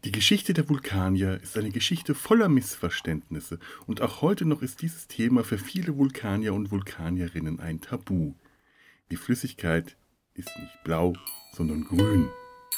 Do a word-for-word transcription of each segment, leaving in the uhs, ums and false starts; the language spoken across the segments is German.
Die Geschichte der Vulkanier ist eine Geschichte voller Missverständnisse und auch heute noch ist dieses Thema für viele Vulkanier und Vulkanierinnen ein Tabu. Die Flüssigkeit ist nicht blau, sondern grün.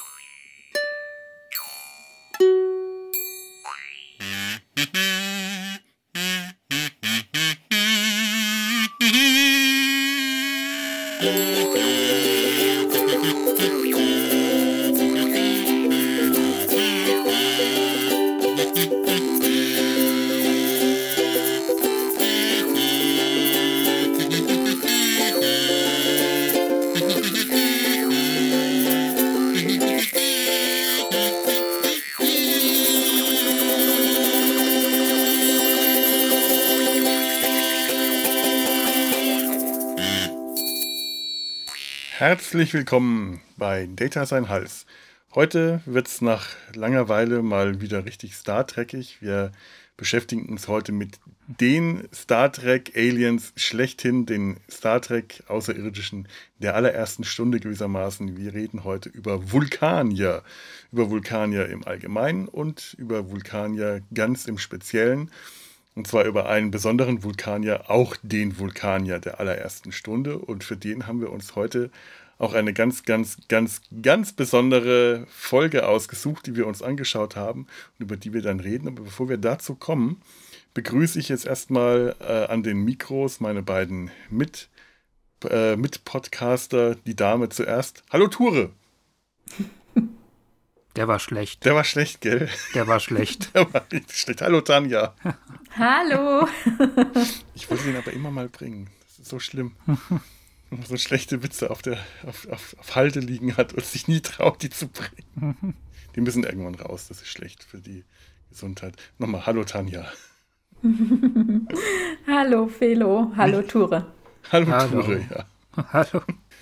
Herzlich willkommen bei Data sein Hals. Heute wird es nach langer Weile mal wieder richtig Star Trekig. Wir beschäftigen uns heute mit den Star Trek Aliens schlechthin, den Star Trek Außerirdischen der allerersten Stunde gewissermaßen. Wir reden heute über Vulkanier, über Vulkanier im Allgemeinen und über Vulkanier ganz im Speziellen. Und zwar über einen besonderen Vulkanier, auch den Vulkanier der allerersten Stunde. Und für den haben wir uns heute auch eine ganz, ganz, ganz, ganz besondere Folge ausgesucht, die wir uns angeschaut haben und über die wir dann reden. Aber bevor wir dazu kommen, begrüße ich jetzt erstmal äh, an den Mikros meine beiden Mit, äh, Mit-Podcaster, die Dame zuerst. Hallo Ture! Der war schlecht. Der war schlecht, gell? Der war schlecht. Der war richtig schlecht. Hallo Tanja. Hallo. Ich wollte den aber immer mal bringen. Das ist so schlimm. Wenn man so schlechte Witze auf, der, auf, auf, auf Halde liegen hat und sich nie traut, die zu bringen. Die müssen irgendwann raus. Das ist schlecht für die Gesundheit. Nochmal, hallo Tanja. Hallo Felo. Hallo Ture. Hallo, Hallo. Ture, ja. Hallo.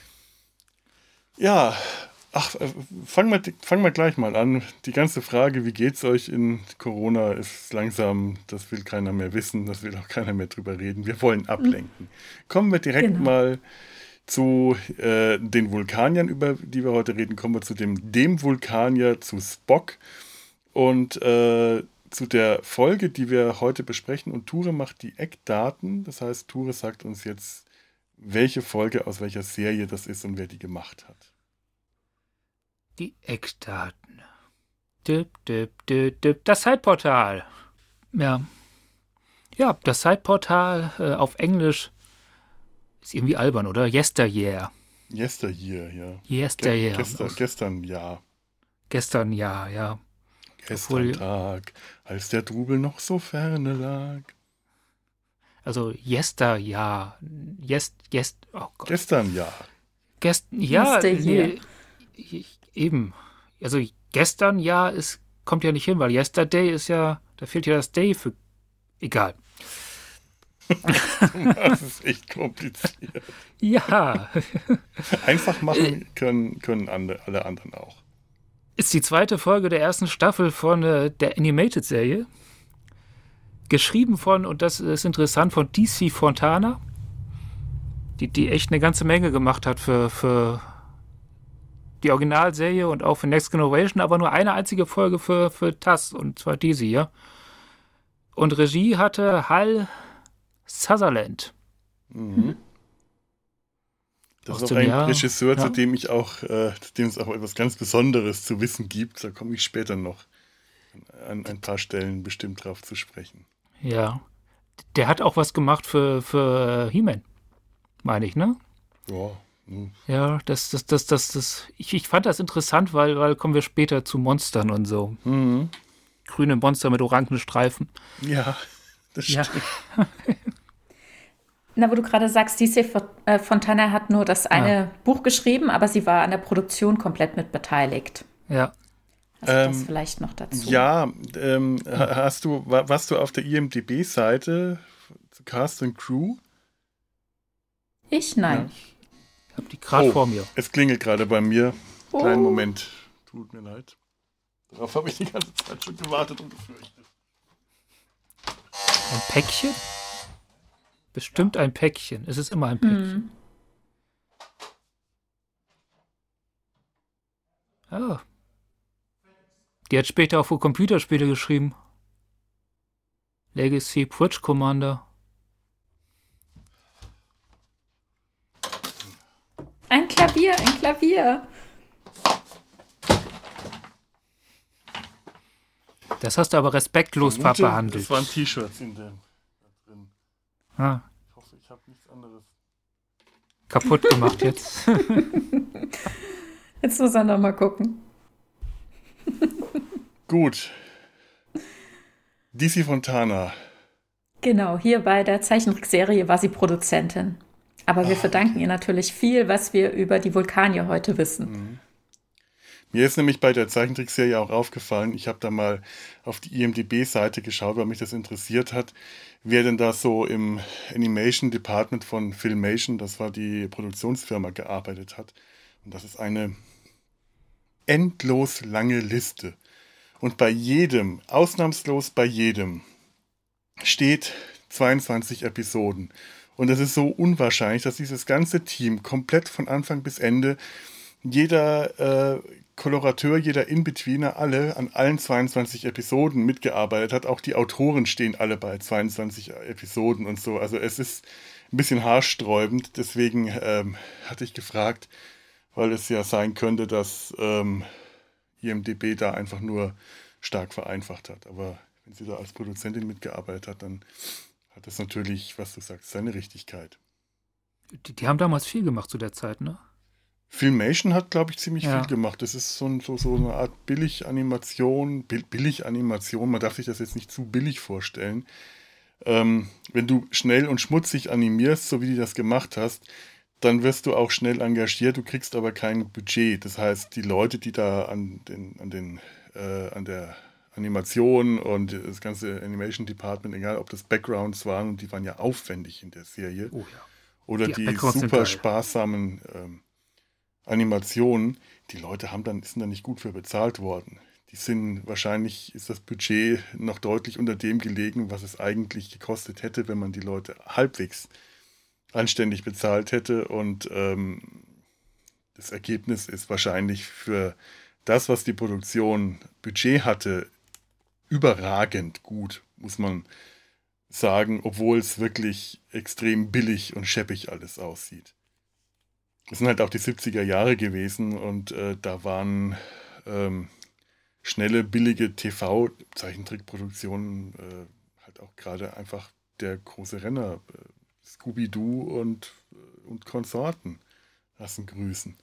Ja, ach, äh, fangen wir fang mal gleich mal an. Die ganze Frage, wie geht's euch in Corona, ist langsam, das will keiner mehr wissen, das will auch keiner mehr drüber reden. Wir wollen ablenken. Kommen wir direkt Genau. mal zu äh, den Vulkaniern, über die wir heute reden. Kommen wir zu dem, dem Vulkanier, zu Spock und äh, zu der Folge, die wir heute besprechen. Und Ture macht die Eckdaten. Das heißt, Ture sagt uns jetzt, welche Folge aus welcher Serie das ist und wer die gemacht hat. Die Eckdaten. Dip, dip, dip, dip. Das Zeitportal. Ja. Ja, das Zeitportal äh, auf Englisch ist irgendwie albern, oder? Yesteryear. Yesteryear, ja. Yesteryear. Ge gestern, Aus- gestern, ja. Gestern, ja, ja. Gestern Obwohl- Tag, als der Trubel noch so ferne lag. Also Yesteryear. Yes, yes, oh Gott. Gestern, ja. Gest ja, Yesteryear. nee, ich- eben. Also gestern, ja, es kommt ja nicht hin, weil Yesterday ist ja, da fehlt ja das Day für. Egal. Das ist echt kompliziert. Ja, Einfach machen können, können ande- alle anderen auch. ist die zweite Folge der ersten Staffel von äh, der Animated-Serie. Geschrieben von, und das ist interessant, von D C Fontana, die, die echt eine ganze Menge gemacht hat für, für die Originalserie und auch für Next Generation, aber nur eine einzige Folge für, für T A S, und zwar diese hier. Und Regie hatte Hal Sutherland. Mhm. Das Aus ist auch dem ein Jahr, Regisseur, zu ja. dem ich auch, äh, zu dem es auch etwas ganz Besonderes zu wissen gibt. Da komme ich später noch an ein paar Stellen bestimmt drauf zu sprechen. Ja. Der hat auch was gemacht für, für He-Man, meine ich, ne? Ja, hm. Ja, das, das, das, das, das, ich, ich fand das interessant, weil, weil kommen wir später zu Monstern und so. Mhm. Grüne Monster mit orangen Streifen. Ja, das Ja. stimmt. Na, wo du gerade sagst, D C äh, Fontana hat nur das eine Buch geschrieben, aber sie war an der Produktion komplett mit beteiligt. Ja. Also das Ähm, vielleicht noch dazu. Ja, ähm, ha- hast du, wa- warst du auf der I M D B-Seite zu Cast and Crew? Ich? Nein. Ich habe die gerade Oh. vor mir. Es klingelt gerade bei mir. Oh. Kleinen Moment. Tut mir leid. Darauf habe ich die ganze Zeit schon gewartet und gefürchtet. Ein Päckchen? Bestimmt ein Päckchen. Es ist immer ein Päckchen. Hm. Ah. Die hat später auch für Computerspiele geschrieben. Legacy Bridge Commander. Ein Klavier, ein Klavier. Das hast du aber respektlos Vermute, behandelt. Es waren T-Shirts in dem da drin. Ah, Ich hoffe, ich habe nichts anderes. kaputt gemacht jetzt. Jetzt muss er noch mal gucken. Gut. D C Fontana. Genau, hier bei der Zeichentrickserie war sie Produzentin. Aber wir Ah, verdanken okay. ihr natürlich viel, was wir über die Vulkanier heute wissen. Mhm. Mir ist nämlich bei der Zeichentrickserie auch aufgefallen, ich habe da mal auf die I M D B-Seite geschaut, weil mich das interessiert hat, wer denn da so im Animation Department von Filmation, das war die Produktionsfirma, gearbeitet hat. Und das ist eine endlos lange Liste. Und bei jedem, ausnahmslos bei jedem, steht zweiundzwanzig Episoden. Und es ist so unwahrscheinlich, dass dieses ganze Team komplett von Anfang bis Ende, jeder äh, Kolorateur, jeder In-Betweener, alle an allen zweiundzwanzig Episoden mitgearbeitet hat. Auch die Autoren stehen alle bei zweiundzwanzig Episoden und so. Also es ist ein bisschen haarsträubend. Deswegen ähm, hatte ich gefragt, weil es ja sein könnte, dass ähm, I M D B da einfach nur stark vereinfacht hat. Aber wenn sie da als Produzentin mitgearbeitet hat, dann hat das natürlich, was du sagst, seine Richtigkeit. Die, die haben damals viel gemacht zu der Zeit, ne? Filmation hat, glaube ich, ziemlich Ja. viel gemacht. Das ist so, ein, so, so eine Art Billig-Animation, Bill- Billig-Animation, man darf sich das jetzt nicht zu billig vorstellen. Ähm, wenn du schnell und schmutzig animierst, so wie du das gemacht hast, dann wirst du auch schnell engagiert, du kriegst aber kein Budget. Das heißt, die Leute, die da an, den, an, den, äh, an der Animation und das ganze Animation Department, egal ob das Backgrounds waren, und die waren ja aufwendig in der Serie, Oh ja. oder Die die, Backgrounds sind super geil. sparsamen ähm, Animationen, die Leute haben dann, sind da nicht gut für bezahlt worden. Die sind, wahrscheinlich ist das Budget noch deutlich unter dem gelegen, was es eigentlich gekostet hätte, wenn man die Leute halbwegs anständig bezahlt hätte. Und ähm, das Ergebnis ist wahrscheinlich für das, was die Produktion Budget hatte, überragend gut, muss man sagen, obwohl es wirklich extrem billig und scheppig alles aussieht. Es sind halt auch die siebziger Jahre gewesen und äh, da waren ähm, schnelle, billige T V-Zeichentrickproduktionen äh, halt auch gerade einfach der große Renner. Äh, Scooby-Doo und, äh, und Konsorten lassen grüßen.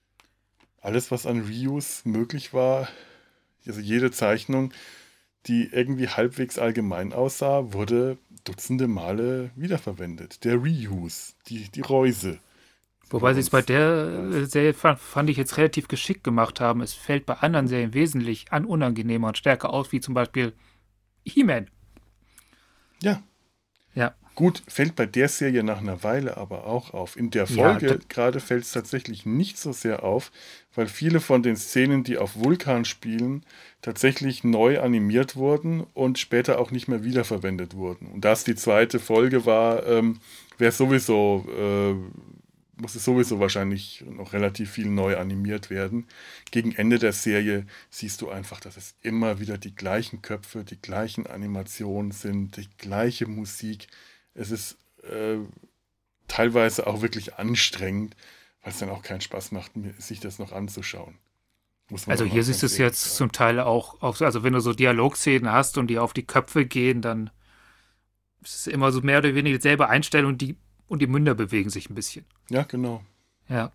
Alles, was an Reuse möglich war, also jede Zeichnung, die irgendwie halbwegs allgemein aussah, wurde dutzende Male wiederverwendet. Der Reuse, die, die Reuse. Wobei sie es bei der äh, Serie fand, fand ich jetzt relativ geschickt gemacht haben. Es fällt bei anderen Serien wesentlich an unangenehmer und stärker aus, wie zum Beispiel He-Man. Ja. Ja. Gut, fällt bei der Serie nach einer Weile aber auch auf. In der Ja, Folge da- gerade fällt es tatsächlich nicht so sehr auf, weil viele von den Szenen, die auf Vulkan spielen, tatsächlich neu animiert wurden und später auch nicht mehr wiederverwendet wurden. Und da es die zweite Folge war, ähm, wäre sowieso, äh, muss es sowieso wahrscheinlich noch relativ viel neu animiert werden. Gegen Ende der Serie siehst du einfach, dass es immer wieder die gleichen Köpfe, die gleichen Animationen sind, die gleiche Musik. Es ist äh, teilweise auch wirklich anstrengend, weil es dann auch keinen Spaß macht, mir- sich das noch anzuschauen. Muss man Also auch hier mal siehst du ganz es ehrlich jetzt sagen. zum Teil auch, auch, also wenn du so Dialogszenen hast und die auf die Köpfe gehen, dann ist es immer so mehr oder weniger dieselbe Einstellung und die, und die Münder bewegen sich ein bisschen. Ja, genau. Ja.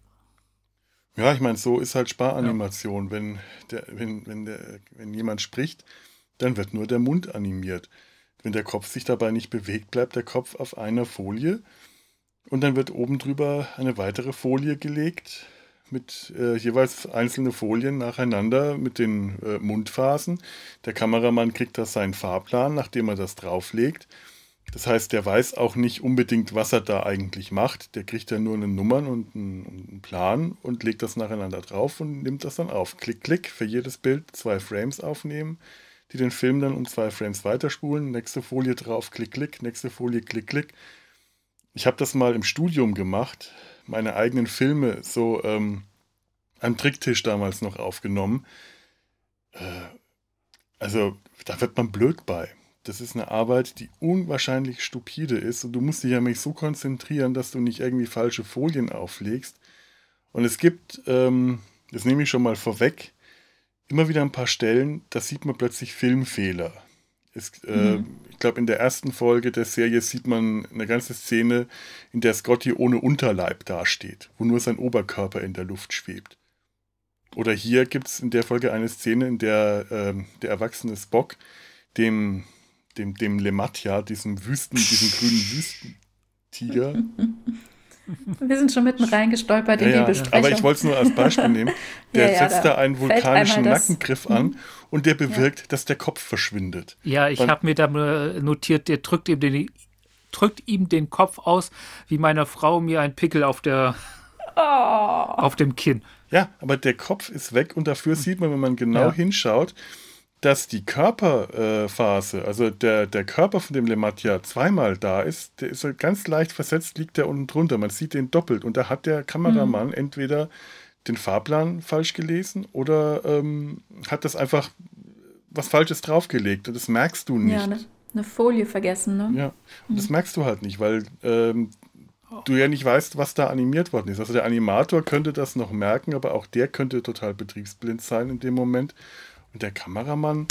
Ja, ich meine, so ist halt Sparanimation. Wenn, der, wenn, wenn, der, wenn jemand spricht, dann wird nur der Mund animiert. Wenn der Kopf sich dabei nicht bewegt, bleibt der Kopf auf einer Folie und dann wird oben drüber eine weitere Folie gelegt mit äh, jeweils einzelne Folien nacheinander mit den äh, Mundphasen. Der Kameramann kriegt da seinen Fahrplan, nachdem er das drauflegt. Das heißt, der weiß auch nicht unbedingt, was er da eigentlich macht. Der kriegt ja nur eine Nummern und einen, einen Plan und legt das nacheinander drauf und nimmt das dann auf. Klick, klick, für jedes Bild zwei Frames aufnehmen, die den Film dann um zwei Frames weiterspulen. Nächste Folie drauf, klick, klick, nächste Folie, klick, klick. Ich habe das mal im Studium gemacht, meine eigenen Filme so ähm, am Tricktisch damals noch aufgenommen. Äh, Also, da wird man blöd bei. Das ist eine Arbeit, die unwahrscheinlich stupide ist und du musst dich ja mich so konzentrieren, dass du nicht irgendwie falsche Folien auflegst. Und es gibt, ähm, das nehme ich schon mal vorweg, immer wieder ein paar Stellen, da sieht man plötzlich Filmfehler. Es, äh, Mhm. ich glaube, in der ersten Folge der Serie sieht man eine ganze Szene, in der Scotty ohne Unterleib dasteht, wo nur sein Oberkörper in der Luft schwebt. Oder hier gibt es in der Folge eine Szene, in der ähm, der erwachsene Spock dem, dem, dem Lematia, diesem Wüsten, diesem grünen Wüstentiger. Wir sind schon mitten reingestolpert Ja, in die ja, Besprechung. aber ich wollte es nur als Beispiel nehmen. Der Ja, ja, setzt da da einen fällt vulkanischen einmal das- Nackengriff an und der bewirkt, dass der Kopf verschwindet. Ja, ich Und- habe mir da äh, notiert, der drückt ihm, den, drückt ihm den Kopf aus, wie meine Frau mir ein Pickel auf, der, Oh. auf dem Kinn. Ja, aber der Kopf ist weg und dafür sieht man, wenn man genau Ja. hinschaut, dass die Körperphase, also der, der Körper von dem Lematia zweimal da ist, der ist so ganz leicht versetzt, liegt der unten drunter. Man sieht den doppelt und da hat der Kameramann entweder den Fahrplan falsch gelesen oder ähm, hat das einfach was Falsches draufgelegt und das merkst du nicht. Ja, eine, eine Folie vergessen, ne? Ja, und das merkst du halt nicht, weil ähm, du ja nicht weißt, was da animiert worden ist. Also der Animator könnte das noch merken, aber auch der könnte total betriebsblind sein in dem Moment. Und der Kameramann,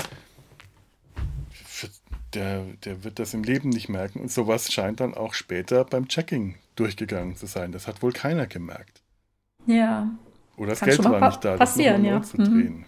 der, der wird das im Leben nicht merken. Und sowas scheint dann auch später beim Checking durchgegangen zu sein. Das hat wohl keiner gemerkt. Ja. Oder das Kann Geld schon mal war pa- nicht da, passieren, das ja. noch mal neu zu drehen.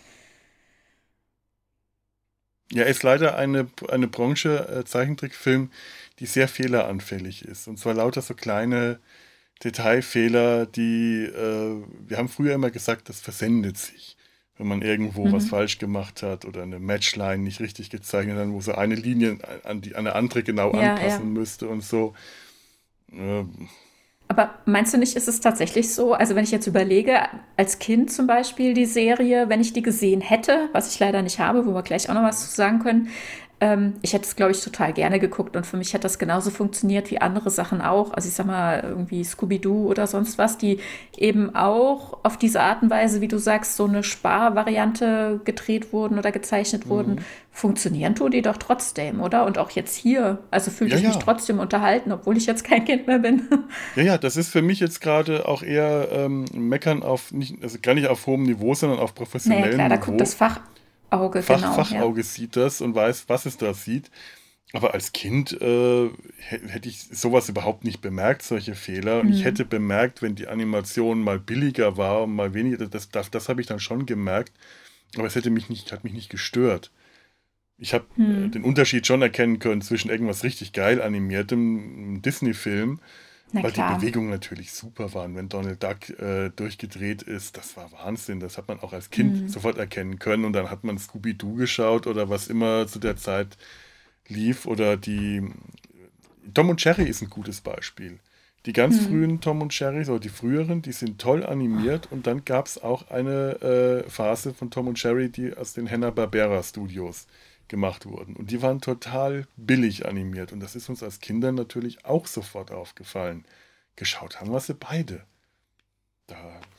Ja. Ja, ist leider eine, eine Branche, äh, Zeichentrickfilm, die sehr fehleranfällig ist. Und zwar lauter so kleine Detailfehler, die, äh, wir haben früher immer gesagt, das versendet sich. Wenn man irgendwo Mhm. was falsch gemacht hat oder eine Matchline nicht richtig gezeichnet hat, wo so eine Linie an, die, an eine andere genau Ja, anpassen ja. müsste und so. Ähm, Aber meinst du nicht, ist es tatsächlich so? Also wenn ich jetzt überlege, als Kind zum Beispiel die Serie, wenn ich die gesehen hätte, was ich leider nicht habe, wo wir gleich auch noch was zu sagen können, ähm, ich hätte es, glaube ich, total gerne geguckt und für mich hätte das genauso funktioniert wie andere Sachen auch. Also ich sag mal, irgendwie Scooby-Doo oder sonst was, die eben auch auf diese Art und Weise, wie du sagst, so eine Sparvariante gedreht wurden oder gezeichnet wurden. Funktionieren tun die doch trotzdem, oder? Und auch jetzt hier, also fühlte Ja, ich mich ja. trotzdem unterhalten, obwohl ich jetzt kein Kind mehr bin. Ja, ja, das ist für mich jetzt gerade auch eher ähm, Meckern auf, nicht, also gar nicht auf hohem Niveau, sondern auf Naja, professionellem klar, da Niveau. guckt das Fachauge, Fach, genau. Fachauge sieht das und weiß, was es da sieht. Aber als Kind äh, hä- hätte ich sowas überhaupt nicht bemerkt, solche Fehler. Und ich hätte bemerkt, wenn die Animation mal billiger war und mal weniger, das, das, das habe ich dann schon gemerkt. Aber es hätte mich nicht, hat mich nicht gestört. Ich habe äh, den Unterschied schon erkennen können zwischen irgendwas richtig geil animiertem, einem Disney-Film, Na weil klar. die Bewegungen natürlich super waren. Wenn Donald Duck äh, durchgedreht ist, das war Wahnsinn. Das hat man auch als Kind sofort erkennen können. Und dann hat man Scooby-Doo geschaut oder was immer zu der Zeit lief. Oder die Tom und Jerry ist ein gutes Beispiel. Die ganz frühen Tom und Jerry, so die früheren, die sind toll animiert. Und dann gab es auch eine äh, Phase von Tom und Jerry, die aus den Hanna-Barbera-Studios gemacht wurden. Und die waren total billig animiert. Und das ist uns als Kindern natürlich auch sofort aufgefallen. Geschaut haben wir sie beide. Da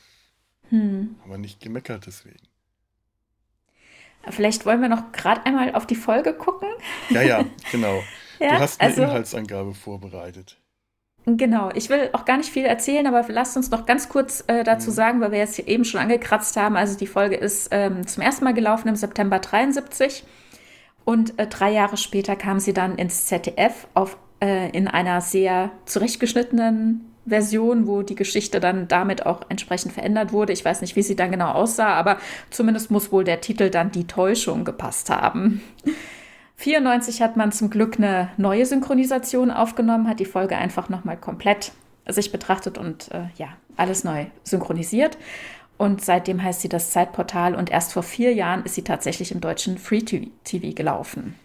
Hm. haben wir nicht gemeckert deswegen. Vielleicht wollen wir noch gerade einmal auf die Folge gucken. Ja, ja, genau. Ja, Du hast eine also- Inhaltsangabe vorbereitet. Genau, ich will auch gar nicht viel erzählen, aber lasst uns noch ganz kurz äh, dazu sagen, weil wir jetzt hier eben schon angekratzt haben. Also die Folge ist ähm, zum ersten Mal gelaufen im September dreiundsiebzig und äh, drei Jahre später kam sie dann ins Z D F auf, äh, in einer sehr zurechtgeschnittenen Version, wo die Geschichte dann damit auch entsprechend verändert wurde. Ich weiß nicht, wie sie dann genau aussah, aber zumindest muss wohl der Titel dann Die Täuschung gepasst haben. vierundneunzig hat man zum Glück eine neue Synchronisation aufgenommen, hat die Folge einfach nochmal komplett sich betrachtet und äh, ja, alles neu synchronisiert. Und seitdem heißt sie das Zeitportal und erst vor vier Jahren ist sie tatsächlich im deutschen Free-T V gelaufen.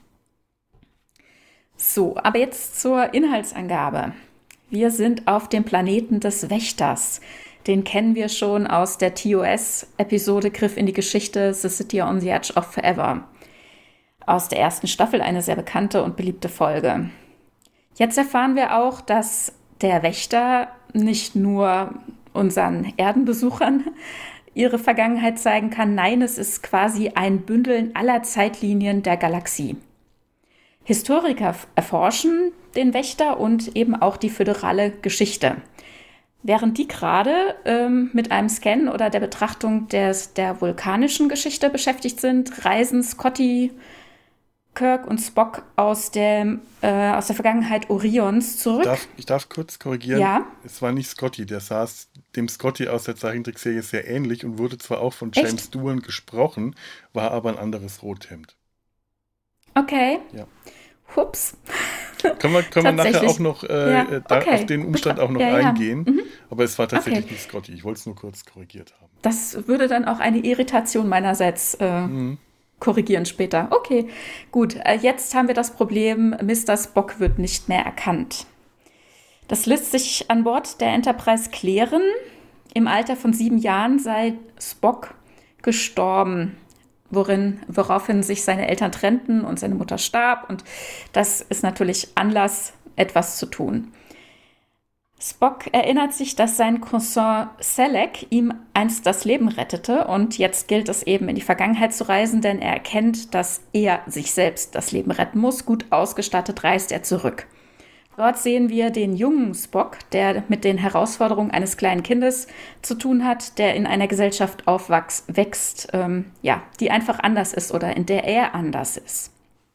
So, aber jetzt zur Inhaltsangabe. Wir sind auf dem Planeten des Wächters. Den kennen wir schon aus der T O S-Episode Griff in die Geschichte The City on the Edge of Forever. Aus der ersten Staffel eine sehr bekannte und beliebte Folge. Jetzt erfahren wir auch, dass der Wächter nicht nur unseren Erdenbesuchern ihre Vergangenheit zeigen kann. Nein, es ist quasi ein Bündeln aller Zeitlinien der Galaxie. Historiker erforschen den Wächter und eben auch die föderale Geschichte. Während die gerade ähm, mit einem Scan oder der Betrachtung des, der vulkanischen Geschichte beschäftigt sind, reisen Scotty, Kirk und Spock aus, dem, äh, aus der Vergangenheit Orions zurück. Darf, ich darf kurz korrigieren. Ja? Es war nicht Scotty, der saß dem Scotty aus der Zeichentrickserie sehr ähnlich und wurde zwar auch von James Echt? Doohan gesprochen, war aber ein anderes Rothemd. Okay. Ja. Hups. Können wir, können wir nachher auch noch äh, ja, okay. da, auf den Umstand auch noch ja, ja. eingehen. Mhm. Aber es war tatsächlich okay. nicht Scotty. Ich wollte es nur kurz korrigiert haben. Das würde dann auch eine Irritation meinerseits äh, mhm. korrigieren später. Okay, gut. Äh, jetzt haben wir das Problem, Mister Spock wird nicht mehr erkannt. Das lässt sich an Bord der Enterprise klären. Im Alter von sieben Jahren sei Spock gestorben. Worin, woraufhin sich seine Eltern trennten und seine Mutter starb. Und das ist natürlich Anlass, etwas zu tun. Spock erinnert sich, dass sein Cousin Selleck ihm einst das Leben rettete. Und jetzt gilt es eben, in die Vergangenheit zu reisen, denn er erkennt, dass er sich selbst das Leben retten muss. Gut ausgestattet reist er zurück. Dort sehen wir den jungen Spock, der mit den Herausforderungen eines kleinen Kindes zu tun hat, der in einer Gesellschaft aufwächst, ähm, ja, die einfach anders ist oder in der er anders ist.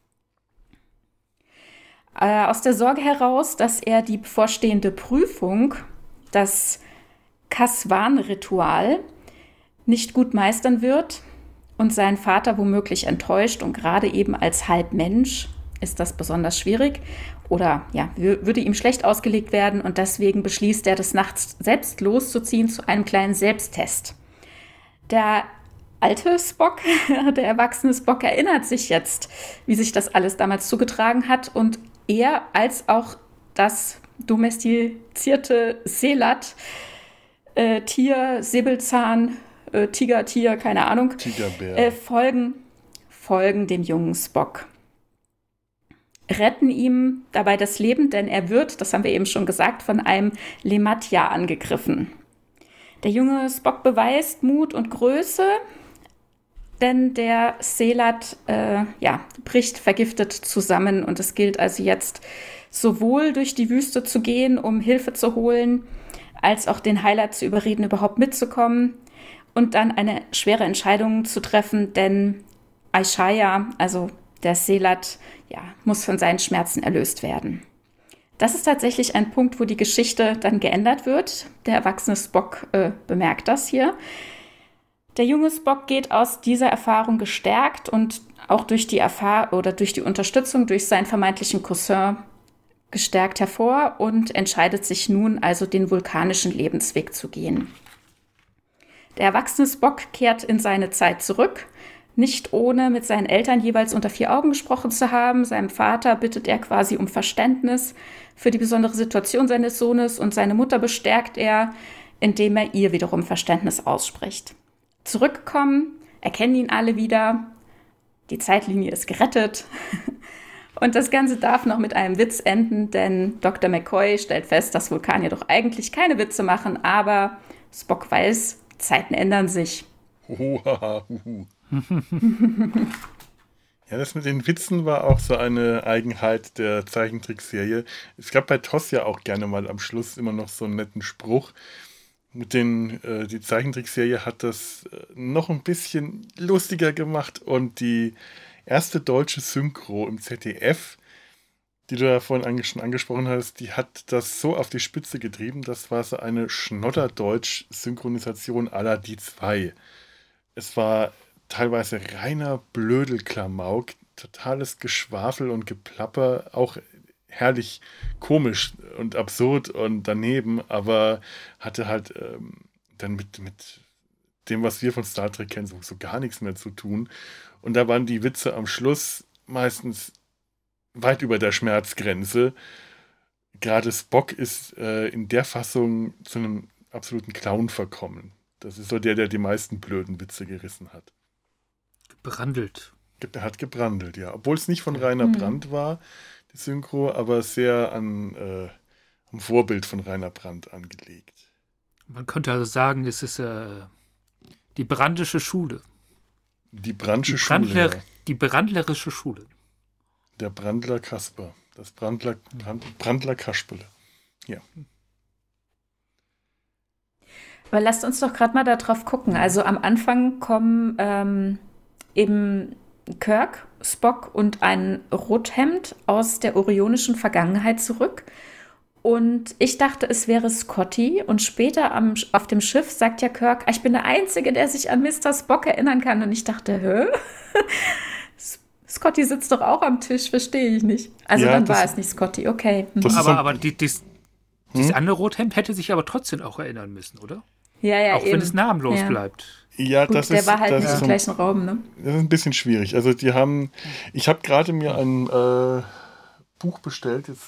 Äh, aus der Sorge heraus, dass er die bevorstehende Prüfung, das Kaswan-Ritual, nicht gut meistern wird und seinen Vater womöglich enttäuscht und gerade eben als Halbmensch ist das besonders schwierig oder ja, würde ihm schlecht ausgelegt werden und deswegen beschließt er, des Nachts selbst loszuziehen zu einem kleinen Selbsttest. Der alte Spock, der erwachsene Spock erinnert sich jetzt, wie sich das alles damals zugetragen hat und er als auch das domestizierte Seelat, äh, Tier, Säbelzahn, äh, Tiger, Tier, keine Ahnung, Tigerbär. Äh, folgen, folgen dem jungen Spock. Retten ihm dabei das Leben, denn er wird, das haben wir eben schon gesagt, von einem Lematia angegriffen. Der junge Spock beweist Mut und Größe, denn der Seelat äh, ja, bricht vergiftet zusammen und es gilt also jetzt sowohl durch die Wüste zu gehen, um Hilfe zu holen, als auch den Heiler zu überreden, überhaupt mitzukommen und dann eine schwere Entscheidung zu treffen, denn Aishaya, also der Seelat, ja, muss von seinen Schmerzen erlöst werden. Das ist tatsächlich ein Punkt, wo die Geschichte dann geändert wird. Der erwachsene Spock äh, bemerkt das hier. Der junge Spock geht aus dieser Erfahrung gestärkt und auch durch die Erfahrung oder durch die Unterstützung durch seinen vermeintlichen Cousin gestärkt hervor und entscheidet sich nun also, den vulkanischen Lebensweg zu gehen. Der erwachsene Spock kehrt in seine Zeit zurück, nicht ohne mit seinen Eltern jeweils unter vier Augen gesprochen zu haben. Seinem Vater bittet er quasi um Verständnis für die besondere Situation seines Sohnes und seine Mutter bestärkt er, indem er ihr wiederum Verständnis ausspricht. Zurückkommen, erkennen ihn alle wieder, die Zeitlinie ist gerettet und das Ganze darf noch mit einem Witz enden, denn Doktor McCoy stellt fest, dass Vulkanier doch eigentlich keine Witze machen, aber Spock weiß, Zeiten ändern sich. Ja, das mit den Witzen war auch so eine Eigenheit der Zeichentrickserie. Es gab bei T O S ja auch gerne mal am Schluss immer noch so einen netten Spruch. Mit den, äh, die Zeichentrickserie hat das äh, noch ein bisschen lustiger gemacht und die erste deutsche Synchro im Z D F, die du da vorhin ange- schon angesprochen hast, die hat das so auf die Spitze getrieben. Das war so eine Schnodderdeutsch-Synchronisation à la die zwei. Es war teilweise reiner Blödelklamauk, totales Geschwafel und Geplapper, auch herrlich komisch und absurd und daneben, aber hatte halt ähm, dann mit, mit dem, was wir von Star Trek kennen, so, so gar nichts mehr zu tun. Und da waren die Witze am Schluss meistens weit über der Schmerzgrenze. Gerade Spock ist äh, in der Fassung zu einem absoluten Clown verkommen. Das ist so der, der die meisten blöden Witze gerissen hat. Gebrandelt. Er hat gebrandelt, ja. Obwohl es nicht von Rainer mhm. Brandt war, die Synchro, aber sehr an, äh, am Vorbild von Rainer Brandt angelegt. Man könnte also sagen, es ist äh, Die Brandische Schule. Die Brandsche Die, Schule. Brandler, Ja. die Brandlerische Schule. Der Brandler Kasper. Das Brandler, Brand, Brandler Kasperle. Ja. Aber lasst uns doch gerade mal darauf gucken. Also am Anfang kommen ähm, eben Kirk, Spock und ein Rothemd aus der orionischen Vergangenheit zurück. Und ich dachte, es wäre Scotty. Und später am, auf dem Schiff sagt ja Kirk, ich bin der Einzige, der sich an Mister Spock erinnern kann. Und ich dachte, hä? Scotty sitzt doch auch am Tisch, verstehe ich nicht. Also Ja, dann das- war es nicht Scotty, okay. Mhm. Das ist so- Aber, aber die, dies, dieses andere Rothemd hätte sich aber trotzdem auch erinnern müssen, oder? Ja, ja, auch eben. wenn es namenlos Ja. bleibt. Ja, Gut, das der ist, war halt das nicht ist im so ein, gleichen Raum, ne? das ist ein bisschen schwierig. Also die haben, ich habe gerade mir ein äh, Buch bestellt, jetzt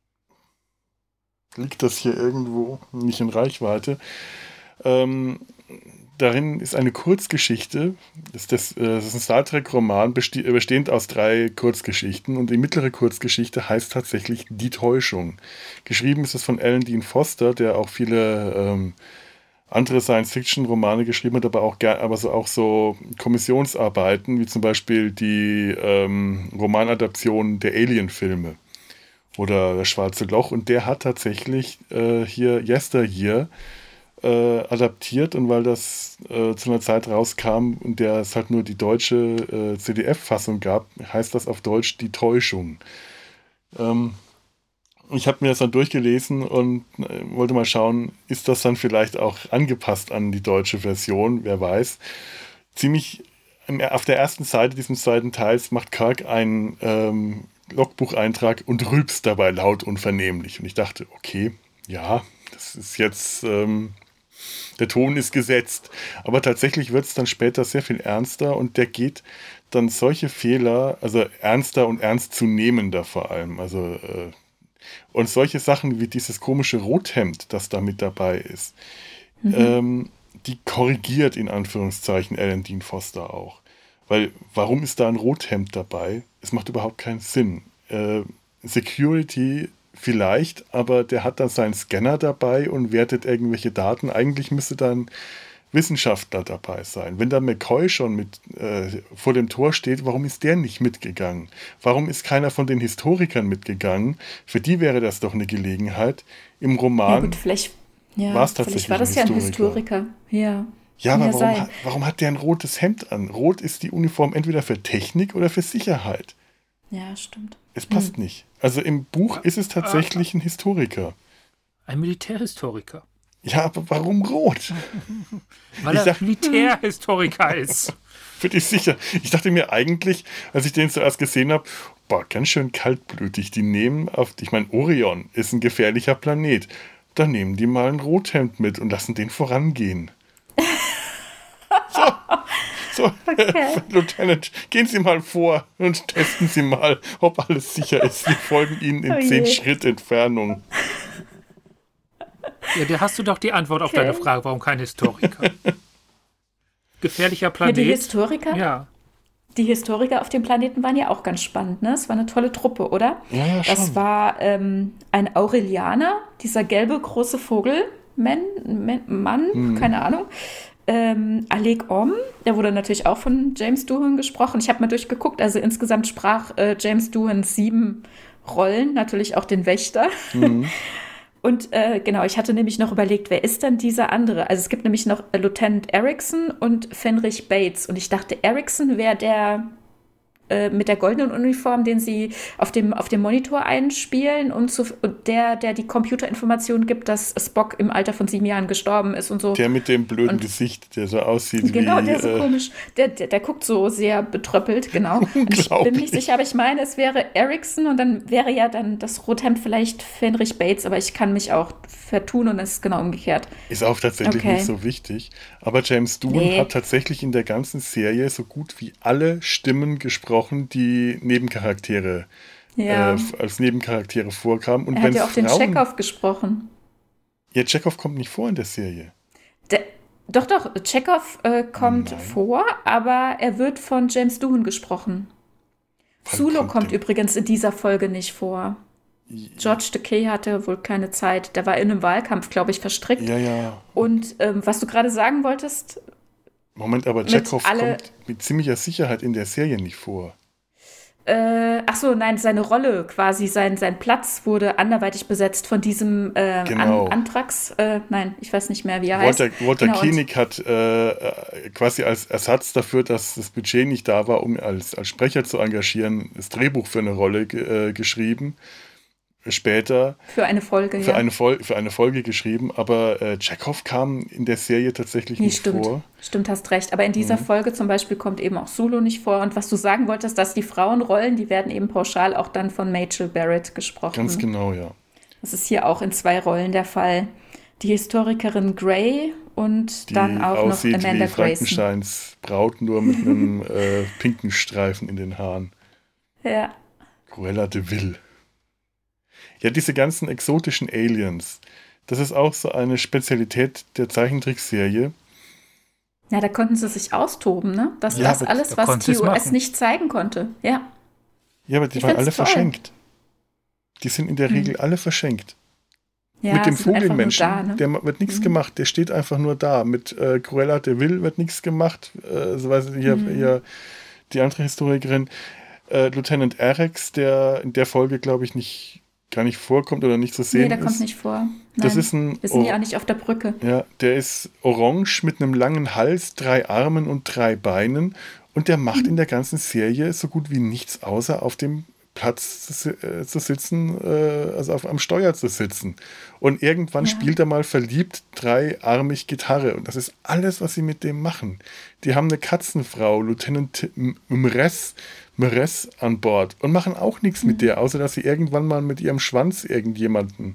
liegt das hier irgendwo, nicht in Reichweite. Ähm, darin ist eine Kurzgeschichte, das ist, das, äh, das ist ein Star Trek-Roman, beste bestehend aus drei Kurzgeschichten, und die mittlere Kurzgeschichte heißt tatsächlich Die Täuschung. Geschrieben ist es von Alan Dean Foster, der auch viele ähm, andere Science-Fiction-Romane geschrieben hat, aber auch, ger aber so, auch so Kommissionsarbeiten, wie zum Beispiel die ähm, Romanadaption der Alien-Filme oder Das Schwarze Loch. Und der hat tatsächlich äh, hier Yesteryear äh, adaptiert, und weil das äh, zu einer Zeit rauskam und der es halt nur die deutsche äh, C D F-Fassung gab, heißt das auf Deutsch Die Täuschung. Ähm, Ich habe mir das dann durchgelesen und äh, wollte mal schauen, ist das dann vielleicht auch angepasst an die deutsche Version, wer weiß. Ziemlich im- auf der ersten Seite dieses zweiten Teils macht Kirk einen ähm, Logbucheintrag und rülpst dabei laut und vernehmlich. Und ich dachte, okay, ja, das ist jetzt, ähm, der Ton ist gesetzt. Aber tatsächlich wird es dann später sehr viel ernster, und der geht dann solche Fehler, also ernster und ernstzunehmender vor allem, also äh, und solche Sachen wie dieses komische Rothemd, das da mit dabei ist, Mhm. ähm, die korrigiert in Anführungszeichen Alan Dean Foster auch. Weil, warum ist da ein Rothemd dabei? Es macht überhaupt keinen Sinn. Äh, Security vielleicht, aber der hat dann seinen Scanner dabei und wertet irgendwelche Daten. Eigentlich müsste dann Wissenschaftler dabei sein. Wenn da McCoy schon mit äh, vor dem Tor steht, warum ist der nicht mitgegangen? Warum ist keiner von den Historikern mitgegangen? Für die wäre das doch eine Gelegenheit. Im Ja, Roman, gut, vielleicht, ja, war's vielleicht tatsächlich war das ein ja ein Historiker. Historiker. Ja. ja, aber ja, warum, sein. hat, warum hat der ein rotes Hemd an? Rot ist die Uniform entweder für Technik oder für Sicherheit. Ja, stimmt. Es passt nicht. Also im Buch ist es tatsächlich ein Historiker. Ein Militärhistoriker. Ja, aber warum rot? Weil Ich er sag- Militärhistoriker ist. Bin ich sicher. Ich dachte mir eigentlich, als ich den zuerst gesehen habe, boah, ganz schön kaltblütig. Die nehmen auf, ich meine, Orion ist ein gefährlicher Planet. Da nehmen die mal ein Rothemd mit und lassen den vorangehen. So, so Okay. Lieutenant, gehen Sie mal vor und testen Sie mal, ob alles sicher ist. Wir folgen Ihnen in Oh je. zehn Schritt Entfernung. Ja, da hast du doch die Antwort auf Okay. deine Frage, warum kein Historiker? Gefährlicher Ja, die Planet. Historiker, Ja. die Historiker auf dem Planeten waren ja auch ganz spannend, ne? Es war eine tolle Truppe, oder? Ja, ja, Das schon. war ähm, ein Aurelianer, dieser gelbe große Vogel, Man, Man, Mann, Hm. keine Ahnung. Ähm, Alec Om, der wurde natürlich auch von James Doohan gesprochen. Ich habe mal durchgeguckt, also insgesamt sprach äh, James Doohan sieben Rollen, natürlich auch den Wächter. Mhm. Und äh, genau, ich hatte nämlich noch überlegt, wer ist denn dieser andere? Also es gibt nämlich noch äh, Lieutenant Erickson und Fenrich Bates. Und ich dachte, Erickson wäre der äh, mit der goldenen Uniform, den sie auf dem, auf dem Monitor einspielen, und, zu, und der, der die Computerinformation gibt, dass Spock im Alter von sieben Jahren gestorben ist und so. Der mit dem blöden Und- Gesicht, der so aussieht Genau, wie... der so äh, komisch. Der, der, der guckt so sehr betröppelt, genau. Und ich bin Unglaublich. nicht sicher, aber ich meine, es wäre Erickson, und dann wäre ja dann das Rothemd vielleicht Fenrich Bates, aber ich kann mich auch vertun, und es ist genau umgekehrt. Ist auch tatsächlich Okay. nicht so wichtig. Aber James Doohan Nee. hat tatsächlich in der ganzen Serie so gut wie alle Stimmen gesprochen, die Nebencharaktere Ja. äh, als Nebencharaktere vorkamen. Und Er hat wenn ja auch den Frauen, Chekhov gesprochen. Ja, Chekhov kommt nicht vor in der Serie. Der, doch, doch, Chekhov äh, kommt Nein. vor, aber er wird von James Doohan gesprochen. Wann Sulu kommt kommt denn- übrigens in dieser Folge nicht vor. George Takei hatte wohl keine Zeit. Der war in einem Wahlkampf, glaube ich, verstrickt. Ja, ja. Und ähm, was du gerade sagen wolltest, Moment, aber Chekhov kommt mit ziemlicher Sicherheit in der Serie nicht vor. Äh, ach so, nein, seine Rolle quasi, sein, sein Platz wurde anderweitig besetzt von diesem äh, genau. An- Anthrax. Äh, nein, ich weiß nicht mehr, wie er Walter, heißt. Walter genau, Koenig hat äh, quasi als Ersatz dafür, dass das Budget nicht da war, um als, als Sprecher zu engagieren, das Drehbuch für eine Rolle äh, geschrieben. Später. Für eine Folge, für ja. Eine Fol- für eine Folge geschrieben, aber äh, Chekhov kam in der Serie tatsächlich nee, nicht stimmt. vor. Stimmt, hast recht. Aber in dieser mhm. Folge zum Beispiel kommt eben auch Sulu nicht vor. Und was du sagen wolltest, dass die Frauenrollen, die werden eben pauschal auch dann von Machel Barrett gesprochen. Ganz genau, ja. Das ist hier auch in zwei Rollen der Fall. Die Historikerin Grey und die dann auch noch Amanda wie Grayson. Frankensteins Braut, nur mit einem äh, pinken Streifen in den Haaren. Ja. Cruella de Vil. Ja, diese ganzen exotischen Aliens, das ist auch so eine Spezialität der Zeichentrickserie. Ja, da konnten sie sich austoben, ne? Das ja, das alles, was T O S nicht zeigen konnte. Ja, ja aber die ich waren alle toll. verschenkt. Die sind in der hm. Regel alle verschenkt. Ja, mit dem Vogelmenschen, da, ne? der wird nichts mhm. gemacht, der steht einfach nur da. Mit äh, Cruella de Vil wird nichts gemacht. Äh, so weiß ich, hier, mhm. hier die andere Historikerin. Äh, Lieutenant Arex, der in der Folge, glaube ich, nicht gar nicht vorkommt oder nicht zu sehen ist. Nee, der ist. kommt nicht vor. Nein, das ist ein, wir sind ja auch nicht auf der Brücke. Ja, der ist orange mit einem langen Hals, drei Armen und drei Beinen und der macht mhm. in der ganzen Serie so gut wie nichts, außer auf dem Platz zu, äh, zu sitzen, äh, also auf, am Steuer zu sitzen. Und irgendwann ja. spielt er mal verliebt dreiarmig Gitarre und das ist alles, was sie mit dem machen. Die haben eine Katzenfrau, Lieutenant Mres, Mres an Bord und machen auch nichts mhm. mit der, außer dass sie irgendwann mal mit ihrem Schwanz irgendjemanden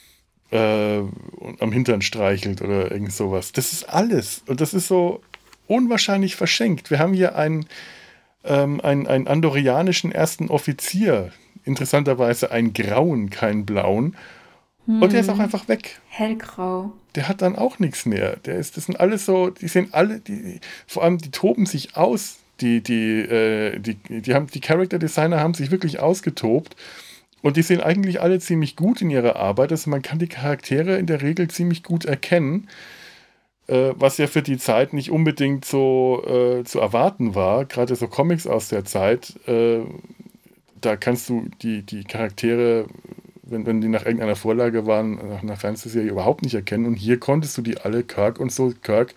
äh, am Hintern streichelt oder irgend sowas. Das ist alles. Und das ist so unwahrscheinlich verschenkt. Wir haben hier einen, ähm, einen, einen andorianischen ersten Offizier, interessanterweise einen grauen, keinen blauen. Mhm. Und der ist auch einfach weg. Hellgrau. Der hat dann auch nichts mehr. Der ist, das sind alles so, die sind alle, die, vor allem die toben sich aus. Die, die, äh, die, die, haben, die Character Designer haben sich wirklich ausgetobt und die sind eigentlich alle ziemlich gut in ihrer Arbeit. Also man kann die Charaktere in der Regel ziemlich gut erkennen, äh, was ja für die Zeit nicht unbedingt so äh, zu erwarten war. Gerade so Comics aus der Zeit, äh, da kannst du die, die Charaktere, wenn, wenn die nach irgendeiner Vorlage waren, nach einer Fernsehserie überhaupt nicht erkennen. Und hier konntest du die alle, Kirk und so, Kirk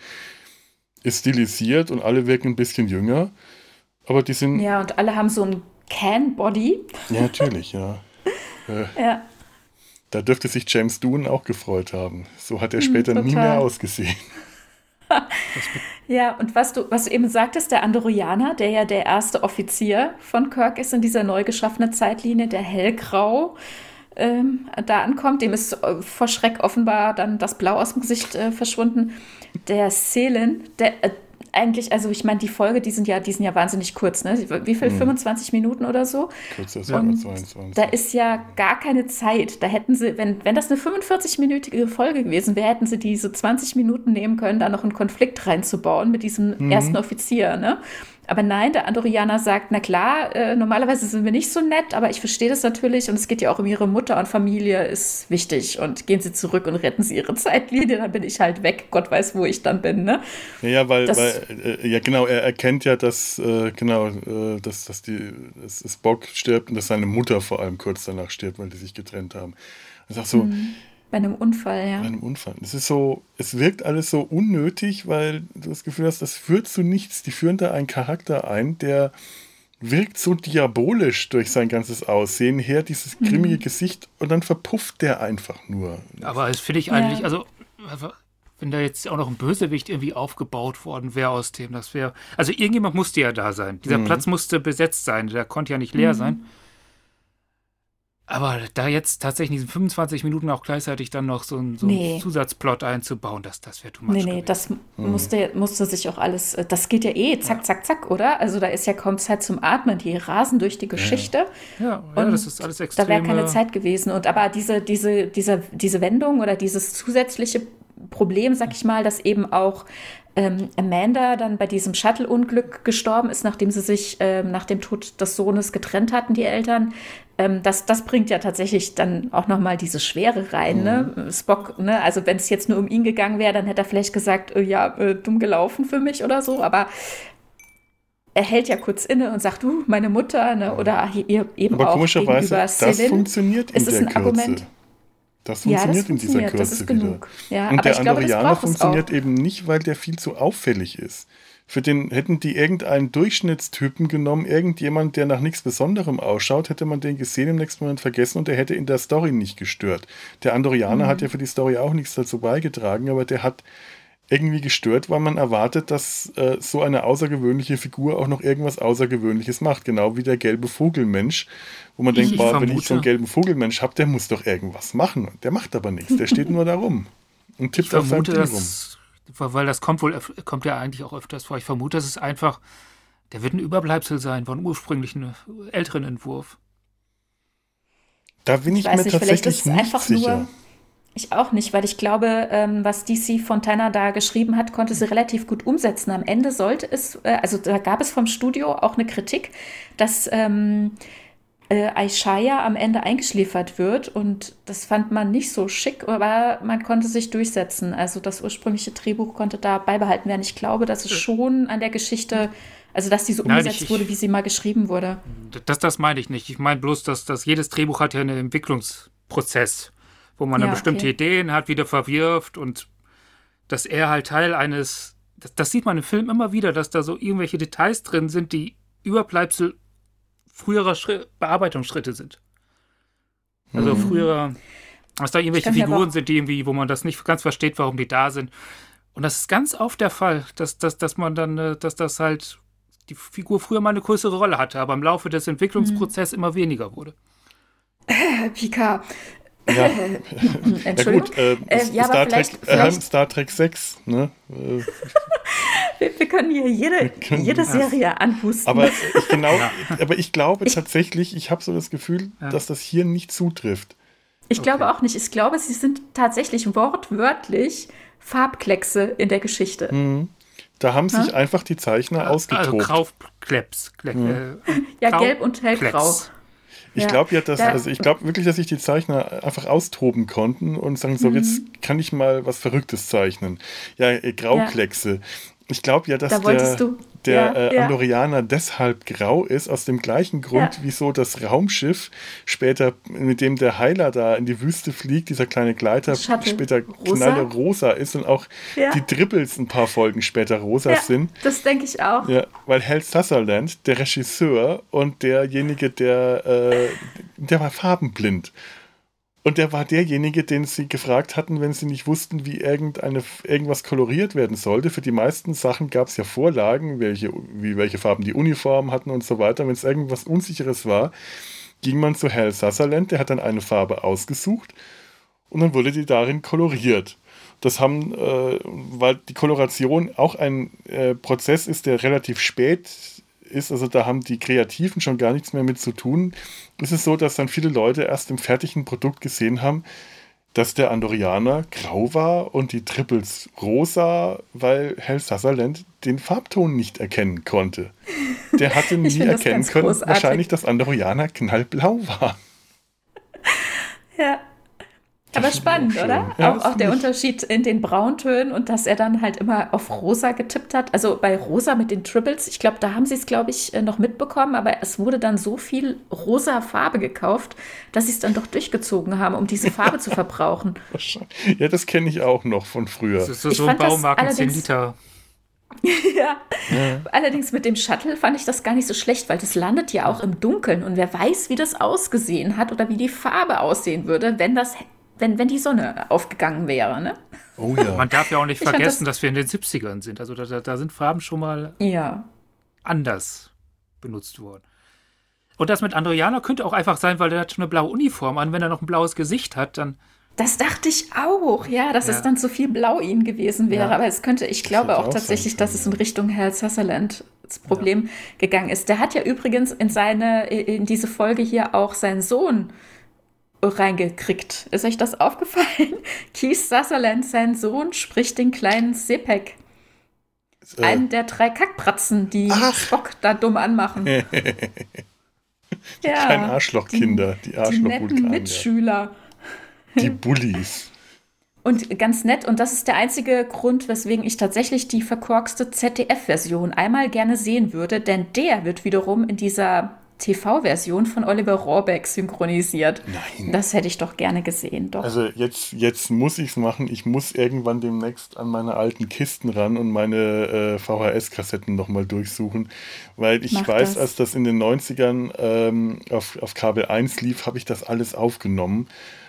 ist stilisiert und alle wirken ein bisschen jünger, aber die sind... Ja, und alle haben so ein Can-Body. Ja, natürlich, ja. äh, ja. Da dürfte sich James Doohan auch gefreut haben. So hat er später hm, nie mehr ausgesehen. Ja, und was du, was du eben sagtest, der Andorianer, der ja der erste Offizier von Kirk ist in dieser neu geschaffenen Zeitlinie, der hellgrau ähm, da ankommt, dem ist äh, vor Schreck offenbar dann das Blau aus dem Gesicht äh, verschwunden. Der Selen, der äh, eigentlich, also ich meine, die Folge, die sind ja, die sind ja wahnsinnig kurz, ne? Wie viel? Mhm. fünfundzwanzig Minuten oder so? Kürzer als zweiundzwanzig. Da ist ja gar keine Zeit. Da hätten sie, wenn, wenn das eine fünfundvierzig-minütige Folge gewesen wäre, hätten sie diese zwanzig Minuten nehmen können, da noch einen Konflikt reinzubauen mit diesem mhm. ersten Offizier, ne? Aber nein, der Andorianer sagt, na klar, äh, normalerweise sind wir nicht so nett, aber ich verstehe das natürlich und es geht ja auch um ihre Mutter und Familie ist wichtig und gehen sie zurück und retten sie ihre Zeitlinie, dann bin ich halt weg, Gott weiß, wo ich dann bin, ne? Ja, ja weil, weil äh, ja genau, er erkennt ja, dass äh, genau, äh, dass, dass die dass Spock stirbt und dass seine Mutter vor allem kurz danach stirbt, weil die sich getrennt haben. Er sagt so, mhm. Bei einem Unfall, ja. Bei einem Unfall. Es ist so, es wirkt alles so unnötig, weil du das Gefühl hast, das führt zu nichts. Die führen da einen Charakter ein, der wirkt so diabolisch durch sein ganzes Aussehen her, dieses grimmige mhm. Gesicht, und dann verpufft der einfach nur. Aber das finde ich eigentlich, ja. also wenn da jetzt auch noch ein Bösewicht irgendwie aufgebaut worden wäre aus dem, das wäre, also irgendjemand musste ja da sein. Dieser mhm. Platz musste besetzt sein, der konnte ja nicht leer mhm. sein. Aber da jetzt tatsächlich in diesen fünfundzwanzig Minuten auch gleichzeitig dann noch so einen so nee. Zusatzplot einzubauen, das, das wäre too much. Nee, nee, das mhm. musste, musste sich auch alles, das geht ja eh zack, ja. zack, zack, oder? Also da ist ja kaum Zeit zum Atmen, die rasen durch die Geschichte. Ja, ja, ja und das ist alles extrem. Da wäre keine Zeit gewesen. Und aber diese, diese, diese, diese Wendung oder dieses zusätzliche Problem, sag ich mal, dass eben auch ähm, Amanda dann bei diesem Shuttle-Unglück gestorben ist, nachdem sie sich ähm, nach dem Tod des Sohnes getrennt hatten, die Eltern. Ähm, das, das bringt ja tatsächlich dann auch noch mal diese Schwere rein. Mhm. Ne? Spock, ne? Also wenn es jetzt nur um ihn gegangen wäre, dann hätte er vielleicht gesagt, äh, ja, äh, dumm gelaufen für mich oder so. Aber er hält ja kurz inne und sagt, du, meine Mutter, ne? Oder ihr eben Aber auch komischerweise, gegenüber das Celine. funktioniert in Ist es der ein Kürze. Argument? Das funktioniert, ja, das in dieser funktioniert. Kürze das ist genug. Ja, und aber der ich glaube, Andorianer das funktioniert eben nicht, weil der viel zu auffällig ist. Für den hätten die irgendeinen Durchschnittstypen genommen, irgendjemand, der nach nichts Besonderem ausschaut, hätte man den gesehen, im nächsten Moment vergessen und der hätte in der Story nicht gestört. Der Andorianer mhm. hat ja für die Story auch nichts dazu beigetragen, aber der hat irgendwie gestört, weil man erwartet, dass äh, so eine außergewöhnliche Figur auch noch irgendwas Außergewöhnliches macht. Genau wie der gelbe Vogelmensch, wo man Ich denkt, boah, wenn vermute- ich so einen gelben Vogelmensch habe, der muss doch irgendwas machen. Der macht aber nichts, der steht nur da rum und Ich tippt auf seinem vermute, Ding rum. dass, weil das kommt wohl, öf- kommt ja eigentlich auch öfters vor. Ich vermute, das ist einfach, der wird ein Überbleibsel sein von ursprünglichen äh, älteren Entwurf. Da bin ich, Ich weiß mir nicht, vielleicht tatsächlich ist es nicht einfach sicher. nur. Ich auch nicht, weil ich glaube, ähm, was D C Fontana da geschrieben hat, konnte sie relativ gut umsetzen. Am Ende sollte es, äh, also da gab es vom Studio auch eine Kritik, dass ähm, äh, Aishaya am Ende eingeschläfert wird und das fand man nicht so schick, aber man konnte sich durchsetzen. Also das ursprüngliche Drehbuch konnte da beibehalten werden. Ich glaube, dass es schon an der Geschichte, also dass die so Nein, umgesetzt ich- wurde, wie sie mal geschrieben wurde. Das, das meine ich nicht. Ich meine bloß, dass, dass jedes Drehbuch hat ja einen Entwicklungsprozess, wo man Ja, dann bestimmte okay. Ideen hat, wieder verwirft und dass er halt Teil eines, das, das sieht man im Film immer wieder, dass da so irgendwelche Details drin sind, die Überbleibsel früherer Schri- Bearbeitungsschritte sind. Also Mhm. früher, dass da irgendwelche kann mir aber Figuren auch- sind, die irgendwie, wo man das nicht ganz versteht, warum die da sind. Und das ist ganz oft der Fall, dass, dass, dass man dann, äh, dass das halt die Figur früher mal eine größere Rolle hatte, aber im Laufe des Entwicklungsprozesses immer weniger wurde. Herr Picard. Ja. Ja Entschuldigung. gut, äh, Äh, ja, Star, aber Trek, vielleicht- äh, vielleicht- Star Trek sechs, ne? Äh, Wir, wir können hier jede, können- jede Serie anhusten. aber, ich genau, aber ich glaube tatsächlich, ich habe so das Gefühl, Ja. dass das hier nicht zutrifft. ich glaube okay. auch nicht. Ich glaube, sie sind tatsächlich wortwörtlich Farbkleckse in der Geschichte. Mhm. Da haben sich Hm? einfach die Zeichner Also ausgetobt. Graukleps. Kle äh, Ja, Grau- gelb und hellgrau. Klecks. Ich Ja, glaube ja, dass, da- also ich glaube wirklich, dass sich die Zeichner einfach austoben konnten und sagen, so, Mhm. jetzt kann ich mal was Verrücktes zeichnen. Ja, äh, Graukleckse. Ich glaube ja, dass Da der, wolltest du- der ja, äh, ja. Andorianer deshalb grau ist, aus dem gleichen Grund, Ja. wieso das Raumschiff später, mit dem der Heiler da in die Wüste fliegt, dieser kleine Gleiter, Shuttle später rosa. knalle rosa ist und auch Ja. die Dribbles ein paar Folgen später rosa Ja, sind. das denke ich auch. Ja, weil Hal Sutherland, der Regisseur und derjenige, der, äh, der war farbenblind. Und der war derjenige, den sie gefragt hatten, wenn sie nicht wussten, wie irgendeine, irgendwas koloriert werden sollte. Für die meisten Sachen gab es ja Vorlagen, welche, wie welche Farben die Uniformen hatten und so weiter. Wenn es irgendwas Unsicheres war, ging man zu Hal Sutherland, der hat dann eine Farbe ausgesucht und dann wurde die darin koloriert. Das haben, äh, weil die Koloration auch ein äh, Prozess ist, der relativ spät ist, also da haben die Kreativen schon gar nichts mehr mit zu tun, ist es so, dass dann viele Leute erst im fertigen Produkt gesehen haben, dass der Andorianer grau war und die Triples rosa, weil Hal Sutherland den Farbton nicht erkennen konnte. Der hatte nie finde das erkennen ganz können, großartig. wahrscheinlich, dass Andorianer knallblau war. Ja. Aber Das ist spannend, auch schön. oder? Ja, auch das auch der finde ich- Unterschied in den Brauntönen und dass er dann halt immer auf rosa getippt hat. Also bei rosa mit den Triples, ich glaube, da haben sie es, glaube ich, äh, noch mitbekommen, aber es wurde dann so viel rosa Farbe gekauft, dass sie es dann doch durchgezogen haben, um diese Farbe zu verbrauchen. Ja, das kenne ich auch noch von früher. Das ist so, Ich so ein fand das Baumarken zehn allerdings- Liter. Ja. Allerdings mit dem Shuttle fand ich das gar nicht so schlecht, weil das landet ja auch im Dunkeln und wer weiß, wie das ausgesehen hat oder wie die Farbe aussehen würde, wenn das wenn, wenn die Sonne aufgegangen wäre, ne? Oh ja. Man darf ja auch nicht Ich fand vergessen, das- dass wir in den siebzigern sind. Also da, da, da sind Farben schon mal Ja. anders benutzt worden. Und das mit Andorianer könnte auch einfach sein, weil der hat schon eine blaue Uniform an. Wenn er noch ein blaues Gesicht hat, dann Das dachte ich auch, ja, dass Ja. es dann zu viel Blau ihnen gewesen wäre. Ja. Aber es könnte, ich glaube hätte auch auch tatsächlich, sein dass können, es in Richtung Hal Sutherland das Problem gegangen ist. Der hat ja übrigens in seine, in diese Folge hier auch seinen Sohn reingekriegt. Ist euch das aufgefallen? Keith Sutherland, sein Sohn, spricht den kleinen Sepek. Äh. Einen der drei Kackpratzen, die Ach. Spock da dumm anmachen. die ja, kleinen Arschlochkinder, die, die Arschloch-Vulkanier. Die netten Mitschüler. Die Bullies. Und ganz nett, und das ist der einzige Grund, weswegen ich tatsächlich die verkorkste Z D F-Version einmal gerne sehen würde, denn der wird wiederum in dieser T V-Version von Oliver Rohrbeck synchronisiert. Nein. Das hätte ich doch gerne gesehen, doch. Also jetzt, jetzt muss ich es machen. Ich muss irgendwann demnächst an meine alten Kisten ran und meine äh, V H S-Kassetten nochmal durchsuchen. Weil ich Mach weiß, das. als das in den neunzigern ähm, auf, auf Kabel eins lief, habe ich das alles aufgenommen.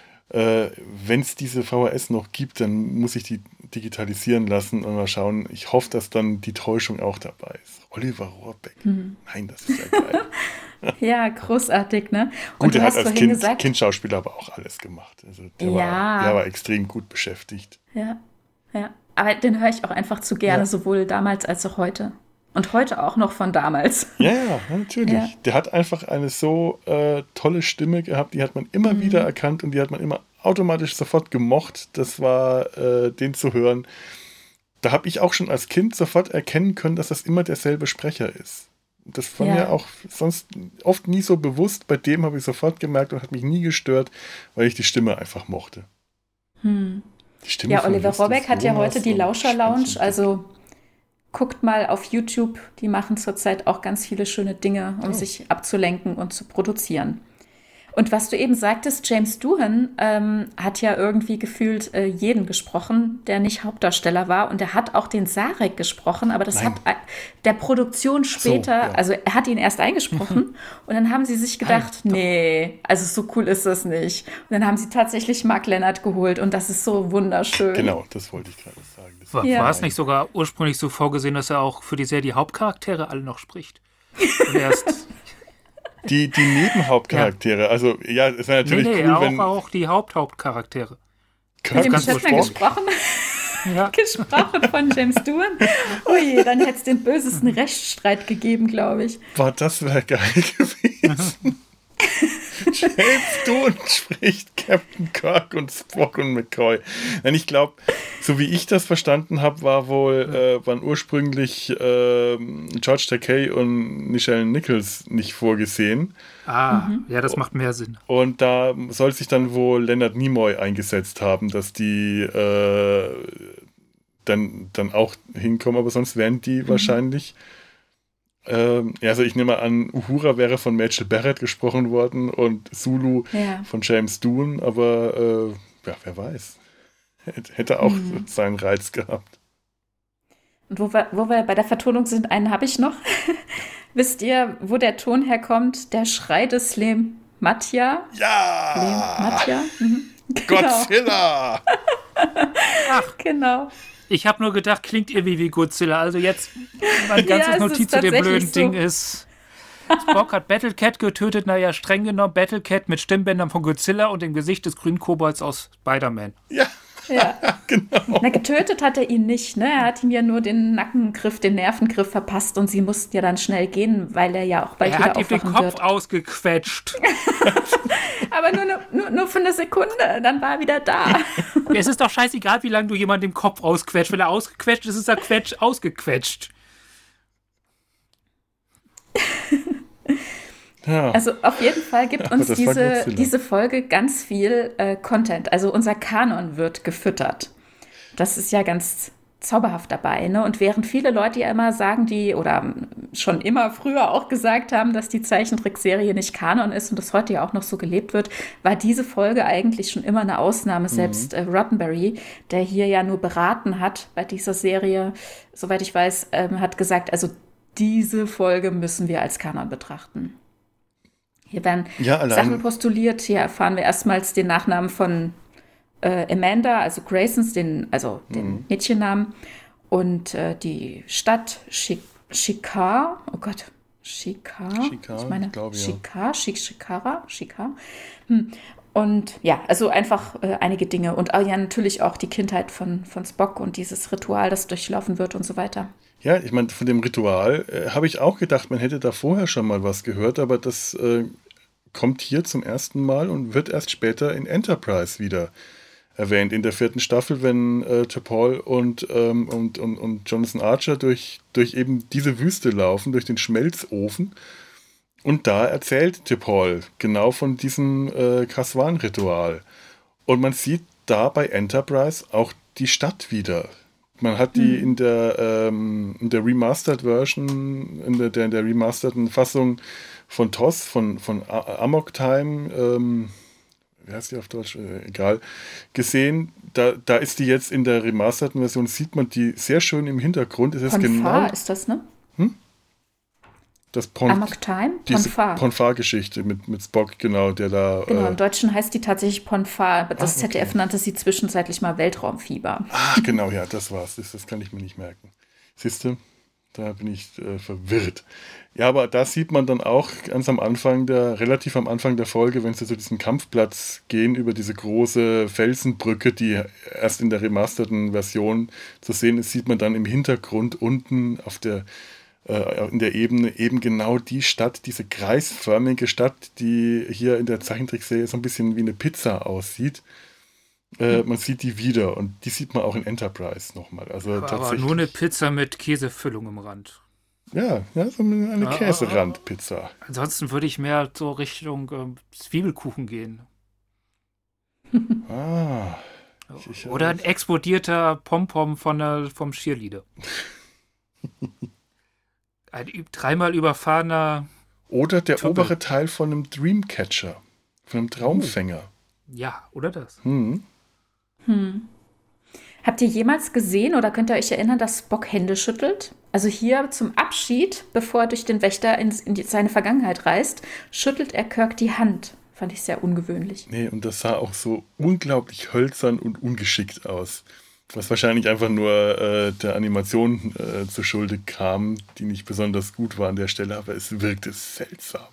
Äh, wenn es diese V H S noch gibt, dann muss ich die digitalisieren lassen und mal schauen. Ich hoffe, dass dann die Täuschung auch dabei ist. Oliver Rohrbeck. Hm. Nein, das ist ja geil. Ja, großartig, ne? Und gut, er hat als kind, gesagt, Kindschauspieler aber auch alles gemacht. Also der, ja. war, der war extrem gut beschäftigt. Ja, ja. Aber den höre ich auch einfach zu gerne, ja. sowohl damals als auch heute. Und heute auch noch von damals. Ja, ja, natürlich. Ja. Der hat einfach eine so äh, tolle Stimme gehabt, die hat man immer mhm. wieder erkannt und die hat man immer automatisch sofort gemocht. Das war, äh, den zu hören. Da habe ich auch schon als Kind sofort erkennen können, dass das immer derselbe Sprecher ist. Das war ja. mir auch sonst oft nie so bewusst. Bei dem habe ich sofort gemerkt und hat mich nie gestört, weil ich die Stimme einfach mochte. Hm. Die Stimme ja, Oliver Rohrbeck hat ja heute die Lauscher-Lounge, also guckt mal auf YouTube, die machen zurzeit auch ganz viele schöne Dinge, um oh. sich abzulenken und zu produzieren. Und was du eben sagtest, James Doohan ähm, hat ja irgendwie gefühlt äh, jeden gesprochen, der nicht Hauptdarsteller war. Und er hat auch den Sarek gesprochen, aber das Nein. hat äh, der Produktion später, so, ja. also er hat ihn erst eingesprochen und dann haben sie sich gedacht, Nein, nee, also so cool ist das nicht. Und dann haben sie tatsächlich Mark Lennart geholt und das ist so wunderschön. Genau, das wollte ich gerade sagen. Das war, ja. war es nicht sogar ursprünglich so vorgesehen, dass er auch für die Serie die Hauptcharaktere alle noch spricht? Und erst... Die, die Nebenhauptcharaktere, ja. also ja, es wäre natürlich nee, nee, cool, auch, wenn... auch die Haupthauptcharaktere. Mit dem Shatner gesprochen? Ja. Gesprochen von James Doohan? Oh je, dann hätte es den bösesten Rechtsstreit gegeben, glaube ich. Boah, das wäre geil gewesen. James Doohan spricht Captain Kirk und Spock und McCoy. Denn ich glaube, so wie ich das verstanden habe, war wohl, äh, waren ursprünglich äh, George Takei und Nichelle Nichols nicht vorgesehen. Ah, mhm. ja, das macht mehr Sinn. Und da soll sich dann wohl Leonard Nimoy eingesetzt haben, dass die äh, dann, dann auch hinkommen, aber sonst wären die mhm. wahrscheinlich... Ähm, ja, also ich nehme mal an, Uhura wäre von Rachel Barrett gesprochen worden und Sulu ja. von James Doohan, aber äh, ja, wer weiß. Hätte auch mhm. seinen Reiz gehabt. Und wo wir, wo wir bei der Vertonung sind, einen habe ich noch. Wisst ihr, wo der Ton herkommt? Der Schrei des Lem Matja. Ja! Lem Matja. Mhm. Godzilla! Ach, genau. Ich habe nur gedacht, klingt irgendwie wie Godzilla. Also jetzt mein ganzes ja, Notiz zu dem blöden so. Ding ist, Spock hat Battlecat getötet, naja, streng genommen Battlecat mit Stimmbändern von Godzilla und dem Gesicht des grünen Kobolds aus Spider-Man. Ja, ja. genau. Na, getötet hat er ihn nicht, ne? Er hat ihm ja nur den Nackengriff, den Nervengriff verpasst und sie mussten ja dann schnell gehen, weil er ja auch bald er wieder aufwachen wird. Er hat ihm den Kopf wird. ausgequetscht. Aber nur, nur, nur für eine Sekunde, dann war er wieder da. Es ist doch scheißegal, wie lange du jemanden den Kopf ausquetscht. Wenn er ausgequetscht ist, ist er quetsch, ausgequetscht. Ja. Also auf jeden Fall gibt ja, uns diese, diese Folge ganz viel äh, Content. Also unser Kanon wird gefüttert. Das ist ja ganz zauberhaft dabei, ne? Und während viele Leute ja immer sagen, die, oder schon immer früher auch gesagt haben, dass die Zeichentrickserie nicht Kanon ist und das heute ja auch noch so gelebt wird, war diese Folge eigentlich schon immer eine Ausnahme. Mhm. Selbst äh, Roddenberry, der hier ja nur beraten hat bei dieser Serie, soweit ich weiß, ähm, hat gesagt, also diese Folge müssen wir als Kanon betrachten. Hier werden ja, Sachen postuliert, hier erfahren wir erstmals den Nachnamen von Äh, Amanda, also Graysons, den, also den mhm. Mädchennamen, und äh, die Stadt Shikar, oh Gott, Shikar, Shikar ich meine, ich glaub, ja. Shikar, Shikara, Shikar. Hm. Und ja, also einfach äh, einige Dinge und auch, ja, natürlich auch die Kindheit von, von Spock und dieses Ritual, das durchlaufen wird und so weiter. Ja, ich meine, von dem Ritual äh, habe ich auch gedacht, man hätte da vorher schon mal was gehört, aber das äh, kommt hier zum ersten Mal und wird erst später in Enterprise wieder erwähnt. In der vierten Staffel, wenn äh, T'Pol und, ähm, und, und, und Jonathan Archer durch, durch eben diese Wüste laufen, durch den Schmelzofen. Und da erzählt T'Pol genau von diesem äh, Kaswan-Ritual. Und man sieht da bei Enterprise auch die Stadt wieder. Man hat die mhm. in der ähm, in der Remastered Version, in der, der, in der remasterten Fassung von T O S, von, von Amok Time, ähm, wie heißt die auf Deutsch? Äh, egal, gesehen. Da, da ist die jetzt in der remasterten Version, sieht man die sehr schön im Hintergrund. Es ist Ponfar genau, ist das, ne? Hm? Das Pon Amok Time? Diese Ponfar. Ponfar-Geschichte mit, mit Spock, genau, der da... Genau, äh, im Deutschen heißt die tatsächlich Ponfar. Das Ah, okay. Z D F nannte sie zwischenzeitlich mal Weltraumfieber. Ach, genau, ja, das war's. Das, das kann ich mir nicht merken. Siehst du, da bin ich äh, verwirrt. Ja, aber da sieht man dann auch ganz am Anfang der, relativ am Anfang der Folge, wenn sie zu diesem Kampfplatz gehen, über diese große Felsenbrücke, die erst in der remasterten Version zu sehen ist, sieht man dann im Hintergrund unten auf der äh, in der Ebene eben genau die Stadt, diese kreisförmige Stadt, die hier in der Zeichentrickserie so ein bisschen wie eine Pizza aussieht. Äh, man sieht die wieder und die sieht man auch in Enterprise nochmal. Also aber, tatsächlich, aber nur eine Pizza mit Käsefüllung im Rand. Ja, ja, so eine, eine Ah, Käserandpizza. Ansonsten würde ich mehr so Richtung ähm, Zwiebelkuchen gehen. Ah. Ich, ich, Oder ein explodierter Pompom von der, vom Cheerleader. Ein dreimal überfahrener... Oder der Tuppel. obere Teil von einem Dreamcatcher. Von einem Traumfänger. Ja, oder das? Hm. Hm. Habt ihr jemals gesehen oder könnt ihr euch erinnern, dass Spock Hände schüttelt? Also hier zum Abschied, bevor er durch den Wächter in, in die, seine Vergangenheit reist, schüttelt er Kirk die Hand. Fand ich sehr ungewöhnlich. Nee, und das sah auch so unglaublich hölzern und ungeschickt aus. Was wahrscheinlich einfach nur äh, der Animation äh, zur Schulde kam, die nicht besonders gut war an der Stelle, aber es wirkte seltsam.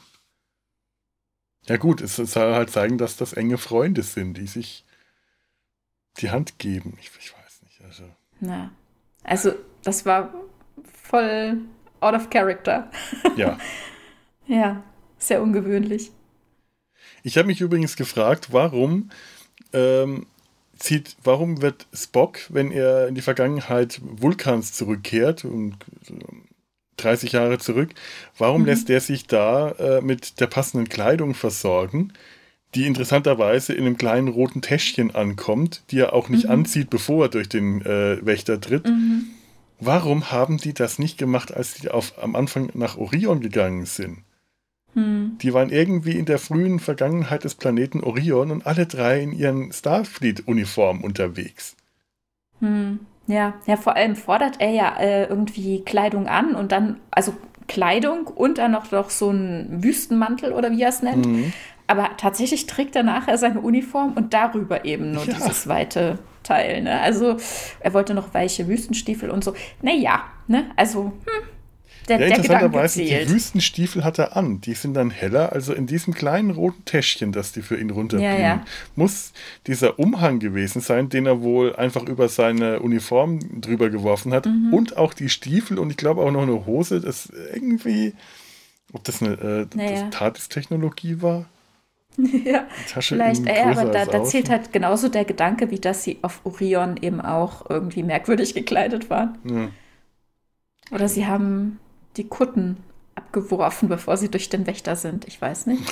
Ja gut, es soll halt zeigen, dass das enge Freunde sind, die sich die Hand geben. Ich, ich weiß nicht. Also. Na, also das war voll out of character. Ja. Ja, sehr ungewöhnlich. Ich habe mich übrigens gefragt, warum ähm, zieht, warum wird Spock, wenn er in die Vergangenheit Vulkans zurückkehrt und dreißig Jahre zurück, warum mhm. lässt er sich da äh, mit der passenden Kleidung versorgen, die interessanterweise in einem kleinen roten Täschchen ankommt, die er auch nicht mhm. anzieht, bevor er durch den äh, Wächter tritt. Mhm. Warum haben die das nicht gemacht, als die auf, am Anfang nach Orion gegangen sind? Mhm. Die waren irgendwie in der frühen Vergangenheit des Planeten Orion und alle drei in ihren Starfleet-Uniformen unterwegs. Mhm. Ja, ja, vor allem fordert er ja äh, irgendwie Kleidung an und dann, also Kleidung und dann noch, noch so einen Wüstenmantel oder wie er es nennt. Mhm. Aber tatsächlich trägt er nachher seine Uniform und darüber eben nur ja. dieses weite Teil. Ne? Also er wollte noch weiche Wüstenstiefel und so. Naja, ne? Also hm, der, ja, der interessanterweise, die Wüstenstiefel hat er an. Die sind dann heller. Also in diesem kleinen roten Täschchen, das die für ihn runterbringen, ja, ja. muss dieser Umhang gewesen sein, den er wohl einfach über seine Uniform drüber geworfen hat. Mhm. Und auch die Stiefel und ich glaube auch noch eine Hose. Das irgendwie, ob das eine äh, naja. TARDIS-Technologie war? Ja, vielleicht, ey, aber da, da zählt halt genauso der Gedanke, wie dass sie auf Orion eben auch irgendwie merkwürdig gekleidet waren. Ja. Oder sie haben die Kutten abgeworfen, bevor sie durch den Wächter sind. Ich weiß nicht.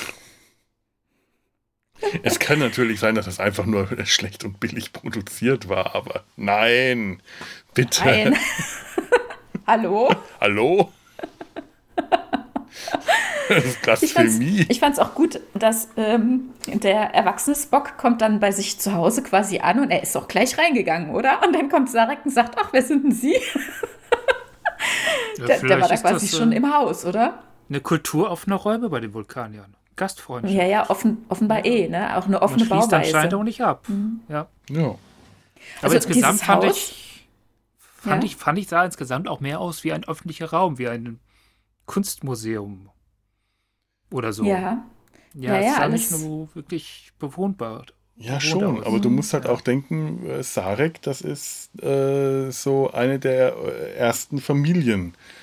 Es kann natürlich sein, dass das einfach nur schlecht und billig produziert war, aber nein, bitte. Nein. Hallo? Hallo? Das ist Blasphemie. Ich fand es auch gut, dass ähm, der erwachsene Spock kommt dann bei sich zu Hause quasi an und er ist auch gleich reingegangen, oder? Und dann kommt Sarek und sagt, ach, wer sind denn Sie? Ja, der, der war da quasi schon im Haus, oder? Eine kulturaufene Räume bei den Vulkaniern. Gastfreundschaft. Ja, ja, offen, offenbar ja. eh, ne? Auch eine offene Man schließt Bauweise. anscheinend auch nicht ab. Mhm. Ja. ja. Aber also insgesamt fand Haus, ich, fand ja? ich, fand ich, sah insgesamt auch mehr aus wie ein öffentlicher Raum, wie ein Kunstmuseum. Oder so. Ja. Ja, ja, es ja, sah alles nicht nur wirklich bewohnbar. Ja, schon, aus. Aber du musst halt ja. auch denken, äh, Sarek, das ist äh, so eine der äh, ersten Familien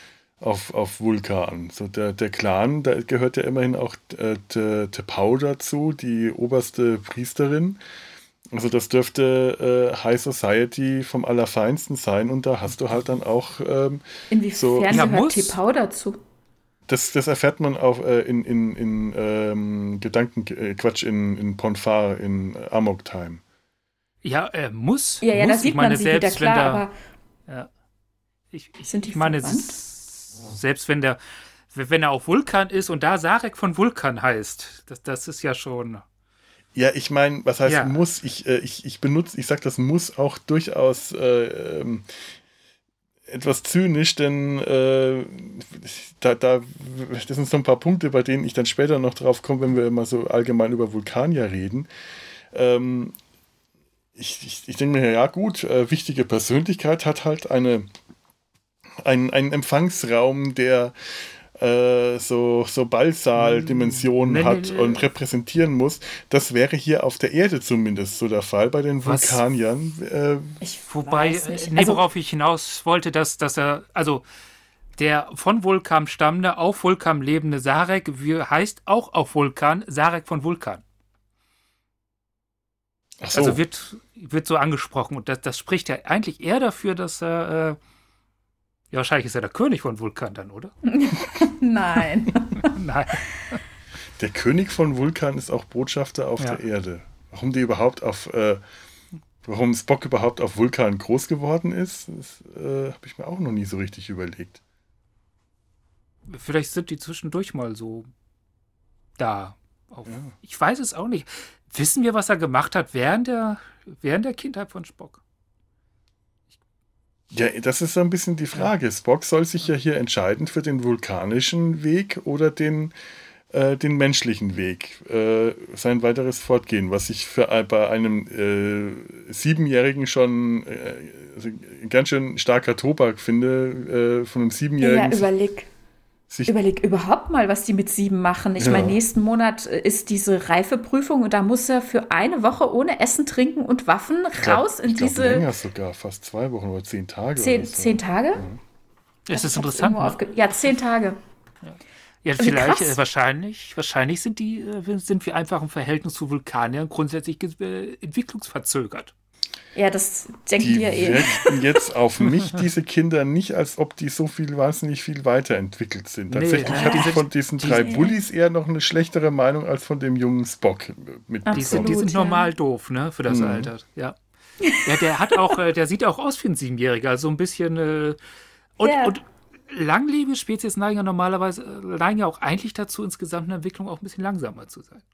auf, auf Vulkan. So der, der Clan, da gehört ja immerhin auch äh, T'Pau dazu, die oberste Priesterin. Also das dürfte äh, High Society vom Allerfeinsten sein und da hast du halt dann auch ähm, Inwiefern so, gehört Ja, muss. T'Pau dazu? das, das erfährt man auf, äh, in, in, in ähm, Gedanken, äh, Quatsch, in, in Ponfar, in äh, Amok Time. Ja, er muss. Ja, ja, muss. da sieht ich meine, man sie wieder, selbst klar, wenn aber der, ja, ich, ich, sind die ich meine, verwandt? s- selbst wenn der, wenn er auf Vulkan ist und da Sarek von Vulkan heißt, das, das ist ja schon. Ja, ich meine, was heißt Ja. muss? Ich, äh, ich, ich benutze, ich sag das muss auch durchaus äh, ähm, etwas zynisch, denn äh, da, da, das sind so ein paar Punkte, bei denen ich dann später noch drauf komme, wenn wir mal so allgemein über Vulkanier reden. Ähm, ich, ich, ich denke mir, ja gut, äh, wichtige Persönlichkeit hat halt eine, ein, einen Empfangsraum, der äh, so, so Ballsaal-Dimensionen Nee, nee, hat nee. und repräsentieren muss. Das wäre hier auf der Erde zumindest so der Fall bei den Was? Vulkaniern. Äh, ich Wobei, weiß nicht. nee, Also, worauf ich hinaus wollte, dass, dass er, also der von Vulkan stammende, auf Vulkan lebende Sarek wie, heißt auch auf Vulkan Sarek von Vulkan. ach so. Also wird, wird so angesprochen und das, das spricht ja eigentlich eher dafür, dass er, äh, ja, wahrscheinlich ist er der König von Vulkan dann, oder? nein. Nein. Der König von Vulkan ist auch Botschafter auf Ja. der Erde. Warum die überhaupt auf, äh, warum Spock überhaupt auf Vulkan groß geworden ist, das äh, habe ich mir auch noch nie so richtig überlegt. Vielleicht sind die zwischendurch mal so da. Auf, Ja. Ich weiß es auch nicht. Wissen wir, was er gemacht hat während der, während der Kindheit von Spock? Ja, das ist so ein bisschen die Frage. Spock soll sich ja hier entscheiden für den vulkanischen Weg oder den, äh, den menschlichen Weg, äh, sein weiteres Fortgehen, was ich für äh, bei einem äh, Siebenjährigen schon äh, also ein ganz schön starker Tobak finde, äh, von einem Ja, Siebenjährigen sich, überleg, sich überleg überhaupt mal, was die mit sieben machen. Ich Ja. meine, nächsten Monat äh, ist diese Reifeprüfung und da muss er für eine Woche ohne Essen, Trinken und Waffen ich glaub, raus in ich glaub, diese länger sogar, fast zwei Wochen oder zehn Tage. zehn, oder so. zehn Tage. Es ist Ich hab's interessant. irgendwo Ne? aufge- Ja, zehn Tage. Ja, Wie vielleicht, krass. äh, wahrscheinlich, wahrscheinlich sind die, äh, sind wir einfach im Verhältnis zu Vulkaniern grundsätzlich äh, entwicklungsverzögert. Ja, das denken Die wir eh. wirken jetzt auf mich, diese Kinder, nicht, als ob die so viel, wahnsinnig viel weiterentwickelt sind. Nee, Tatsächlich ja, habe die ich sind- von diesen die drei sind- Bullies eher noch eine schlechtere Meinung als von dem jungen Spock mitbekommen. Die sind, die Absolut, sind ja. normal doof, ne, für das Mhm. Alter. Ja. Ja, der hat auch, äh, der sieht auch aus wie ein Siebenjähriger, also ein bisschen. Äh, und, Ja. und langlebige Spezies neigen ja normalerweise, äh, neigen ja auch eigentlich dazu, insgesamt in der Entwicklung auch ein bisschen langsamer zu sein.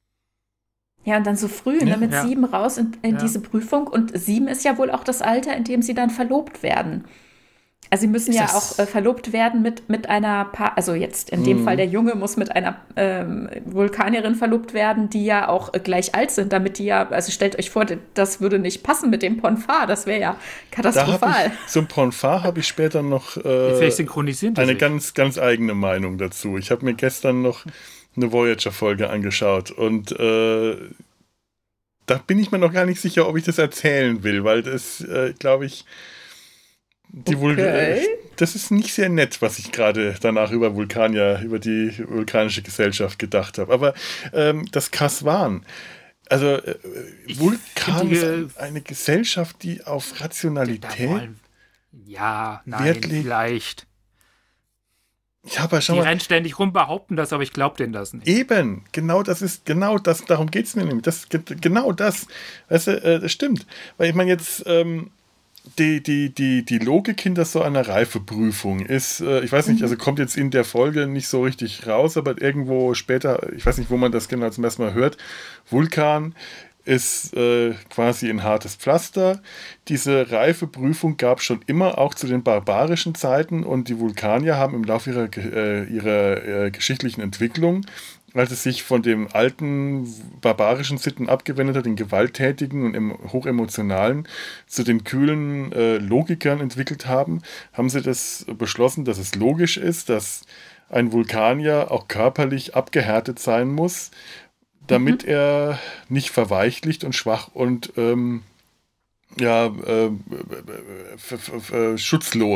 Ja, und dann so früh, Ja. ne, mit Ja. sieben raus in, in Ja. diese Prüfung. Und sieben ist ja wohl auch das Alter, in dem sie dann verlobt werden. Also sie müssen Ist ja das- auch äh, verlobt werden mit, mit einer Paar, also jetzt in dem Mhm. Fall der Junge muss mit einer ähm, Vulkanierin verlobt werden, die ja auch äh, gleich alt sind, damit die ja, also stellt euch vor, das würde nicht passen mit dem Ponfar, das wäre ja Da habe katastrophal. ich, zum Ponfar habe ich später noch Vielleicht äh, synchronisieren die eine sich. ganz, ganz eigene Meinung dazu. Ich habe mir gestern noch eine Voyager-Folge angeschaut und äh, da bin ich mir noch gar nicht sicher, ob ich das erzählen will, weil das, äh, glaube ich, die Vul Okay. äh, das ist nicht sehr nett, was ich gerade danach über Vulkanier, über die vulkanische Gesellschaft gedacht habe. Aber ähm, das Kaswan, also äh, Vulkan finde die, ist äh, ein, eine Gesellschaft, die auf Da Rationalität. wollen, ja, nein, Wert legt- vielleicht. Ja, aber schau Die mal, rennen ständig rum, behaupten das, aber ich glaube denen das nicht. eben, genau das ist, genau das, darum geht es mir nämlich. Das, ge- genau das, weißt du, äh, das stimmt. Weil ich meine jetzt, ähm, die, die, die, die Logik hinter so einer Reifeprüfung ist, äh, ich weiß nicht, also kommt jetzt in der Folge nicht so richtig raus, aber irgendwo später, ich weiß nicht, wo man das genau zum ersten Mal hört, Vulkan ist äh, quasi ein hartes Pflaster. Diese Reifeprüfung gab es schon immer, auch zu den barbarischen Zeiten, und die Vulkanier haben im Laufe ihrer, ge- äh, ihrer äh, geschichtlichen Entwicklung, als es sich von dem alten barbarischen Sitten abgewendet hat, den gewalttätigen und em- hochemotionalen, zu den kühlen äh, Logikern entwickelt haben, haben sie das beschlossen, dass es logisch ist, dass ein Vulkanier auch körperlich abgehärtet sein muss, damit er nicht verweichlicht und schwach und ähm, ja, äh, f- f- f- schutzlos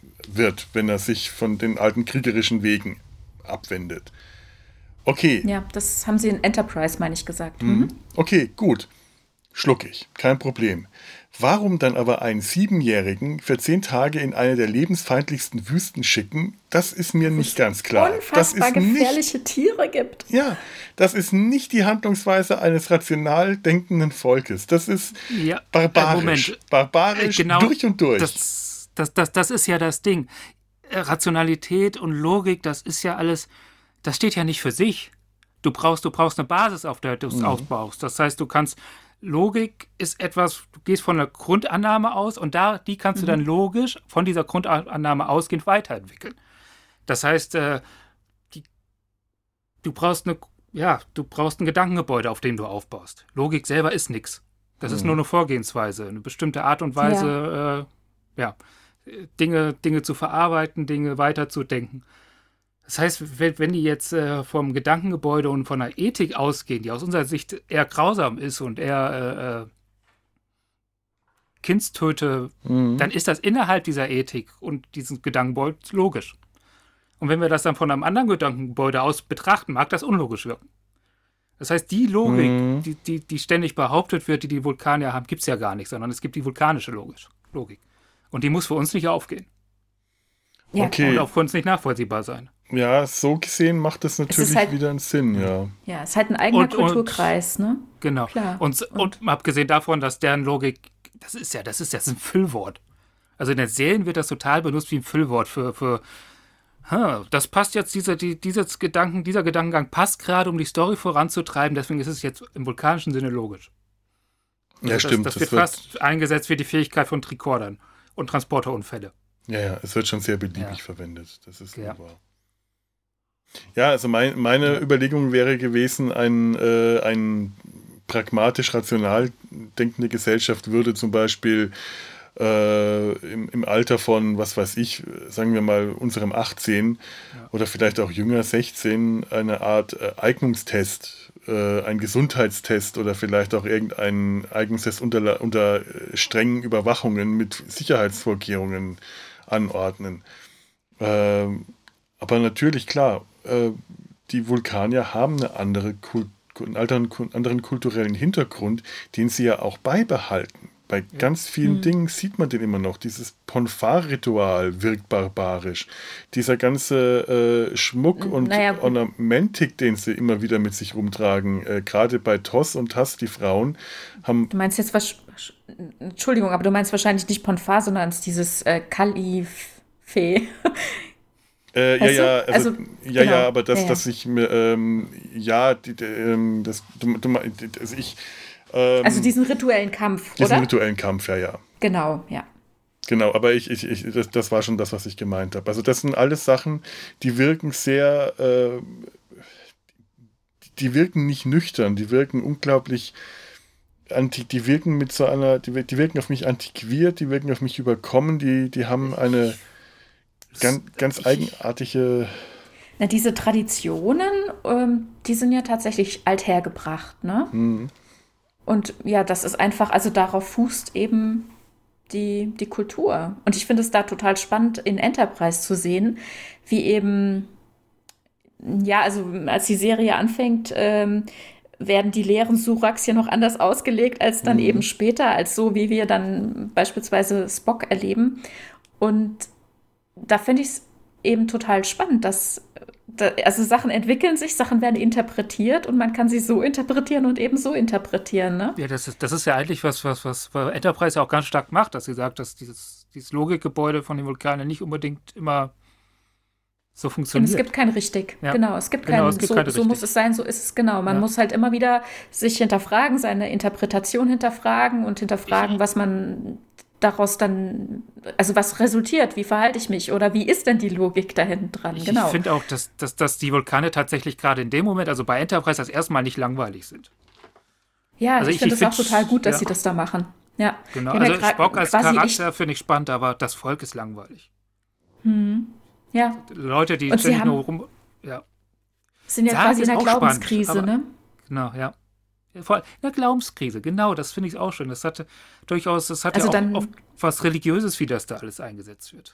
wird, wenn er sich von den alten kriegerischen Wegen abwendet. Okay. Ja, das haben sie in Enterprise, meine ich, gesagt. Mhm. Okay, gut. Schluck ich. Kein Problem. Warum dann aber einen Siebenjährigen für zehn Tage in eine der lebensfeindlichsten Wüsten schicken, das ist mir nicht ganz klar. Unfassbar das ist gefährliche nicht, Tiere gibt. Ja, das ist nicht die Handlungsweise eines rational denkenden Volkes. Das ist ja, barbarisch. Äh, Moment. Barbarisch genau, durch und durch. Das, das, das, das ist ja das Ding. Rationalität und Logik, das ist ja alles, das steht ja nicht für sich. Du brauchst, du brauchst eine Basis, auf der du es mhm. aufbaust. Das heißt, du kannst, Logik ist etwas, du gehst von einer Grundannahme aus und da, die kannst mhm. du dann logisch von dieser Grundannahme ausgehend weiterentwickeln. Das heißt, äh, die, du brauchst eine, ja, du brauchst ein Gedankengebäude, auf dem du aufbaust. Logik selber ist nichts. Das mhm. ist nur eine Vorgehensweise, eine bestimmte Art und Weise, ja, äh, ja Dinge, Dinge zu verarbeiten, Dinge weiterzudenken. Das heißt, wenn die jetzt äh, vom Gedankengebäude und von einer Ethik ausgehen, die aus unserer Sicht eher grausam ist und eher äh, Kindstöte, mhm. dann ist das innerhalb dieser Ethik und dieses Gedankengebäude logisch. Und wenn wir das dann von einem anderen Gedankengebäude aus betrachten, mag das unlogisch wirken. Das heißt, die Logik, mhm. die, die, die ständig behauptet wird, die die Vulkanier haben, gibt es ja gar nicht, sondern es gibt die vulkanische Logik. Und die muss für uns nicht aufgehen. Ja. Okay. Und auch für uns nicht nachvollziehbar sein. Ja, so gesehen macht das natürlich halt, wieder einen Sinn, ja. Ja, es ist halt ein eigener und, Kulturkreis, und, ne? Genau. Klar. Und, und, und abgesehen davon, dass deren Logik, das ist ja, das ist ja ein Füllwort. Also in den Serien wird das total benutzt wie ein Füllwort für, für huh, das passt jetzt, dieser, die, dieses Gedanken, dieser Gedankengang passt gerade, um die Story voranzutreiben, deswegen ist es jetzt im vulkanischen Sinne logisch. Ja, also stimmt. Das, das, das wird fast eingesetzt wie die Fähigkeit von Tricordern und Transporterunfälle. Ja, ja, es wird schon sehr beliebig ja. verwendet. Das ist ja. wahr. Ja, also mein, meine ja. Überlegung wäre gewesen, ein, äh, ein pragmatisch-rational denkende Gesellschaft würde zum Beispiel äh, im, im Alter von, was weiß ich, sagen wir mal unserem achtzehn ja. oder vielleicht auch jünger, sechzehn, eine Art äh, Eignungstest, äh, ein Gesundheitstest oder vielleicht auch irgendein Eignungstest unter, unter strengen Überwachungen mit Sicherheitsvorkehrungen anordnen. Ähm, aber natürlich, klar, äh, die Vulkanier haben eine andere Kult, einen anderen, anderen kulturellen Hintergrund, den sie ja auch beibehalten. Bei ja. ganz vielen mhm. Dingen sieht man den immer noch. Dieses Ponfar-Ritual wirkt barbarisch. Dieser ganze äh, Schmuck und naja, Ornamentik, den sie immer wieder mit sich rumtragen, äh, gerade bei Toss und Tass, die Frauen, haben... Du meinst jetzt was... Entschuldigung, aber du meinst wahrscheinlich nicht Ponfar, sondern dieses äh, Kalifee. Äh, ja, ja, also, also, ja, genau. ja, aber das, ja, ja. dass ich mir, ähm, ja, die, die, ähm, das, du, du, also ich, ähm, also diesen rituellen Kampf, diesen oder? Diesen rituellen Kampf, ja, ja. Genau, ja. Genau, aber ich, ich, ich das, das war schon das, was ich gemeint habe. Also das sind alles Sachen, die wirken sehr, äh, die wirken nicht nüchtern, die wirken unglaublich, anti, die wirken mit so einer, die, die wirken auf mich antiquiert, die wirken auf mich überkommen, die, die haben eine Ganz, ganz eigenartige... Na, diese Traditionen, ähm, die sind ja tatsächlich althergebracht, ne? Mhm. Und ja, das ist einfach, also darauf fußt eben die, die Kultur. Und ich finde es da total spannend, in Enterprise zu sehen, wie eben, ja, also als die Serie anfängt, ähm, werden die Lehren Suraks hier noch anders ausgelegt als dann mhm. eben später, als so, wie wir dann beispielsweise Spock erleben. Und da finde ich es eben total spannend, dass da, also Sachen entwickeln sich, Sachen werden interpretiert und man kann sie so interpretieren und eben so interpretieren, ne? Ja, das ist, das ist ja eigentlich was, was, was Enterprise ja auch ganz stark macht, dass sie sagt, dass dieses, dieses Logikgebäude von den Vulkanen nicht unbedingt immer so funktioniert. Und es gibt kein richtig, ja. genau, es gibt genau, kein, es gibt so, keine so muss es sein, so ist es, genau. Man ja. muss halt immer wieder sich hinterfragen, seine Interpretation hinterfragen und hinterfragen, ich, was man daraus dann, also was resultiert, wie verhalte ich mich oder wie ist denn die Logik da hinten dran? Ich, genau. ich finde auch, dass, dass, dass die Vulkane tatsächlich gerade in dem Moment, also bei Enterprise, das erstmal nicht langweilig sind. Ja, also ich, ich finde es auch total gut, dass ja. sie das da machen. Ja. Genau, also ja Spock als Charakter finde ich spannend, aber das Volk ist langweilig. Hm. Ja. Leute, die und ständig haben, nur rum... Ja. Sind ja Sagen quasi in einer Glaubenskrise, spannend, aber, ne? Genau, ja. Vor allem in der Glaubenskrise, genau, das finde ich auch schön. Das hatte durchaus, das hatte also auch dann, oft was Religiöses, wie das da alles eingesetzt wird.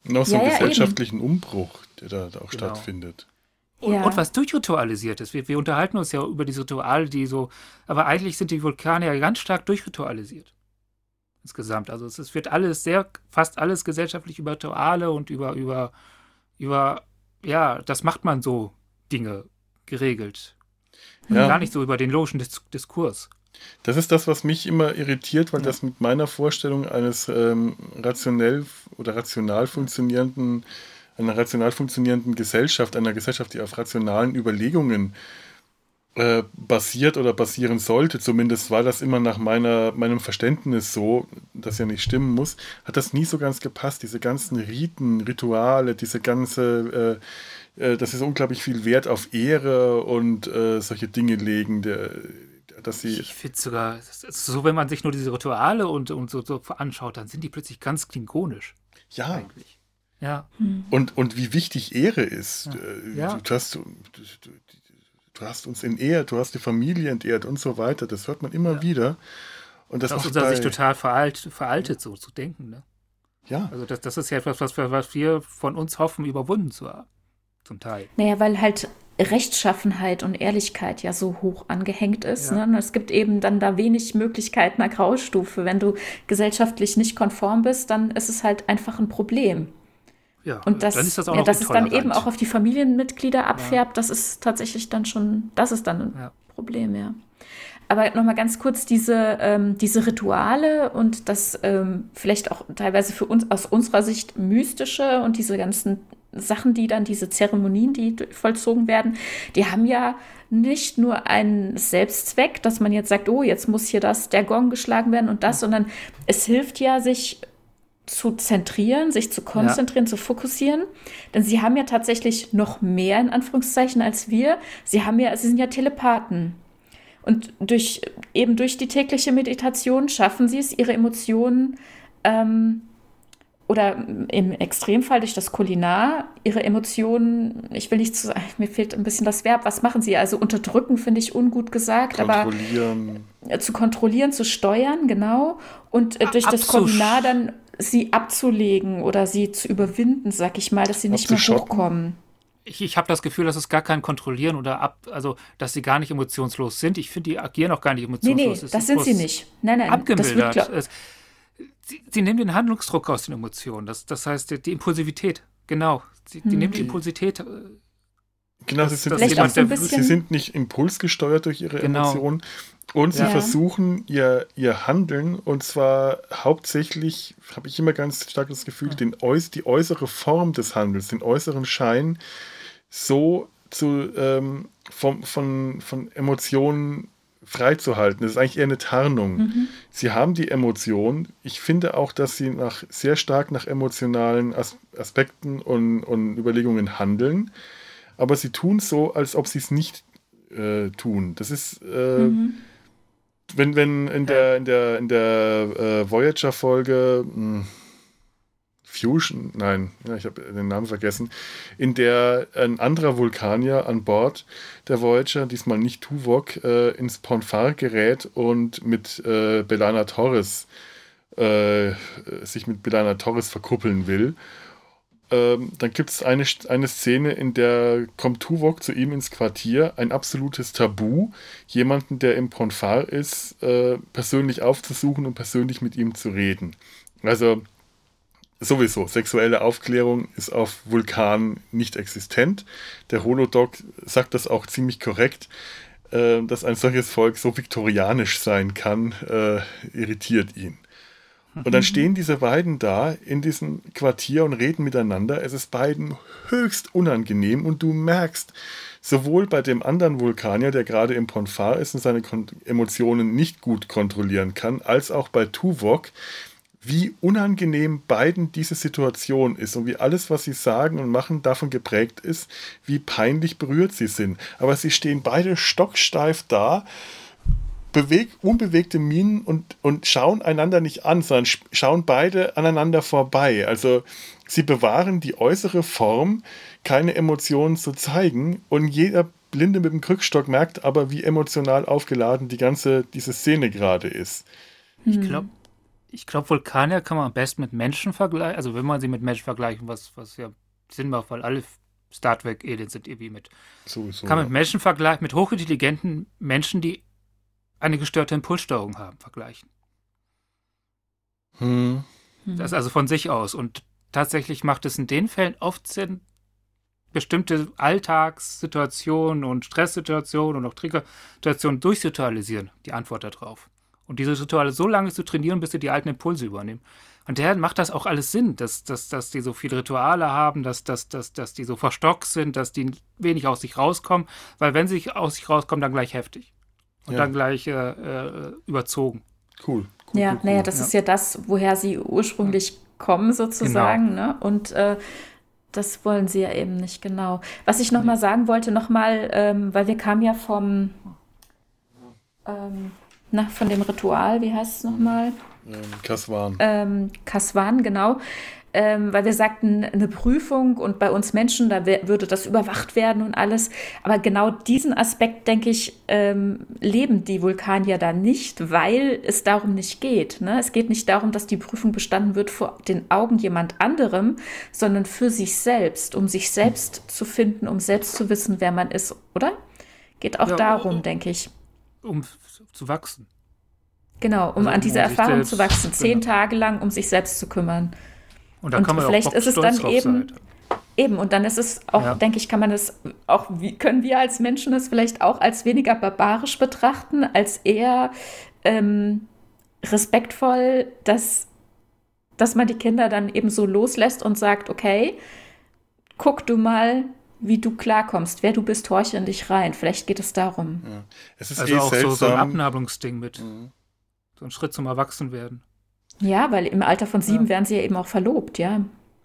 Noch so Ja, einen ja, gesellschaftlichen Umbruch, der da, da auch Genau. stattfindet. Und, Ja. und was durchritualisiert ist. Wir, wir unterhalten uns ja über diese Rituale, die so, aber eigentlich sind die Vulkane ja ganz stark durchritualisiert. Insgesamt. Also es, es wird alles sehr, fast alles gesellschaftlich über Rituale und über, über, über, ja, das macht man so Dinge geregelt. Ja. Gar nicht so über den logischen Dis- Diskurs. Das ist das, was mich immer irritiert, weil Ja. das mit meiner Vorstellung eines ähm, rationell oder rational funktionierenden, einer rational funktionierenden Gesellschaft, einer Gesellschaft, die auf rationalen Überlegungen äh, basiert oder basieren sollte, zumindest war das immer nach meiner, meinem Verständnis so, das ja nicht stimmen muss, hat das nie so ganz gepasst. Diese ganzen Riten, Rituale, diese ganze, äh, äh, dass sie so unglaublich viel Wert auf Ehre und äh, solche Dinge legen, der, dass sie... Ich finde sogar, es ist so, wenn man sich nur diese Rituale und, und so, so anschaut, dann sind die plötzlich ganz klingonisch. Ja. Eigentlich. Ja. Und, und wie wichtig Ehre ist. Ja. Äh, Ja. Du, hast, du, du, du hast uns entehrt, du hast die Familie entehrt und so weiter. Das hört man immer Ja. wieder. Und das Aus macht unserer bei, Sicht total veralt, veraltet, so zu denken. Ne? ja, Also das, das ist ja etwas, was wir, was wir von uns hoffen, überwunden zu haben. Zum Teil. Naja, weil halt Rechtschaffenheit und Ehrlichkeit ja so hoch angehängt ist. Ja. Ne? Und es gibt eben dann da wenig Möglichkeiten einer Graustufe. Wenn du gesellschaftlich nicht konform bist, dann ist es halt einfach ein Problem. Ja, Und das, dann ist das auch ja, noch dass es dann intolerant. eben auch auf die Familienmitglieder abfärbt, das ist tatsächlich dann schon, das ist dann ein Ja. Problem, ja. Aber nochmal ganz kurz diese, ähm, diese Rituale und das ähm, vielleicht auch teilweise für uns aus unserer Sicht mystische und diese ganzen Sachen, die dann, diese Zeremonien, die vollzogen werden, die haben ja nicht nur einen Selbstzweck, dass man jetzt sagt, oh, jetzt muss hier das, der Gong geschlagen werden und das, sondern es hilft ja, sich zu zentrieren, sich zu konzentrieren, ja. zu fokussieren. Denn sie haben ja tatsächlich noch mehr, in Anführungszeichen, als wir. Sie haben ja, sie sind ja Telepathen. Und durch, eben durch die tägliche Meditation schaffen sie es, ihre Emotionen ähm, oder im Extremfall durch das Kulinar, ihre Emotionen, ich will nicht zu sagen, mir fehlt ein bisschen das Verb, was machen sie? Also unterdrücken, finde ich ungut gesagt, kontrollieren. aber äh, zu kontrollieren, zu steuern, genau. Und äh, durch Abzusch- das Kulinar dann sie abzulegen oder sie zu überwinden, sag ich mal, dass sie nicht mehr hochkommen. Ich, ich habe das Gefühl, dass es gar kein Kontrollieren oder ab, also dass sie gar nicht emotionslos sind. Ich finde, die agieren auch gar nicht emotionslos. Nee, nee, das sind sie nicht. Nein, nein, abgemildert. Das wird es, sie, sie nehmen den Handlungsdruck aus den Emotionen. Das, das heißt, die, die Impulsivität, genau. Sie, die hm. nehmen die Impulsivität. Genau, das, sie, sind das nicht, jemand, so der, sie sind nicht impulsgesteuert durch ihre genau. Emotionen. Und sie ja. versuchen ihr, ihr Handeln, und zwar hauptsächlich, habe ich immer ganz stark das Gefühl, ja. den äuß- die äußere Form des Handels, den äußeren Schein so zu, ähm, vom, von, von Emotionen freizuhalten. Das ist eigentlich eher eine Tarnung. Mhm. Sie haben die Emotion. Ich finde auch, dass sie nach, sehr stark nach emotionalen As- Aspekten und, und Überlegungen handeln, aber sie tun so, als ob sie es nicht äh, tun. Das ist... Äh, mhm. Wenn, wenn in der, in der, in der äh, Voyager-Folge mh, Fusion, nein, ja, ich habe den Namen vergessen, in der ein anderer Vulkanier an Bord der Voyager, diesmal nicht Tuvok, äh, ins Ponfar gerät und mit äh, B'Elanna Torres äh, sich mit B'Elanna Torres verkuppeln will. Ähm, dann gibt es eine, eine Szene, in der kommt Tuvok zu ihm ins Quartier, ein absolutes Tabu, jemanden, der im Ponfar ist, äh, persönlich aufzusuchen und persönlich mit ihm zu reden. Also sowieso, sexuelle Aufklärung ist auf Vulkan nicht existent. Der Holodoc sagt das auch ziemlich korrekt, äh, dass ein solches Volk so viktorianisch sein kann, äh, irritiert ihn. Und dann stehen diese beiden da in diesem Quartier und reden miteinander. Es ist beiden höchst unangenehm und du merkst, sowohl bei dem anderen Vulkanier, der gerade im Ponfar ist und seine Kon- Emotionen nicht gut kontrollieren kann, als auch bei Tuvok, wie unangenehm beiden diese Situation ist und wie alles, was sie sagen und machen, davon geprägt ist, wie peinlich berührt sie sind. Aber sie stehen beide stocksteif da, Beweg, unbewegte Mienen und, und schauen einander nicht an, sondern schauen beide aneinander vorbei. Also sie bewahren die äußere Form, keine Emotionen zu zeigen, und jeder Blinde mit dem Krückstock merkt aber, wie emotional aufgeladen die ganze diese Szene gerade ist. Ich glaube, Ich glaube, Vulkanier kann man am besten mit Menschen vergleichen. Also wenn man sie mit Menschen vergleichen, was, was ja Sinn macht, weil alle Star Trek-Aliens sind irgendwie mit. Sowieso, kann man ja. mit Menschen vergleichen, mit hochintelligenten Menschen, die eine gestörte Impulssteuerung haben, vergleichen. Hm. Das also von sich aus. Und tatsächlich macht es in den Fällen oft Sinn, bestimmte Alltagssituationen und Stresssituationen und auch Triggersituationen durchzuritualisieren, die Antwort darauf. Und diese Rituale so lange zu trainieren, bis sie die alten Impulse übernehmen. Und der macht das auch alles Sinn, dass, dass, dass die so viele Rituale haben, dass, dass, dass, dass die so verstockt sind, dass die wenig aus sich rauskommen, weil wenn sie aus sich rauskommen, dann gleich heftig. Und Ja. dann gleich äh, äh, überzogen. Cool. cool Ja, cool, cool. naja, das Ja. ist ja das, woher sie ursprünglich kommen, sozusagen. Ne? Und äh, das wollen sie ja eben nicht, genau. Was ich noch mal sagen wollte, noch mal, ähm, weil wir kamen ja vom, ähm, na, von dem Ritual, wie heißt es noch mal? Ähm, Kaswan. Ähm, Kaswan, genau. Ähm, weil wir sagten, eine Prüfung und bei uns Menschen, da wär, würde das überwacht werden und alles. Aber genau diesen Aspekt, denke ich, ähm, leben die Vulkanier da nicht, weil es darum nicht geht. Ne? Es geht nicht darum, dass die Prüfung bestanden wird vor den Augen jemand anderem, sondern für sich selbst, um sich selbst zu finden, um selbst zu wissen, wer man ist, oder? Geht auch Ja, darum, oh, denke ich. Um zu wachsen. Genau, um Also, an um dieser sich Erfahrung selbst- zu wachsen. Zehn genau. Tage lang, um sich selbst zu kümmern. Und da Und kann man vielleicht auch ist es stolz dann drauf eben- sein. Eben, und dann ist es auch, Ja. denke ich, kann man das auch, wie, können wir als Menschen das vielleicht auch als weniger barbarisch betrachten, als eher ähm, respektvoll, dass, dass man die Kinder dann eben so loslässt und sagt, okay, guck du mal, wie du klarkommst, wer du bist, horche in dich rein. Vielleicht geht es darum. Ja. Es ist Also eh auch so, so ein seltsam. Abnabelungsding mit. Mhm. So ein Schritt zum Erwachsenwerden. Ja, weil im Alter von sieben Ja. werden sie ja eben auch verlobt, ja.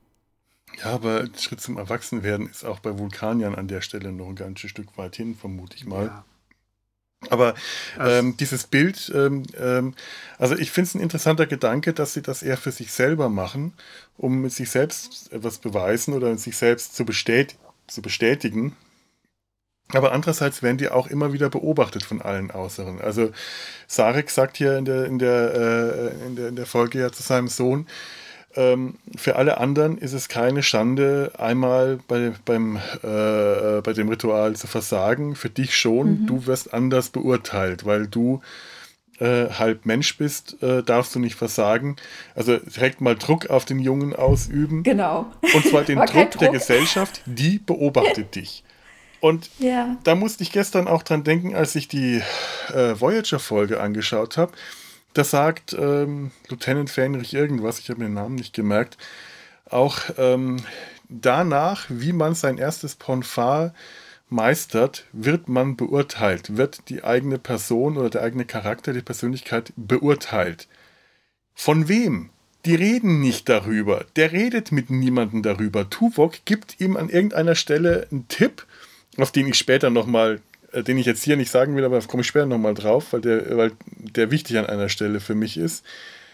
Ja, aber ein Schritt zum Erwachsenwerden ist auch bei Vulkaniern an der Stelle noch ein ganzes Stück weit hin, vermute ich mal. Ja. Aber Also- ähm, dieses Bild, ähm, ähm, also ich finde es ein interessanter Gedanke, dass sie das eher für sich selber machen, um mit sich selbst etwas beweisen oder sich selbst zu, bestät zu bestätigen. Aber andererseits werden die auch immer wieder beobachtet von allen Äußeren. Also Sarek sagt hier in der, in der, äh, in der, in der Folge ja zu seinem Sohn, ähm, für alle anderen ist es keine Schande, einmal bei, beim, äh, bei dem Ritual zu versagen. Für dich schon, Mhm. du wirst anders beurteilt, weil du äh, halb Mensch bist, äh, darfst du nicht versagen. Also direkt mal Druck auf den Jungen ausüben. Genau. Und zwar den Aber kein Druck der Druck. Gesellschaft, die beobachtet dich. Und Ja. da musste ich gestern auch dran denken, als ich die äh, Voyager-Folge angeschaut habe. Da sagt ähm, Lieutenant Fähnrich irgendwas, ich habe mir den Namen nicht gemerkt, auch ähm, danach, wie man sein erstes Ponfar meistert, wird man beurteilt, wird die eigene Person oder der eigene Charakter, die Persönlichkeit beurteilt. Von wem? Die reden nicht darüber. Der redet mit niemandem darüber. Tuvok gibt ihm an irgendeiner Stelle einen Tipp, auf den ich später nochmal, äh, den ich jetzt hier nicht sagen will, aber da komme ich später nochmal drauf, weil der, weil der wichtig an einer Stelle für mich ist,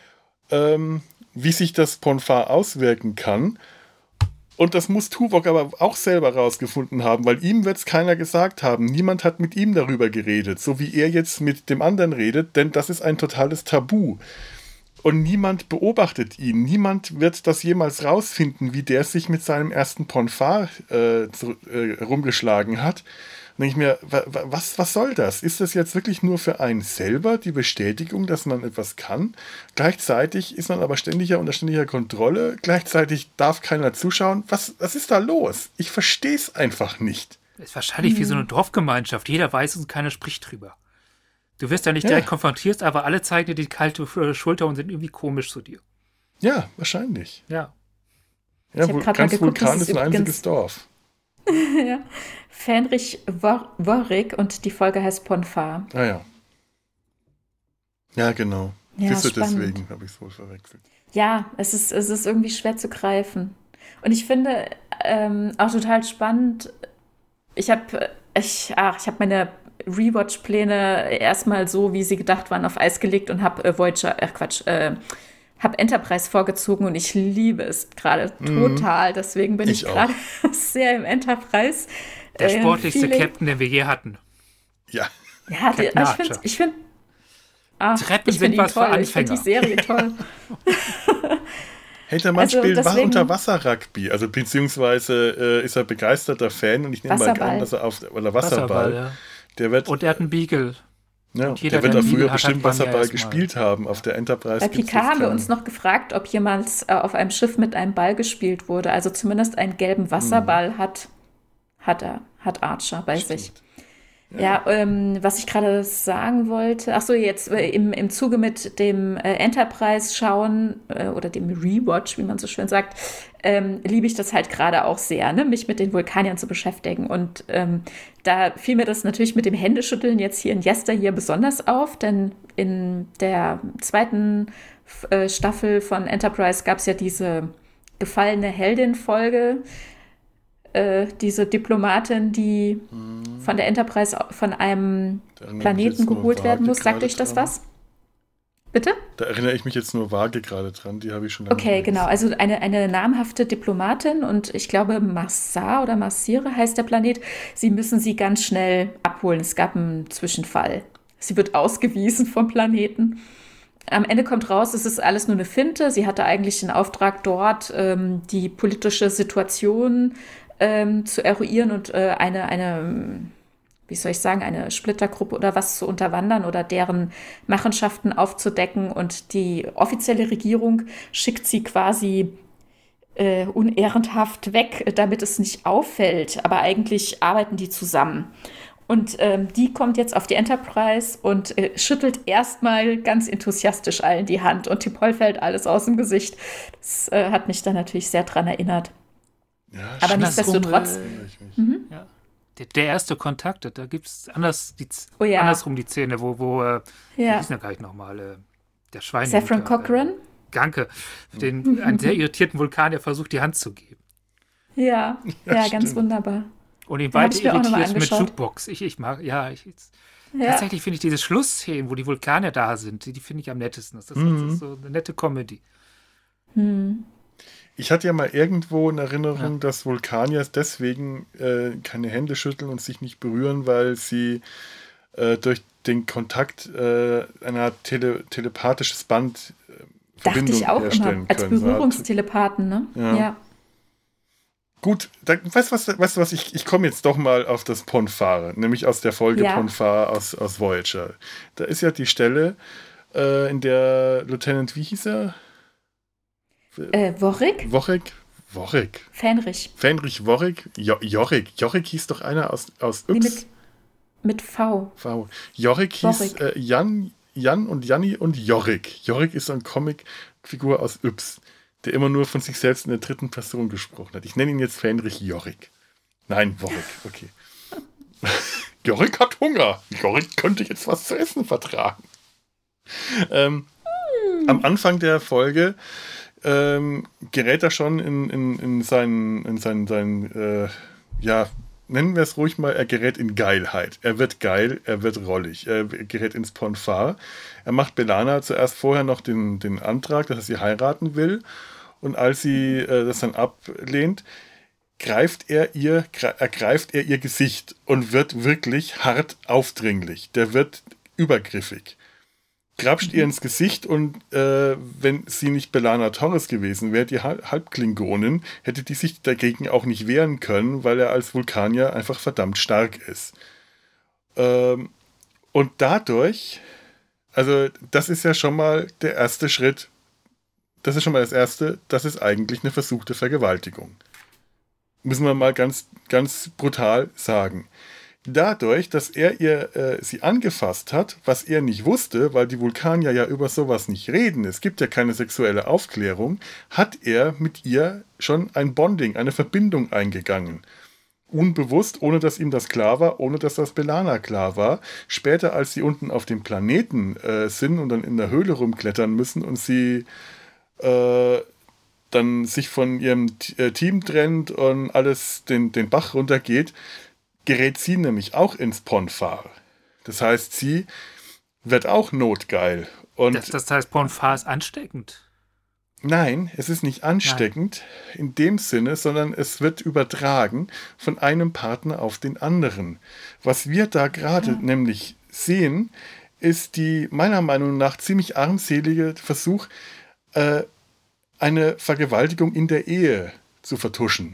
ähm, wie sich das Ponfar auswirken kann. Und das muss Tuvok aber auch selber rausgefunden haben, weil ihm wird es keiner gesagt haben. Niemand hat mit ihm darüber geredet, so wie er jetzt mit dem anderen redet, denn das ist ein totales Tabu. Und niemand beobachtet ihn. Niemand wird das jemals rausfinden, wie der sich mit seinem ersten Ponfar äh, zu, äh, rumgeschlagen hat. Dann denke ich mir, wa, wa, was, was soll das? Ist das jetzt wirklich nur für einen selber die Bestätigung, dass man etwas kann? Gleichzeitig ist man aber ständig unter ständiger Kontrolle. Gleichzeitig darf keiner zuschauen. Was, was ist da los? Ich verstehe es einfach nicht. Das ist wahrscheinlich wie so eine Dorfgemeinschaft. Jeder weiß es und keiner spricht drüber. Du wirst ja nicht Ja. direkt konfrontiert, aber alle zeigen dir die kalte Schulter und sind irgendwie komisch zu dir. Ja, wahrscheinlich. Ja. Ja, hab Vul- grad mal ganz geguckt, Vulkan das ist ist ein übrigens- einziges Dorf. Ja. Fähnrich Wor- Worrick und die Folge heißt Ponfar. Ah ja. Ja, genau. Ja, Siehst du, spannend. deswegen habe ich es wohl verwechselt. Ja, es ist, es ist irgendwie schwer zu greifen. Und ich finde ähm, auch total spannend, ich habe ich, ach, ich hab meine Rewatch-Pläne erstmal so, wie sie gedacht waren, auf Eis gelegt und habe äh, Voyager, äh, Quatsch, äh, habe Enterprise vorgezogen und ich liebe es gerade total. Deswegen bin ich, Ich auch. gerade sehr im Enterprise. Der äh, sportlichste Feeling. Captain, den wir je hatten. Ja. Ja, die, Captain ich finde, Archer. ich find, Ach, Treppen ich finde sind ihn was für toll. Ich finde die Anfänger. Serie toll. Hintermann Also spielt deswegen- Unterwasser-Rugby, also beziehungsweise äh, ist er begeisterter Fan und ich nehme mal Wasserball. an, dass er auf oder Wasserball, Wasserball, ja. der wird, Und er hat einen Beagle. ja, und jeder, der wird der auch einen früher Beagle hat, bestimmt hat man ja Wasserball erstmal. gespielt haben. Auf der Enterprise Bei gibt's Picard jetzt haben wir keinen- uns noch gefragt, ob jemals äh, auf einem Schiff mit einem Ball gespielt wurde. Also zumindest einen gelben Wasserball hat, hat er, hat Archer bei sich. Stimmt. Ja, ähm, was ich gerade sagen wollte, ach so, jetzt äh, im, im Zuge mit dem äh, Enterprise schauen äh, oder dem Rewatch, wie man so schön sagt, ähm, liebe ich das halt gerade auch sehr, ne, mich mit den Vulkaniern zu beschäftigen. Und ähm, da fiel mir das natürlich mit dem Händeschütteln jetzt hier in Jester hier besonders auf, denn in der zweiten äh, Staffel von Enterprise gab es ja diese gefallene Heldin-Folge, äh, diese Diplomatin, die von der Enterprise von einem Da erinnere ich mich Planeten jetzt nur geholt werden vage muss. Sagt gerade euch das dran. was? Bitte? Da erinnere ich mich jetzt nur vage gerade dran, die habe ich schon lange Okay, nicht genau. gesehen. Also eine, eine namhafte Diplomatin und ich glaube Marsar oder Marsire heißt der Planet. Sie müssen sie ganz schnell abholen. Es gab einen Zwischenfall. Sie wird ausgewiesen vom Planeten. Am Ende kommt raus, es ist alles nur eine Finte. Sie hatte eigentlich den Auftrag, dort ähm, die politische Situation ähm, zu eruieren und äh, eine, eine, wie soll ich sagen, eine Splittergruppe oder was zu unterwandern oder deren Machenschaften aufzudecken. Und die offizielle Regierung schickt sie quasi äh, unehrenhaft weg, damit es nicht auffällt. Aber eigentlich arbeiten die zusammen. Und ähm, die kommt jetzt auf die Enterprise und äh, schüttelt erstmal ganz enthusiastisch allen die Hand. Und T'Pol fällt alles aus dem Gesicht. Das äh, hat mich dann natürlich sehr dran erinnert. Ja, Aber stimmt, nichtsdestotrotz, erinnere ich mich. Ja. Der, der erste Kontakt, da gibt es anders, die, Z- Oh ja. andersrum die Szene, wo, wo äh, wie ja. hieß denn gleich nochmal, äh, der Schwein. Saffron Cochran? Danke. Den einen sehr irritierten Vulkanier versucht, die Hand zu geben. Ja, ja, Ja, ganz stimmt. wunderbar. Und ihn Den hab weiter ich mir auch noch mal irritiert mit angeschaut. Jukebox. Ich, ich mag, ja, ich, jetzt, Ja. tatsächlich finde ich diese Schlussszenen, wo die Vulkanier da sind, die, die finde ich am nettesten. Das ist, Mhm. das ist so eine nette Comedy. Hm. Ich hatte ja mal irgendwo in Erinnerung, Ja. dass Vulkanier deswegen äh, keine Hände schütteln und sich nicht berühren, weil sie äh, durch den Kontakt äh, eine Tele telepathisches Band äh, Dachte Verbindung ich auch herstellen immer, als können. Berührungstelepathen, ne? Ja. Ja. Gut, da, weißt du was, weißt du was, ich, ich komme jetzt doch mal auf das Ponfar, nämlich aus der Folge Ja. Ponfar aus, aus Voyager. Da ist ja die Stelle, äh, in der Lieutenant, wie hieß er? Äh, Warwick? Worrick? Worrick. Fähnrich. Fenrich Worrick? Jo Jorrik. Jorrik hieß doch einer aus, aus Nee, Yps. mit, mit V. V. Jorrik hieß Worrick. äh, Jan, Jan und Janni und Jorrik. Jorrik ist so eine Comicfigur aus Yps, der immer nur von sich selbst in der dritten Person gesprochen hat. Ich nenne ihn jetzt Fenrich Jorrik. Nein, Worrick, okay. Jorrik hat Hunger. Jorrik könnte jetzt was zu essen vertragen. Ähm, Hm. Am Anfang der Folge ähm, gerät er schon in, in, in seinen, in seinen, seinen äh, ja, nennen wir es ruhig mal, er gerät in Geilheit. Er wird geil, er wird rollig. Er gerät ins Ponfar. Er macht B'Elanna zuerst vorher noch den, den Antrag, dass er sie heiraten will. Und als sie äh, das dann ablehnt, greift er ihr, ergreift er ihr Gesicht und wird wirklich hart aufdringlich. Der wird übergriffig. Grapscht ihr ins Gesicht und äh, wenn sie nicht B'Elanna Torres gewesen wäre, die Halbklingonin, hätte die sich dagegen auch nicht wehren können, weil er als Vulkanier einfach verdammt stark ist. Ähm, und dadurch, also das ist ja schon mal der erste Schritt, das ist schon mal das erste, das ist eigentlich eine versuchte Vergewaltigung. Müssen wir mal ganz, ganz brutal sagen. Dadurch, dass er ihr äh, sie angefasst hat, was er nicht wusste, weil die Vulkanier ja über sowas nicht reden, es gibt ja keine sexuelle Aufklärung, hat er mit ihr schon ein Bonding, eine Verbindung eingegangen. Unbewusst, ohne dass ihm das klar war, ohne dass das B'Elanna klar war. Später, als sie unten auf dem Planeten äh, sind und dann in der Höhle rumklettern müssen und sie äh, dann sich von ihrem T- äh, Team trennt und alles den, den Bach runtergeht, gerät sie nämlich auch ins Ponfar. Das heißt, sie wird auch notgeil. Und Das, das heißt, Ponfar ist ansteckend. nein, es ist nicht ansteckend in dem Sinne, sondern es wird übertragen von einem Partner auf den anderen. Was wir da gerade nämlich sehen, ist die meiner Meinung nach ziemlich armselige Versuch, äh, eine Vergewaltigung in der Ehe zu vertuschen.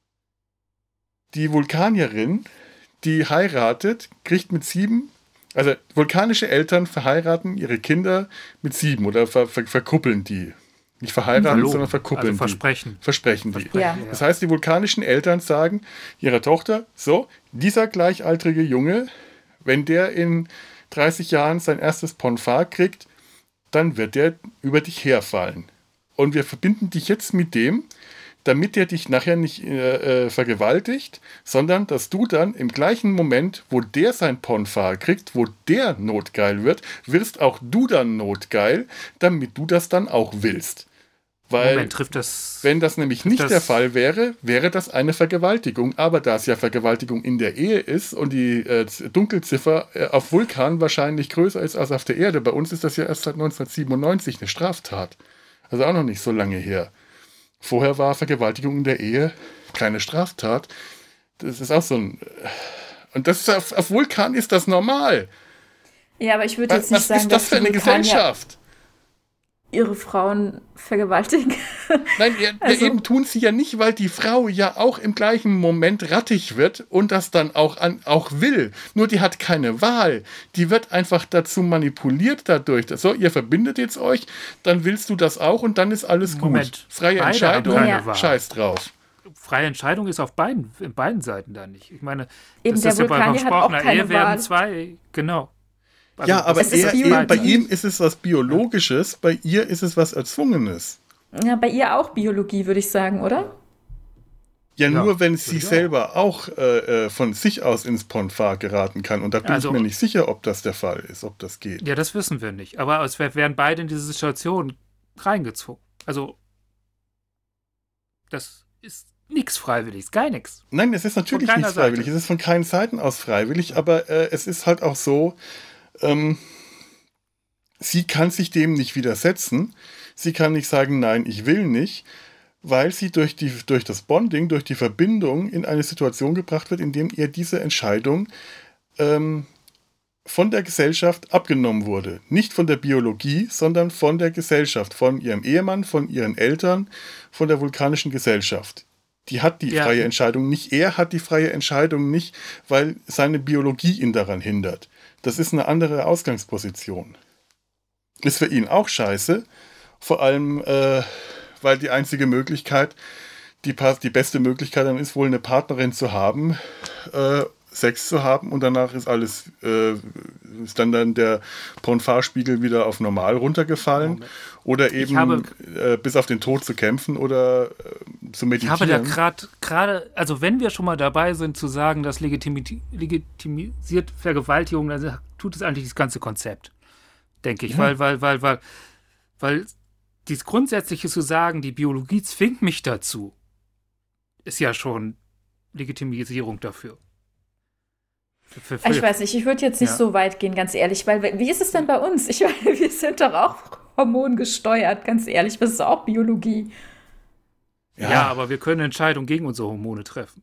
Die Vulkanierin, die heiratet, kriegt mit sieben, also vulkanische Eltern verheiraten ihre Kinder mit sieben oder ver, ver, verkuppeln die. Nicht verheiraten, Verloben. sondern verkuppeln also versprechen. die. Versprechen. Versprechen. Ja. Das heißt, die vulkanischen Eltern sagen ihrer Tochter, so, dieser gleichaltrige Junge, wenn der in dreißig Jahren sein erstes Ponfar kriegt, dann wird der über dich herfallen. Und wir verbinden dich jetzt mit dem, damit der dich nachher nicht äh, äh, vergewaltigt, sondern dass du dann im gleichen Moment, wo der sein Ponfar kriegt, wo der notgeil wird, wirst auch du dann notgeil, damit du das dann auch willst. Weil, Moment, trifft das, wenn das nämlich nicht das, der Fall wäre, wäre das eine Vergewaltigung. Aber da es ja Vergewaltigung in der Ehe ist und die äh, Dunkelziffer äh, auf Vulkan wahrscheinlich größer ist als auf der Erde, bei uns ist das ja erst seit neunzehnhundertsiebenundneunzig eine Straftat. Also auch noch nicht so lange her. Vorher war Vergewaltigung in der Ehe keine Straftat. Das ist auch so ein... Und das ist auf, auf Vulkan ist das normal. Ja, aber ich würde jetzt nicht Was sagen, ist das für eine Gesellschaft? Ihre Frauen vergewaltigen. Nein, ja, Also- eben tun sie ja nicht, weil die Frau ja auch im gleichen Moment rattig wird und das dann auch, an, auch will. Nur die hat keine Wahl. Die wird einfach dazu manipuliert dadurch. So, ihr verbindet jetzt euch, dann willst du das auch und dann ist alles Moment, gut. Freie beide Entscheidung, haben keine Wahl. scheiß drauf. freie Entscheidung ist auf beiden, in beiden Seiten da nicht. Ich meine, Eben, das der ist ja bei Vulkanier hat auch versprochener keine Ehe werden Wahl. zwei, genau. Also Ja, aber es ist er, Biologie. er, bei ihm ist es was Biologisches, bei ihr ist es was Erzwungenes. Ja, bei ihr auch Biologie, würde ich sagen, oder? Ja, Ja, nur wenn würde sie ich auch. selber auch äh, äh, von sich aus ins Ponfar geraten kann. Und da bin Also- ich mir nicht sicher, ob das der Fall ist, ob das geht. Ja, das wissen wir nicht. Aber es wär- wären beide in diese Situation reingezogen. Also, das ist nichts Freiwilliges, gar nichts. Nein, es ist natürlich Von keiner nicht freiwillig. Seite. Es ist von keinen Seiten aus freiwillig, aber äh, es ist halt auch so, ähm, sie kann sich dem nicht widersetzen. Sie kann nicht sagen, nein, ich will nicht, weil sie durch, die, durch das Bonding, durch die Verbindung in eine Situation gebracht wird, in dem ihr diese Entscheidung ähm, von der Gesellschaft abgenommen wurde. Nicht von der Biologie, sondern von der Gesellschaft, von ihrem Ehemann, von ihren Eltern, von der vulkanischen Gesellschaft. Die hat die Ja. freie Entscheidung nicht. Er hat die freie Entscheidung nicht, weil seine Biologie ihn daran hindert. Das ist eine andere Ausgangsposition. Ist für ihn auch scheiße. Vor allem, äh, weil die einzige Möglichkeit, die, pa- die beste Möglichkeit dann ist wohl eine Partnerin zu haben, äh, Sex zu haben und danach ist alles, äh, ist dann, dann der Ponfar-Spiegel wieder auf normal runtergefallen. Moment. Oder Ich eben habe- äh, bis auf den Tod zu kämpfen oder äh, zu Ich meditieren. habe da gerade, gerade, also wenn wir schon mal dabei sind zu sagen, das legitimi- legitimisiert Vergewaltigung, dann tut es eigentlich das ganze Konzept, denke ich. Ja. Weil, weil, weil, weil, weil dieses Grundsätzliche zu sagen, die Biologie zwingt mich dazu, ist ja schon Legitimisierung dafür. Für, für, für, Ich weiß nicht, ich würde jetzt nicht Ja. so weit gehen, ganz ehrlich, weil wie ist es denn bei uns? Ich meine, wir sind doch auch hormongesteuert, ganz ehrlich, das ist auch Biologie. ja. aber wir können Entscheidungen gegen unsere Hormone treffen.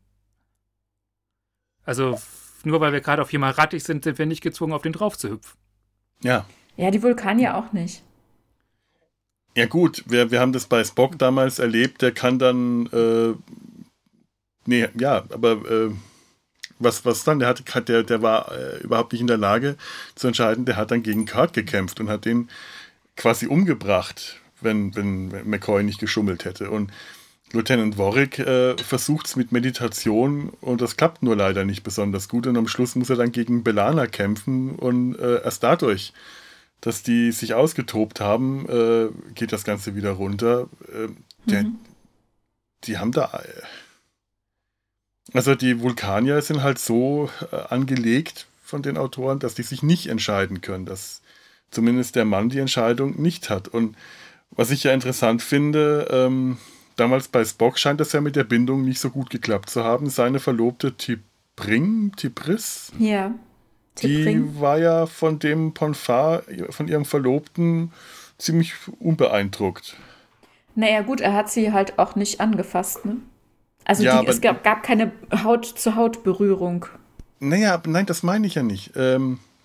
Also nur weil wir gerade auf jemanden rattig sind, sind wir nicht gezwungen, auf den drauf zu hüpfen. Ja. Ja, die Vulkanier auch nicht. Ja gut, wir, wir haben das bei Spock damals erlebt, der kann dann, äh, nee, ja, aber äh, was, was dann, der, hat, hat- der, der war äh, überhaupt nicht in der Lage zu entscheiden, der hat dann gegen Kirk gekämpft und hat den quasi umgebracht, wenn, wenn McCoy nicht geschummelt hätte. Und Lieutenant Warwick äh, versucht es mit Meditation und das klappt nur leider nicht besonders gut und am Schluss muss er dann gegen B'Elanna kämpfen und äh, erst dadurch, dass die sich ausgetobt haben, äh, geht das Ganze wieder runter. Äh, der, Mhm. Die haben da... Äh, also die Vulkanier sind halt so äh, angelegt von den Autoren, dass die sich nicht entscheiden können, dass zumindest der Mann die Entscheidung nicht hat. Und was ich ja interessant finde, ähm, damals bei Spock scheint das ja mit der Bindung nicht so gut geklappt zu haben. Seine Verlobte T'Pring, T'Pris, Ja. die T'Pring. war ja von dem Ponfar, von ihrem Verlobten, ziemlich unbeeindruckt. Naja, gut, er hat sie halt auch nicht angefasst, ne? Also Ja, die, aber- es gab, gab keine Haut-zu-Haut-Berührung. Naja, aber nein, das meine ich ja nicht. Ähm,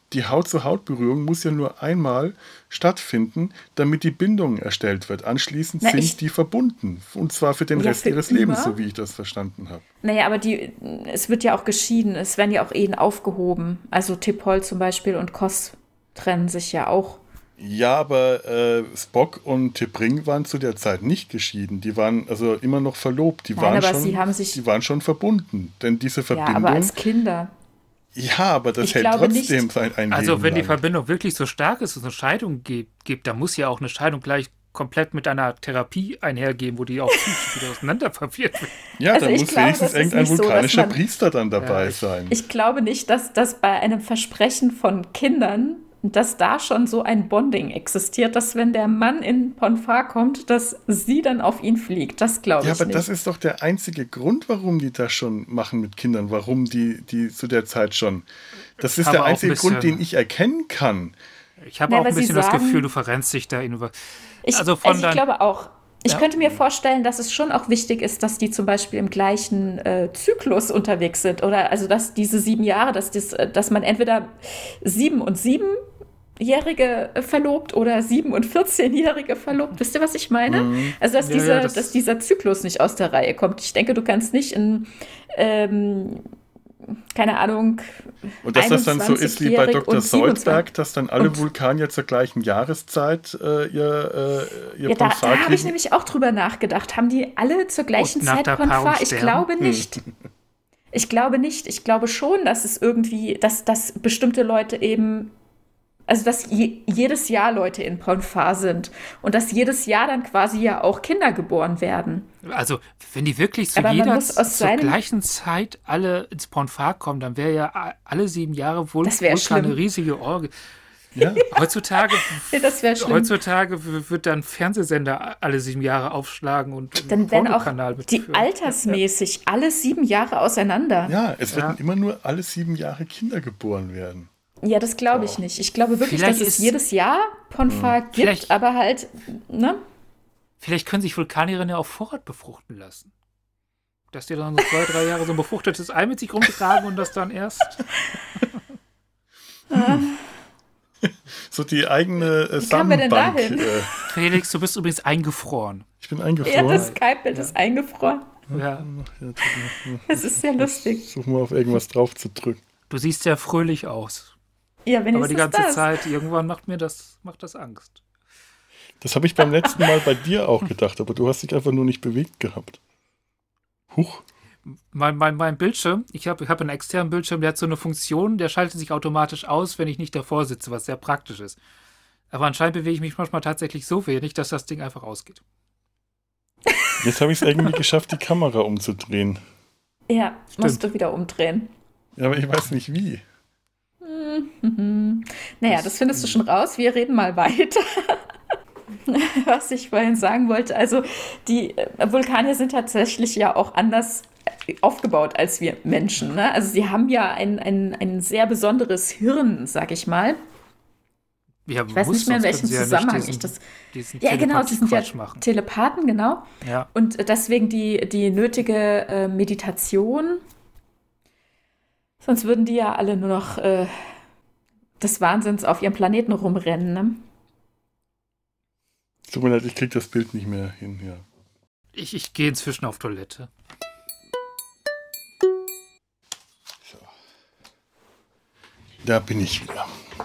die Haut-zu-Haut-Berührung muss ja nur einmal stattfinden, damit die Bindung erstellt wird. Anschließend Na, sind ich- die verbunden. Und zwar für den Ja, Rest für ihres Lebens, immer. so wie ich das verstanden habe. Naja, aber die, es wird ja auch geschieden. Es werden ja auch Ehen aufgehoben. Also T'Pol zum Beispiel und Kos trennen sich ja auch. Ja, aber äh, Spock und T'Pring waren zu der Zeit nicht geschieden. Die waren also immer noch verlobt. Die, Nein, waren, aber schon, sie haben sich- die waren schon verbunden. Denn diese Ja, Verbindung... aber als Kinder. Ja, aber das Ich hält glaube trotzdem nicht. sein ein Also Leben wenn die lang. Verbindung wirklich so stark ist und es eine Scheidung gibt, gibt, dann muss ja auch eine Scheidung gleich komplett mit einer Therapie einhergehen, wo die auch psychisch wieder auseinanderverwirrt wird. Ja, Also dann ich muss glaube, wenigstens das ist irgendein nicht so, dass vulkanischer man- Priester dann dabei Ja, ich- sein. Ich glaube nicht, dass das bei einem Versprechen von Kindern, dass da schon so ein Bonding existiert, dass wenn der Mann in Ponfar kommt, dass sie dann auf ihn fliegt. Das glaube Ja, ich aber nicht. das ist doch der einzige Grund, warum die das schon machen mit Kindern, warum die, die zu der Zeit schon. Das ist Aber der auch ein einzige Grund, bisschen- den ich erkennen kann. Ich habe Na, auch ein aber sie bisschen das sagen- Gefühl, du verrennst dich da in über. Ich, also also von ich dein- glaube auch. Ich Ja. könnte mir vorstellen, dass es schon auch wichtig ist, dass die zum Beispiel im gleichen äh, Zyklus unterwegs sind. Oder also dass diese sieben Jahre, dass, das, äh, dass man entweder sieben und siebenjährige äh, verlobt oder sieben und vierzehnjährige verlobt. Wisst ihr, was ich meine? Also dass, Ja, diese, ja, das- dass dieser Zyklus nicht aus der Reihe kommt. Ich denke, du kannst nicht in ähm, keine Ahnung. Und dass das dann so ist wie bei einundzwanzigjährig Doktor und Soldberg, siebenundzwanzig. dass dann alle Und- Vulkanier zur gleichen Jahreszeit äh, ihr, äh, ihr Ja, da, Ponfar da habe ich kriegen. nämlich auch drüber nachgedacht. Haben die alle zur gleichen Und nach Zeit der Paarung Ponfar? Ich sterben? glaube nicht. Ich glaube nicht. Ich glaube schon, dass es irgendwie, dass, dass bestimmte Leute eben, also dass je, jedes Jahr Leute in Ponfar sind und dass jedes Jahr dann quasi ja auch Kinder geboren werden. Also, wenn die wirklich zu Aber man jeder muss aus zur seinem- gleichen Zeit alle ins Ponfar kommen, dann wäre ja a- alle sieben Jahre wohl Das wär Vulkan eine schlimm. riesige Orgel. Ja. Heutzutage, Ja, das wäre schlimm. heutzutage w- wird dann Fernsehsender alle sieben Jahre aufschlagen und einen Dann werden auch Pornokanal die mitführen. altersmäßig alle sieben Jahre auseinander. Ja, Ja, es Ja. werden immer nur alle sieben Jahre Kinder geboren werden. das glaube ich nicht. Ich glaube wirklich, Vielleicht dass es ist- jedes Jahr Ponfar gibt, Vielleicht- aber halt, ne? Vielleicht können sich Vulkanierinnen ja auf Vorrat befruchten lassen. Dass die dann so zwei, drei Jahre so ein befruchtetes Ei mit sich rumtragen und das dann erst. So die eigene äh, Wie kamen wir denn Samenbank. dahin? Äh, Felix, du bist übrigens eingefroren. ich bin Ja, eingefroren. das Skype-Bild ist eingefroren. Ja. Das ist sehr lustig. Such mal auf irgendwas drauf zu drücken. Du siehst ja fröhlich aus. Ja, wenn Aber die ganze das. Zeit, irgendwann macht mir das, macht das Angst. Das habe ich beim letzten Mal bei dir auch gedacht, aber du hast dich einfach nur nicht bewegt gehabt. Huch. Mein, mein, mein Bildschirm, ich habe ich hab einen externen Bildschirm, der hat so eine Funktion, der schaltet sich automatisch aus, wenn ich nicht davor sitze, was sehr praktisch ist. Aber anscheinend bewege ich mich manchmal tatsächlich so wenig, dass das Ding einfach ausgeht. Jetzt habe ich es irgendwie geschafft, die Kamera umzudrehen. Ja, Stimmt. musst du wieder umdrehen. Ja, aber ich weiß nicht wie. Mhm. Naja, das findest du schon raus. Wir reden mal weiter. Was ich vorhin sagen wollte, also die äh, Vulkanier sind tatsächlich ja auch anders äh, aufgebaut als wir Menschen. Ne? Also sie haben ja ein, ein, ein sehr besonderes Hirn, sag ich mal. Ja, Ich weiß nicht mehr, in welchem Zusammenhang ich das... Diesen Ja, genau, sie sind ja Telepathie-Quatsch machen. Telepathen, genau. Ja. Und deswegen die, die nötige äh, Meditation. Sonst würden die ja alle nur noch äh, des Wahnsinns auf ihrem Planeten rumrennen. Ne? Tut mir leid, ich krieg das Bild nicht mehr hin. Ja. Ich, ich gehe inzwischen auf Toilette. So. Da bin ich wieder.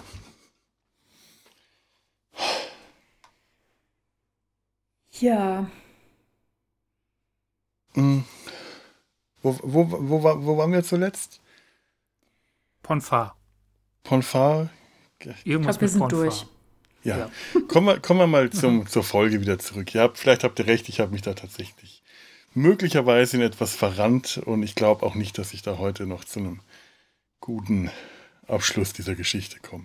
Ja, Hm. Wo, wo, wo, war- wo waren wir zuletzt? Ponfar. Ponfar? ich Irgendwas glaube, wir mit sind Ponfar. durch. Ja. Ja. Kommen, wir, kommen wir mal zum, zur Folge wieder zurück. Ja, vielleicht habt ihr recht, ich habe mich da tatsächlich möglicherweise in etwas verrannt und ich glaube auch nicht, dass ich da heute noch zu einem guten Abschluss dieser Geschichte komme.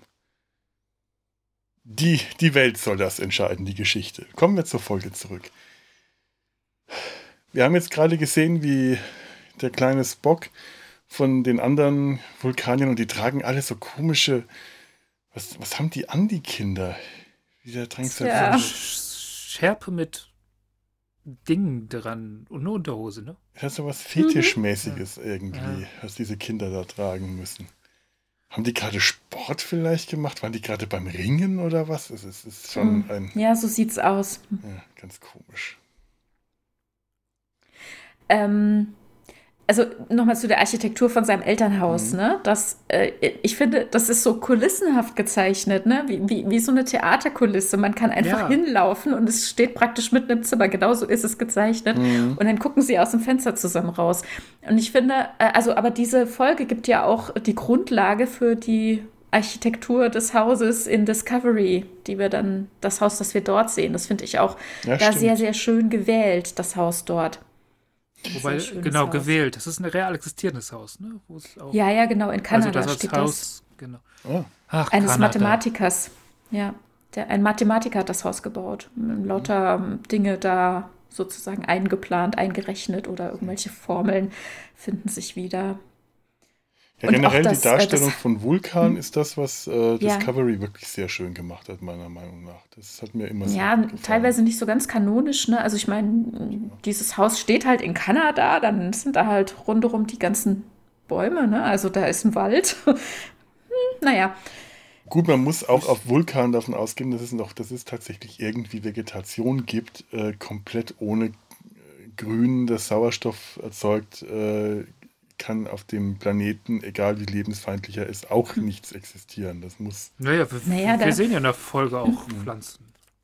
Die, die Welt soll das entscheiden, die Geschichte. Kommen wir zur Folge zurück. Wir haben jetzt gerade gesehen, wie der kleine Spock von den anderen Vulkaniern, und die tragen alle so komische, was, was haben die an, die Kinder? Wie der Drangsal Ja. von- Sch- Schärpe mit Dingen dran und eine Unterhose, ne? Das ist so was Fetischmäßiges irgendwie, Ja. was diese Kinder da tragen müssen. Haben die gerade Sport vielleicht gemacht? Waren die gerade beim Ringen oder was? Es ist, ist schon Hm. ein... Ja, so sieht's aus. Ja, ganz komisch. Ähm, also nochmal zu der Architektur von seinem Elternhaus, Mhm. ne? Das, äh, ich finde, das ist so kulissenhaft gezeichnet, ne? Wie, wie, wie so eine Theaterkulisse. Man kann einfach Ja. hinlaufen und es steht praktisch mitten im Zimmer. Genauso ist es gezeichnet. Mhm. Und dann gucken sie aus dem Fenster zusammen raus. Und ich finde, äh, also, aber diese Folge gibt ja auch die Grundlage für die Architektur des Hauses in Discovery, die wir dann, das Haus, das wir dort sehen. Das finde ich auch Ja, da stimmt. sehr, sehr schön gewählt, das Haus dort. Ein Wobei, sehr schönes genau, Haus. gewählt. Das ist ein real existierendes Haus, ne? Wo es auch, Ja, ja, genau, in also Kanada das als steht Haus, genau. Ah, Ach, das. Eines Kanada. Mathematikers. Ja, der, ein Mathematiker hat das Haus gebaut. Lauter ähm, Dinge da sozusagen eingeplant, eingerechnet oder irgendwelche Formeln finden sich wieder. ja, Und generell auch das, die äh, Darstellung das- von Vulkan ist das, was äh, Ja. Discovery wirklich sehr schön gemacht hat, meiner Meinung nach. Das hat mir immer sehr Ja, gut gefallen. teilweise nicht so ganz kanonisch, ne? Also ich meine, dieses Haus steht halt in Kanada, dann sind da halt rundherum die ganzen Bäume, ne? Also da ist ein Wald. hm, naja, Gut, man muss auch auf Vulkan davon ausgehen, dass es noch, dass es tatsächlich irgendwie Vegetation gibt, äh, komplett ohne äh, Grün, das Sauerstoff erzeugt, äh, kann auf dem Planeten, egal wie lebensfeindlich er ist, auch nichts existieren. Das muss. Naja, wir, Naja, wir da- sehen ja in der Folge auch Pflanzen.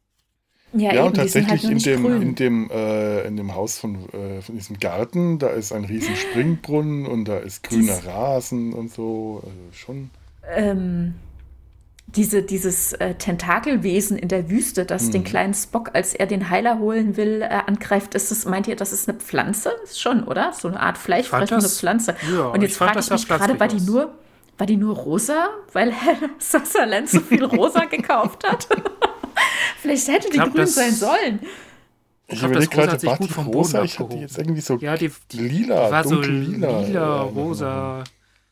ja, Ja, eben, und die sind halt tatsächlich nur in nicht dem, grün. in dem, äh, in dem Haus von, äh, von diesem Garten, da ist ein riesen Springbrunnen und da ist grüner Dies- Rasen und so. Also schon. ähm, diese, dieses äh, Tentakelwesen in der Wüste, das Mhm. den kleinen Spock, als er den Heiler holen will, äh, angreift, ist es, meint ihr, das ist eine Pflanze? Ist schon, oder? So eine Art fleischfressende das- Pflanze. ja, Und ich jetzt fand frage das ich sah mich gerade, pflanzlich war die aus. nur, war die nur rosa, weil Sutherland so viel rosa gekauft hat? Vielleicht hätte die glaub, grün das- sein sollen. Ich glaub, überlege das Rosa gerade, hat sich war gut die vom rosa? Boden Ich hatte abgehoben. jetzt irgendwie so Ja, die, die, lila, die war so dunkellila. lila, äh, Erinnerung. rosa.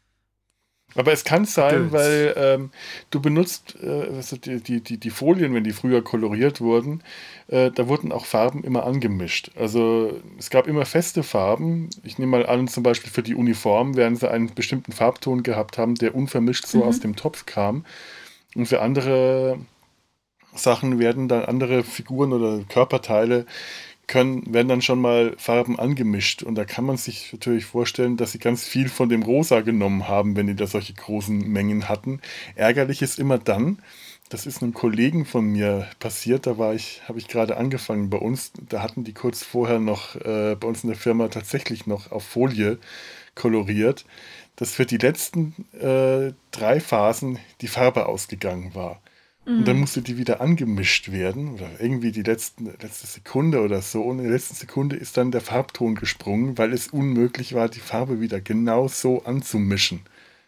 Aber es kann sein, Gedöns. weil ähm, du benutzt äh, also die, die, die, die Folien, wenn die früher koloriert wurden, äh, da wurden auch Farben immer angemischt. Also es gab immer feste Farben. Ich nehme mal an, zum Beispiel für die Uniform werden sie einen bestimmten Farbton gehabt haben, der unvermischt so Mhm. aus dem Topf kam. Und für andere Sachen werden dann andere Figuren oder Körperteile können, werden dann schon mal Farben angemischt. Und da kann man sich natürlich vorstellen, dass sie ganz viel von dem Rosa genommen haben, wenn die da solche großen Mengen hatten. Ärgerlich ist immer dann, das ist einem Kollegen von mir passiert, da war ich, habe ich gerade angefangen bei uns, da hatten die kurz vorher noch äh, bei uns in der Firma tatsächlich noch auf Folie koloriert, dass für die letzten äh, drei Phasen die Farbe ausgegangen war. Und dann musste die wieder angemischt werden oder irgendwie die letzten, letzte Sekunde oder so. Und in der letzten Sekunde ist dann der Farbton gesprungen, weil es unmöglich war, die Farbe wieder genau so anzumischen.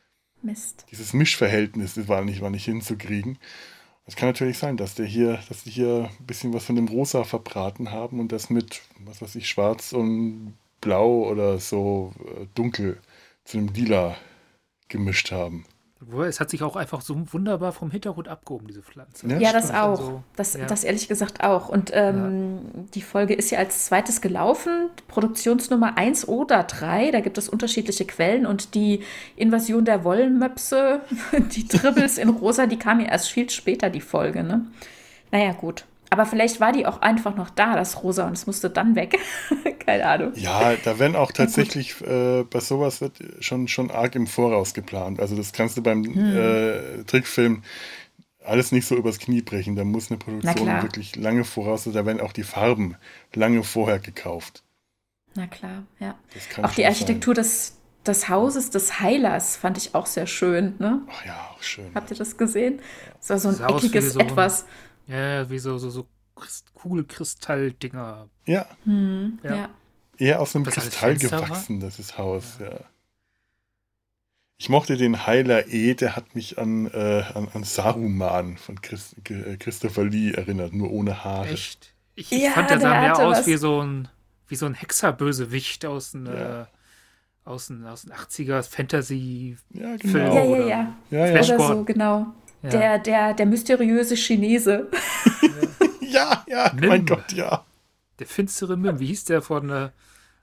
Mist. Dieses Mischverhältnis das war nicht, war nicht hinzukriegen. Es kann natürlich sein, dass der hier, dass die hier ein bisschen was von dem Rosa verbraten haben und das mit, was weiß ich, Schwarz und Blau oder so äh, dunkel zu einem Lila gemischt haben. Wo- Es hat sich auch einfach so wunderbar vom Hintergrund abgehoben, diese Pflanze. Ja, Ja, das stimmt. auch. So, Das, ja. das ehrlich gesagt auch. Und ähm, die Folge ist ja als zweites gelaufen. Produktionsnummer eins oder drei. Da gibt es unterschiedliche Quellen. Und die Invasion der Wollmöpse, die Tribbles in Rosa, die kam ja erst viel später, die Folge. Ne? Naja, gut. Aber vielleicht war die auch einfach noch da, das Rosa, und es musste dann weg. Keine Ahnung. Ja, da werden auch tatsächlich äh, bei sowas wird schon, schon arg im Voraus geplant. Also das kannst du beim äh, Trickfilm alles nicht so übers Knie brechen. Da muss eine Na Produktion klar. wirklich lange voraus, da werden auch die Farben lange vorher gekauft. Na klar, ja. Das kann Auch die schon Architektur des, des Hauses des Heilers fand ich auch sehr schön. Ne? sein. Ach ja, auch schön. Habt ihr das gesehen? Das war so ein Sah aus wie eckiges so ein- Etwas. Ja, wie so, so, so Christ- Kugelkristalldinger. Ja, Hm, Ja. ja. eher aus einem Das alles Kristall Fenster war? gewachsen, das ist Haus, ja. Ich mochte den Heiler eh, der hat mich an, äh, an, an Saruman von Christ, G- Christopher Lee erinnert, nur ohne Haare. Echt? Ich, ich Ja, fand, der sah der mehr hatte aus was. wie so ein, wie so ein Hexerbösewicht aus den, Ja. äh, aus den, aus den achtziger Fantasy. Ja, Film. genau. Ja, ja, oder- ja. Ja, ja. Flash Oder so, Gordon. genau. Ja. Der, der, der mysteriöse Chinese. Ja, ja, Mim. mein Gott, ja. Der finstere Mim. Wie hieß der von, äh,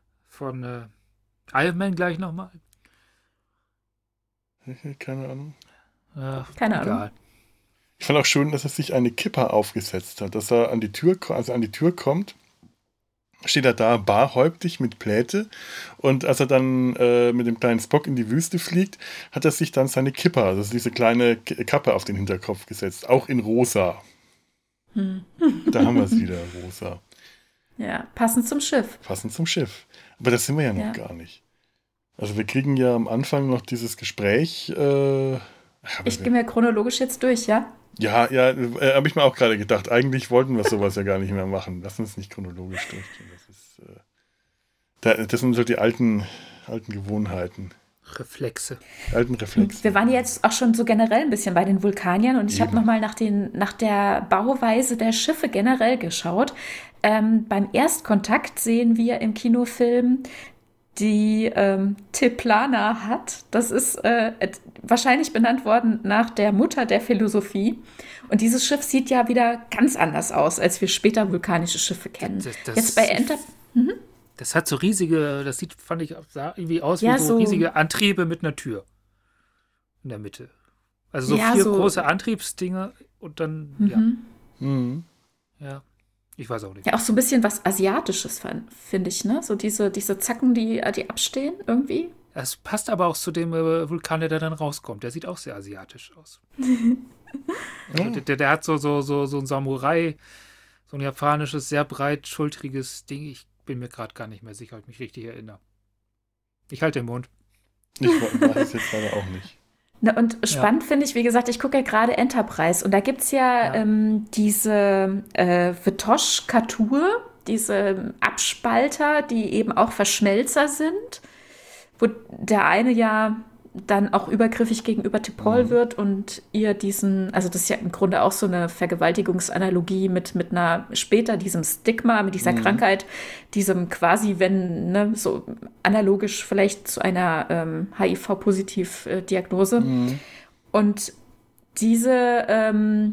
von äh, Iron Man gleich nochmal? Keine Ahnung. Ja, Keine egal. Ahnung. Ich fand auch schön, dass er sich eine Kippa aufgesetzt hat, dass er an die Tür, also an die Tür kommt, steht er da barhäuptig mit Pläte und als er dann äh, mit dem kleinen Spock in die Wüste fliegt, hat er sich dann seine Kippa, also diese kleine K- Kappe auf den Hinterkopf gesetzt, auch in rosa. Hm. Da haben wir es wieder, rosa. Ja, passend zum Schiff. Passend zum Schiff. Aber das sind wir ja noch Ja. gar nicht. Also wir kriegen ja am Anfang noch dieses Gespräch. Äh, Ich gehe mir chronologisch jetzt durch, ja? Ja, ja, äh, habe ich mir auch gerade gedacht. Eigentlich wollten wir sowas ja gar nicht mehr machen. Lass uns nicht chronologisch durchgehen. Das ist, äh, da, das sind so die alten, alten Gewohnheiten, Reflexe. alten Reflexe. Wir waren jetzt auch schon so generell ein bisschen bei den Vulkaniern und ich habe Eben. nochmal nach, den- nach der Bauweise der Schiffe generell geschaut. Ähm, beim Erstkontakt sehen wir im Kinofilm die ähm, Teplana hat. Das ist äh, et- wahrscheinlich benannt worden nach der Mutter der Philosophie. Und dieses Schiff sieht ja wieder ganz anders aus, als wir später vulkanische Schiffe kennen. Das- das- Jetzt bei Enter Das hat so riesige, das sieht, fand ich, sah irgendwie aus Ja, wie so, so- riesige Antriebe mit einer Tür in der Mitte. Also so Ja, vier so- große Antriebsdinger und dann, ja, Mhm. ja, ich weiß auch nicht. ja auch so ein bisschen was Asiatisches, fan- finde ich, ne? So diese, diese Zacken, die, die abstehen irgendwie. Es passt aber auch zu dem äh, Vulkan, der da dann rauskommt. Der sieht auch sehr asiatisch aus. Also der, der, der hat so, so, so, so ein Samurai, so ein japanisches, sehr breitschultriges Ding. Ich bin mir gerade gar nicht mehr sicher, ob ich mich richtig erinnere. Ich halte den Mund. Ich weiß es jetzt leider auch nicht. Na, und spannend finde ich, wie gesagt, ich gucke ja gerade Enterprise und da gibt es ja, Ja. ähm, diese äh, Vitosh-Katur, diese Abspalter, die eben auch Verschmelzer sind, wo der eine ja dann auch übergriffig gegenüber T'Pol wird und ihr diesen, also das ist ja im Grunde auch so eine Vergewaltigungsanalogie mit, mit einer, später diesem Stigma, mit dieser Krankheit, diesem quasi, wenn, ne, so analogisch vielleicht zu einer ähm, H I V-Positiv-Diagnose. Und diese, ähm,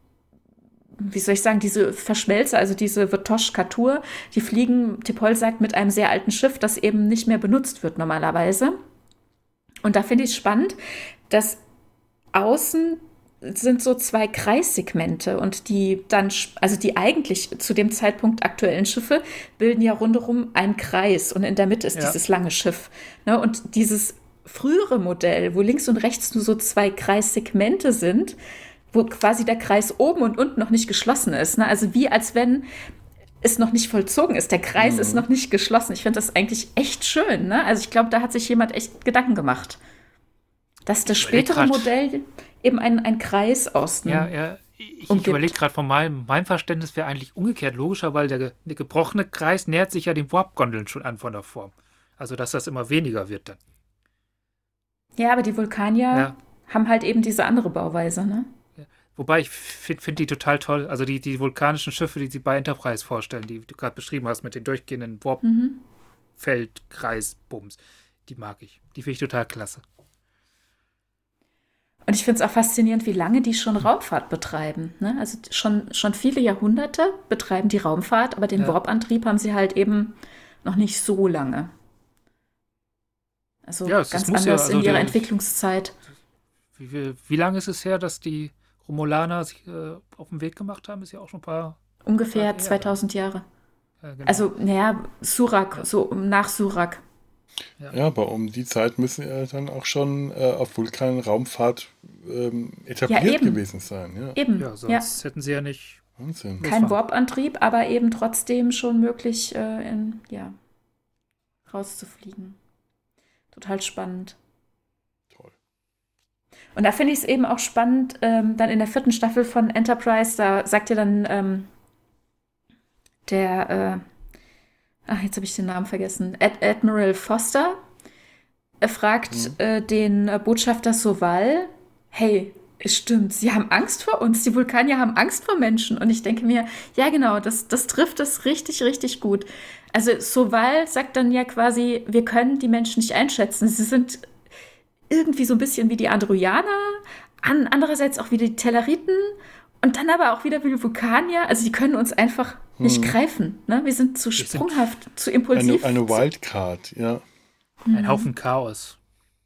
wie soll ich sagen, diese Verschmelze, also diese Vitosh-Katur, die fliegen, T'Pol sagt, mit einem sehr alten Schiff, das eben nicht mehr benutzt wird normalerweise. Und da finde ich es spannend, dass außen sind so zwei Kreissegmente und die dann, also die eigentlich zu dem Zeitpunkt aktuellen Schiffe bilden ja rundherum einen Kreis und in der Mitte ist Ja. dieses lange Schiff. Ne? Und dieses frühere Modell, wo links und rechts nur so zwei Kreissegmente sind, wo quasi der Kreis oben und unten noch nicht geschlossen ist. Ne? Also wie als wenn es noch nicht vollzogen ist. Der Kreis ist noch nicht geschlossen. Ich finde das eigentlich echt schön. Ne? Also ich glaube, da hat sich jemand echt Gedanken gemacht. Dass das Ich überleg spätere grad. Modell eben ein, ein Kreis aus Ja, dem ja. Ich, ich umgibt. überlege gerade, von meinem, meinem Verständnis wäre eigentlich umgekehrt logischer, weil der, ge- der gebrochene Kreis nähert sich ja den Warp-Gondeln schon an von der Form. Also, dass das immer weniger wird dann. Ja, aber die Vulkanier Ja. haben halt eben diese andere Bauweise. Ne? Wobei ich finde find die total toll. Also die, die vulkanischen Schiffe, die sie bei Enterprise vorstellen, die du gerade beschrieben hast mit den durchgehenden Warp-Feld-Kreis-Bums, die mag ich. Die finde ich total klasse. Und ich finde es auch faszinierend, wie lange die schon Raumfahrt betreiben. Ne? Also schon, schon viele Jahrhunderte betreiben die Raumfahrt, aber den Ja. Warp-Antrieb haben sie halt eben noch nicht so lange. Also Ja, es- es ganz muss anders ja, also in ihrer der- Entwicklungszeit. Wie, wie, wie lange ist es her, dass die Romulaner sich äh, auf den Weg gemacht haben? Ist ja auch schon ein paar. Ungefähr Ja, zweitausend Jahre. Äh, genau. Also, naja, Surak, so nach Surak. Ja, aber um die Zeit müssen ja dann auch schon äh, auf Vulkan Raumfahrt ähm, etabliert Ja, eben. gewesen sein. Ja, Eben, ja, ja. sonst hätten sie ja nicht. Wahnsinn. Kein fahren. Warp-Antrieb, aber eben trotzdem schon möglich, äh, in, ja, rauszufliegen. Total spannend. Toll. Und da finde ich es eben auch spannend, ähm, dann in der vierten Staffel von Enterprise, da sagt ja dann ähm, der, äh, ach, jetzt habe ich den Namen vergessen, Ad Admiral Foster, er fragt äh, den äh, Botschafter Soval, hey, es stimmt, sie haben Angst vor uns, die Vulkanier haben Angst vor Menschen. Und ich denke mir, ja genau, das, das trifft es richtig, richtig gut. Also Soval sagt dann ja quasi, wir können die Menschen nicht einschätzen. Sie sind irgendwie so ein bisschen wie die Androianer, an, andererseits auch wie die Telleriten und dann aber auch wieder wie die Vulkanier. Also die können uns einfach nicht greifen. Ne? Wir sind zu sind sprunghaft, zu Eine, impulsiv. eine Wildcard, ja. Ein Haufen Chaos.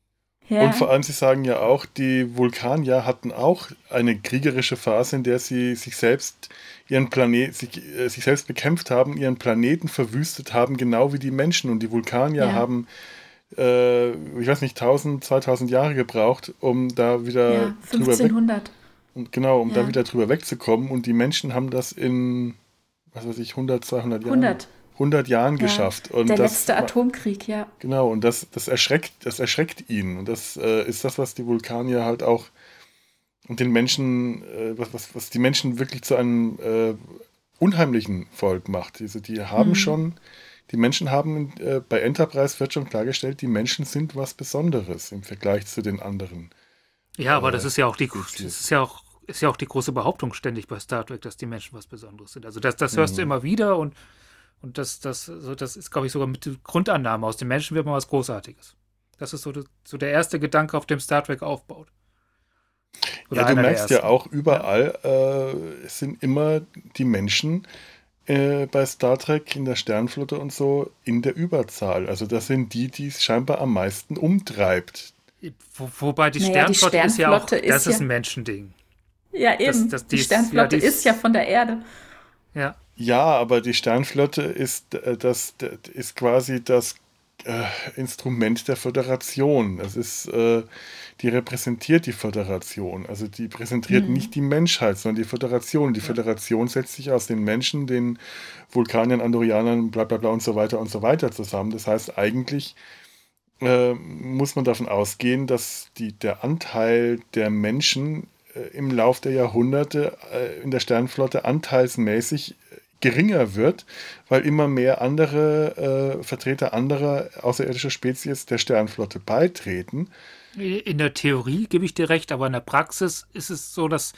Ja. Und vor allem, sie sagen ja auch, die Vulkanier hatten auch eine kriegerische Phase, in der sie sich selbst ihren Planet, sich, äh, sich selbst bekämpft haben, ihren Planeten verwüstet haben, genau wie die Menschen. Und die Vulkanier Ja. haben, äh, ich weiß nicht, tausend, zweitausend Jahre gebraucht, um da wieder Ja, drüber weg, fünfzehnhundert. und genau, um da Ja. wieder drüber wegzukommen. Und die Menschen haben das in, was weiß ich, hundert, zweihundert Jahren, hundert. hundert Jahren Ja. geschafft. Und Der das letzte war- Atomkrieg, ja. Genau, und das, das erschreckt, das erschreckt ihn. Und das äh, ist das, was die Vulkanier halt auch und den Menschen, äh, was, was, was die Menschen wirklich zu einem äh, unheimlichen Volk macht. Also die haben Mhm. schon, die Menschen haben, äh, bei Enterprise wird schon klargestellt, die Menschen sind was Besonderes im Vergleich zu den anderen. Ja, aber Äh, das ist ja auch die, Spezies. das ist ja auch, ist ja auch die große Behauptung ständig bei Star Trek, dass die Menschen was Besonderes sind. Also das, das hörst du Mhm. immer wieder und, und das, das, so, das ist, glaube ich, sogar mit der Grundannahme. Aus den Menschen wird mal was Großartiges. Das ist so, de- so der erste Gedanke, auf dem Star Trek aufbaut. Oder Ja, du einer der merkst ja ersten. auch überall, äh, es sind immer die Menschen äh, bei Star Trek in der Sternenflotte und so in der Überzahl. Also das sind die, die es scheinbar am meisten umtreibt. Wo, wobei die Naja, die Sternflotte ist ja auch, Sternflotte ist das ist ja- ein Menschending. Ja, eben. das- die die ist- Sternflotte ja, die ist, ist- ja von der Erde. Ja, Ja, aber die Sternflotte ist, äh, das, das ist quasi das äh, Instrument der Föderation. Das ist, äh, die repräsentiert die Föderation. Also die präsentiert Mhm. nicht die Menschheit, sondern die Föderation. Die Ja. Föderation setzt sich aus den Menschen, den Vulkaniern, Andorianern, bla bla bla und so weiter und so weiter zusammen. Das heißt, eigentlich äh, muss man davon ausgehen, dass die, der Anteil der Menschen äh, im Lauf der Jahrhunderte äh, in der Sternenflotte anteilsmäßig äh, geringer wird, weil immer mehr andere äh, Vertreter anderer außerirdischer Spezies der Sternenflotte beitreten. in der Theorie gebe ich dir recht, aber in der Praxis ist es so, dass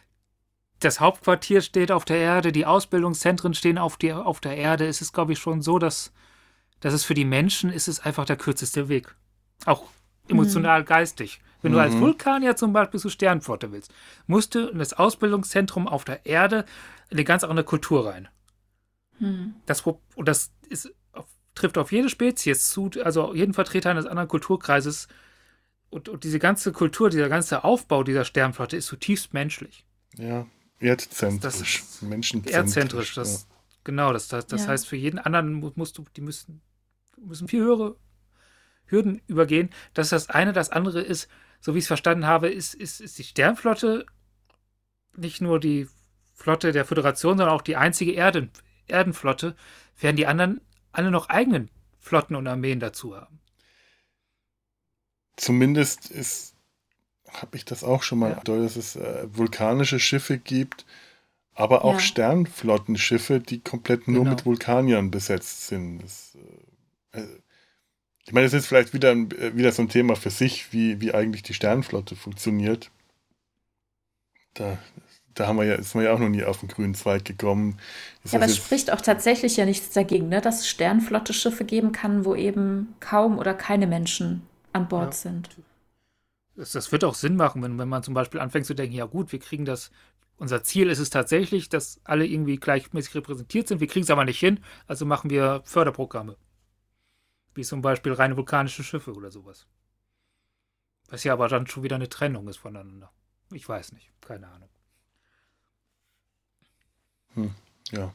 das Hauptquartier steht auf der Erde, die Ausbildungszentren stehen auf, die, auf der Erde. Es ist, glaube ich, schon so, dass, dass es für die Menschen ist es einfach der kürzeste Weg. Auch emotional, geistig. Wenn du als Mhm. Vulkanier zum Beispiel zur Sternenflotte willst, musst du in das Ausbildungszentrum auf der Erde in eine ganz andere Kultur rein. Hm. Das, Pro- und das ist, auf, trifft auf jede Spezies zu, also jeden Vertreter eines anderen Kulturkreises. Und, und diese ganze Kultur, dieser ganze Aufbau dieser Sternflotte ist zutiefst menschlich. Ja, erdzentrisch, Das ist menschenzentrisch. Erdzentrisch. Das, Genau, das, das, das Ja. heißt, für jeden anderen mu- musst du, die müssen, müssen viel höhere Hürden übergehen. Das ist das eine. Das andere ist, so wie ich es verstanden habe, ist, ist, ist die Sternflotte nicht nur die Flotte der Föderation, sondern auch die einzige Erden, Erdenflotte, während die anderen alle noch eigenen Flotten und Armeen dazu haben. Zumindest ist, habe ich das auch schon mal Ja. angedeutet, dass es äh, vulkanische Schiffe gibt, aber auch Ja. Sternflottenschiffe, die komplett nur Genau. mit Vulkaniern besetzt sind. Das, äh, äh, ich meine, das ist vielleicht wieder, ein- äh, wieder so ein Thema für sich, wie, wie eigentlich die Sternflotte funktioniert. Da, da haben wir ja, sind wir ja auch noch nie auf den grünen Zweig gekommen. Ist Ja, aber das es jetzt- spricht auch tatsächlich ja nichts dagegen, ne, dass es Sternflotte-Schiffe geben kann, wo eben kaum oder keine Menschen an Bord Ja. sind. Das, das wird auch Sinn machen, wenn, wenn man zum Beispiel anfängt zu denken, ja gut, wir kriegen das, unser Ziel ist es tatsächlich, dass alle irgendwie gleichmäßig repräsentiert sind, wir kriegen es aber nicht hin, also machen wir Förderprogramme. Wie zum Beispiel reine vulkanische Schiffe oder sowas. Was ja aber dann schon wieder eine Trennung ist voneinander. Ich weiß nicht, keine Ahnung. ja.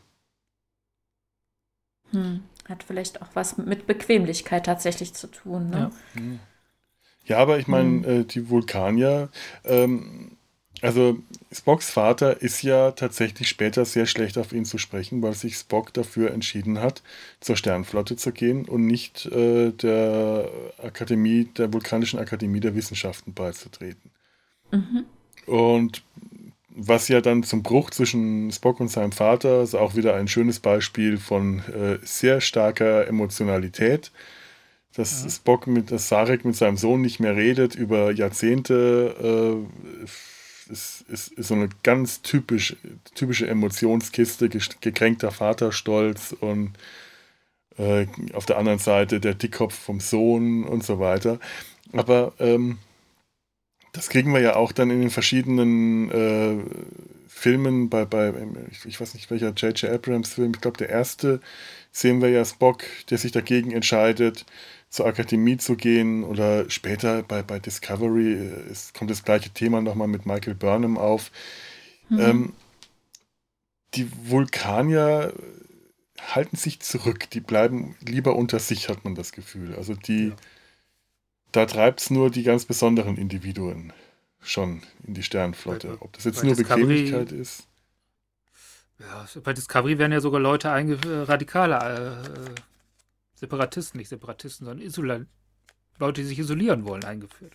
Hm. Hat vielleicht auch was mit Bequemlichkeit tatsächlich zu tun. Ne? Ja. Ja, aber ich meine, Hm. äh, die Vulkanier, ähm, also Spocks Vater ist ja tatsächlich später sehr schlecht auf ihn zu sprechen, weil sich Spock dafür entschieden hat, zur Sternflotte zu gehen und nicht äh, der Akademie, der Vulkanischen Akademie der Wissenschaften beizutreten. Mhm. Und was ja dann zum Bruch zwischen Spock und seinem Vater ist auch wieder ein schönes Beispiel von äh, sehr starker Emotionalität, dass Ja. Spock mit, dass Sarek mit seinem Sohn nicht mehr redet über Jahrzehnte, äh, ist, ist, ist so eine ganz typisch, typische Emotionskiste, ges- gekränkter Vaterstolz und äh, auf der anderen Seite der Dickkopf vom Sohn und so weiter. Aber ähm, das kriegen wir ja auch dann in den verschiedenen äh, Filmen, bei, bei ich, ich weiß nicht welcher J J Abrams Film, ich glaube der erste, sehen wir ja Spock, der sich dagegen entscheidet, zur Akademie zu gehen oder später bei, bei Discovery es kommt das gleiche Thema nochmal mit Michael Burnham auf. Mhm. Ähm, die Vulkanier halten sich zurück, die bleiben lieber unter sich, hat man das Gefühl. Also die, ja. da treibt es nur die ganz besonderen Individuen schon in die Sternenflotte. Ob das jetzt nur Discovery, Bequemlichkeit ist. Ja, bei Discovery werden ja sogar Leute einge- radikale äh, Separatisten, nicht Separatisten, sondern Isola- Leute, die sich isolieren wollen, eingeführt.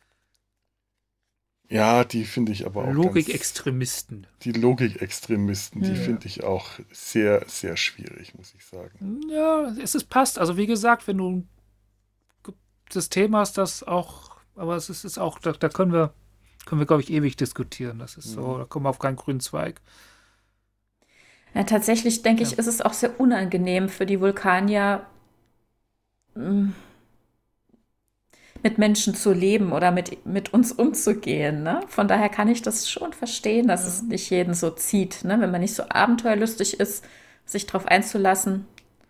Ja, die finde ich aber auch Logikextremisten. Die Logikextremisten, die ja. finde ich auch sehr, sehr schwierig, muss ich sagen. Ja, es ist, passt. Also wie gesagt, wenn du ein System hast, das auch, aber es ist, ist auch, da, da können wir, können wir, glaube ich, ewig diskutieren. Das ist so, da kommen wir auf keinen grünen Zweig. Ja, tatsächlich, denke ja. ich, ist es auch sehr unangenehm für die Vulkanier, mh, mit Menschen zu leben oder mit, mit uns umzugehen. Ne? Von daher kann ich das schon verstehen, dass ja. es nicht jeden so zieht. Ne? Wenn man nicht so abenteuerlustig ist, sich darauf einzulassen.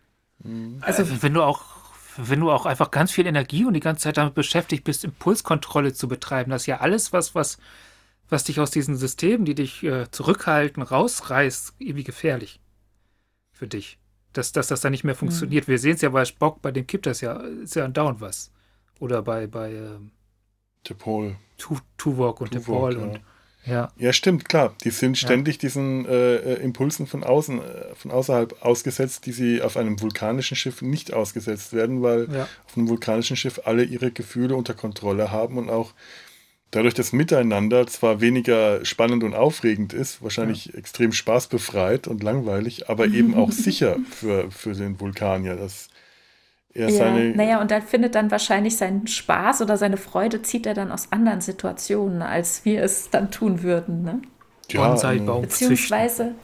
Also wenn du auch, wenn du auch einfach ganz viel Energie und die ganze Zeit damit beschäftigt bist, Impulskontrolle zu betreiben, das ist ja alles, was, was, was dich aus diesen Systemen, die dich äh, zurückhalten, rausreißt, irgendwie gefährlich für dich. Dass, dass das dann nicht mehr funktioniert. Mhm. Wir sehen es ja bei Spock, bei dem kippt das ja, ist ja andauernd was. Oder bei, bei ähm, T'Pol. Tuvok und T'Pol. Und, ja. ja, stimmt, klar. Die sind ständig ja. diesen äh, Impulsen von außen, äh, von außerhalb ausgesetzt, die sie auf einem vulkanischen Schiff nicht ausgesetzt werden, weil ja. auf einem vulkanischen Schiff alle ihre Gefühle unter Kontrolle haben und auch dadurch das Miteinander zwar weniger spannend und aufregend ist, wahrscheinlich ja. extrem spaßbefreit und langweilig, aber eben auch sicher für, für den Vulkanier. Das Ja, seine naja, und er findet dann wahrscheinlich seinen Spaß oder seine Freude zieht er dann aus anderen Situationen, als wir es dann tun würden, ne? Ja, Bonsai-Baum Beziehungsweise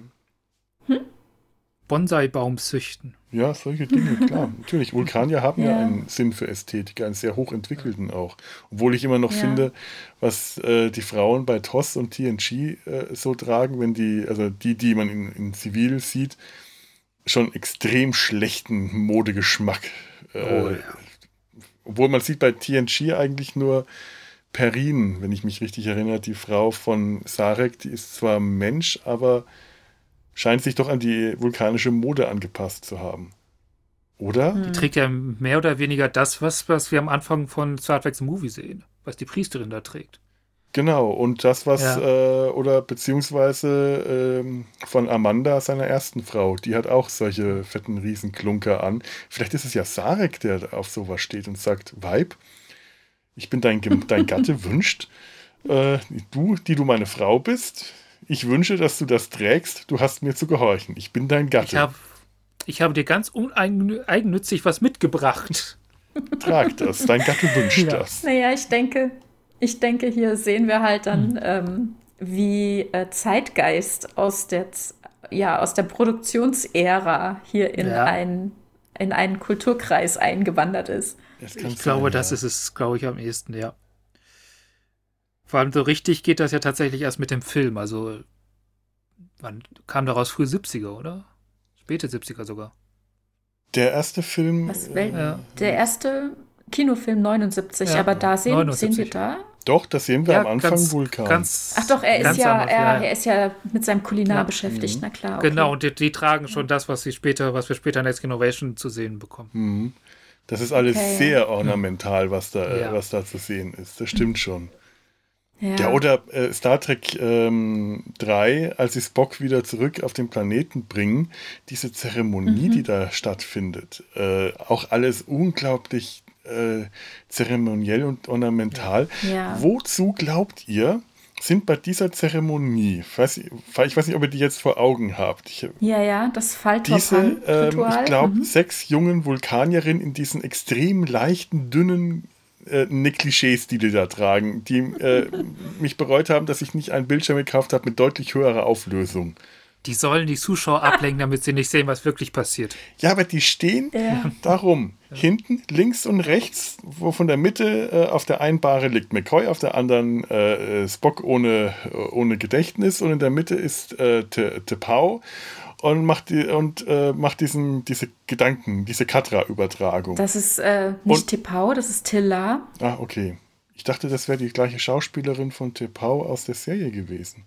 hm? Bonsai-Baum züchten. Ja, solche Dinge, klar. Natürlich, Vulkanier haben ja. ja einen Sinn für Ästhetik, einen sehr hochentwickelten auch. Obwohl ich immer noch ja. finde, was äh, die Frauen bei T O S und T N G äh, so tragen, wenn die, also die, die man in, in Zivil sieht, schon extrem schlechten Modegeschmack. Äh, oh, ja. Obwohl man sieht bei T N G eigentlich nur Perrin, wenn ich mich richtig erinnere, die Frau von Sarek, die ist zwar Mensch, aber scheint sich doch an die vulkanische Mode angepasst zu haben. Oder? Die trägt ja mehr oder weniger das, was, was wir am Anfang von Star Trek The Movie sehen, was die Priesterin da trägt. Genau, und das, was, ja. äh, oder beziehungsweise ähm, von Amanda, seiner ersten Frau, die hat auch solche fetten Riesenklunker an. Vielleicht ist es ja Sarek, der auf sowas steht und sagt, Weib, ich bin dein, dein Gatte, wünscht, äh, du, die du meine Frau bist, ich wünsche, dass du das trägst, du hast mir zu gehorchen, ich bin dein Gatte. Ich, hab, ich habe dir ganz uneigennützig was mitgebracht. Trag das, dein Gatte wünscht ja. das. Naja, ich denke... Ich denke, hier sehen wir halt dann, mhm. ähm, wie äh, Zeitgeist aus der, ja, aus der Produktionsära hier in, ja. ein, in einen Kulturkreis eingewandert ist. Ich sein, glaube, ja. das ist es, glaube ich, am ehesten, ja. Vor allem so richtig geht das ja tatsächlich erst mit dem Film. Also, wann kam daraus? Frühe siebziger, oder? Späte siebziger sogar. Der erste Film... Was, äh, ja. Der erste... Kinofilm neunundsiebzig, ja, aber da sehen, sehen wir da? Doch, das sehen wir ja, am Anfang ganz, Vulkan. Ganz, Ach doch, er ist ja, er, er ist ja mit seinem Kulinar ja. beschäftigt, mhm. na klar. Okay. Genau, und die, die tragen schon das, was sie später, was wir später in Next Innovation zu sehen bekommen. Mhm. Das ist alles okay. sehr ornamental, was da, ja. was da zu sehen ist. Das stimmt schon. Ja, ja oder äh, Star Trek ähm, drei, als sie Spock wieder zurück auf den Planeten bringen, diese Zeremonie, mhm. die da stattfindet, äh, auch alles unglaublich Äh, zeremoniell und ornamental. Ja. Wozu glaubt ihr, sind bei dieser Zeremonie, ich weiß, ich weiß nicht, ob ihr die jetzt vor Augen habt. Ich, ja, ja, das Diese, ähm, ich glaube, mhm. sechs jungen Vulkanierinnen in diesen extrem leichten, dünnen äh, Negligés, die die da tragen, die äh, mich bereut haben, dass ich nicht einen Bildschirm gekauft habe mit deutlich höherer Auflösung. Die sollen die Zuschauer ablenken, damit sie nicht sehen, was wirklich passiert. Ja, aber die stehen ja. darum. Ja. Hinten, links und rechts, wo von der Mitte äh, auf der einen Bahre liegt McCoy, auf der anderen äh, Spock ohne, ohne Gedächtnis und in der Mitte ist äh, T'Pau. und macht, die, und, äh, macht diesen, diese Gedanken, diese Katra-Übertragung. Das ist äh, nicht T'Pau, das ist Tilla. Ah, okay. Ich dachte, das wäre die gleiche Schauspielerin von T'Pau aus der Serie gewesen.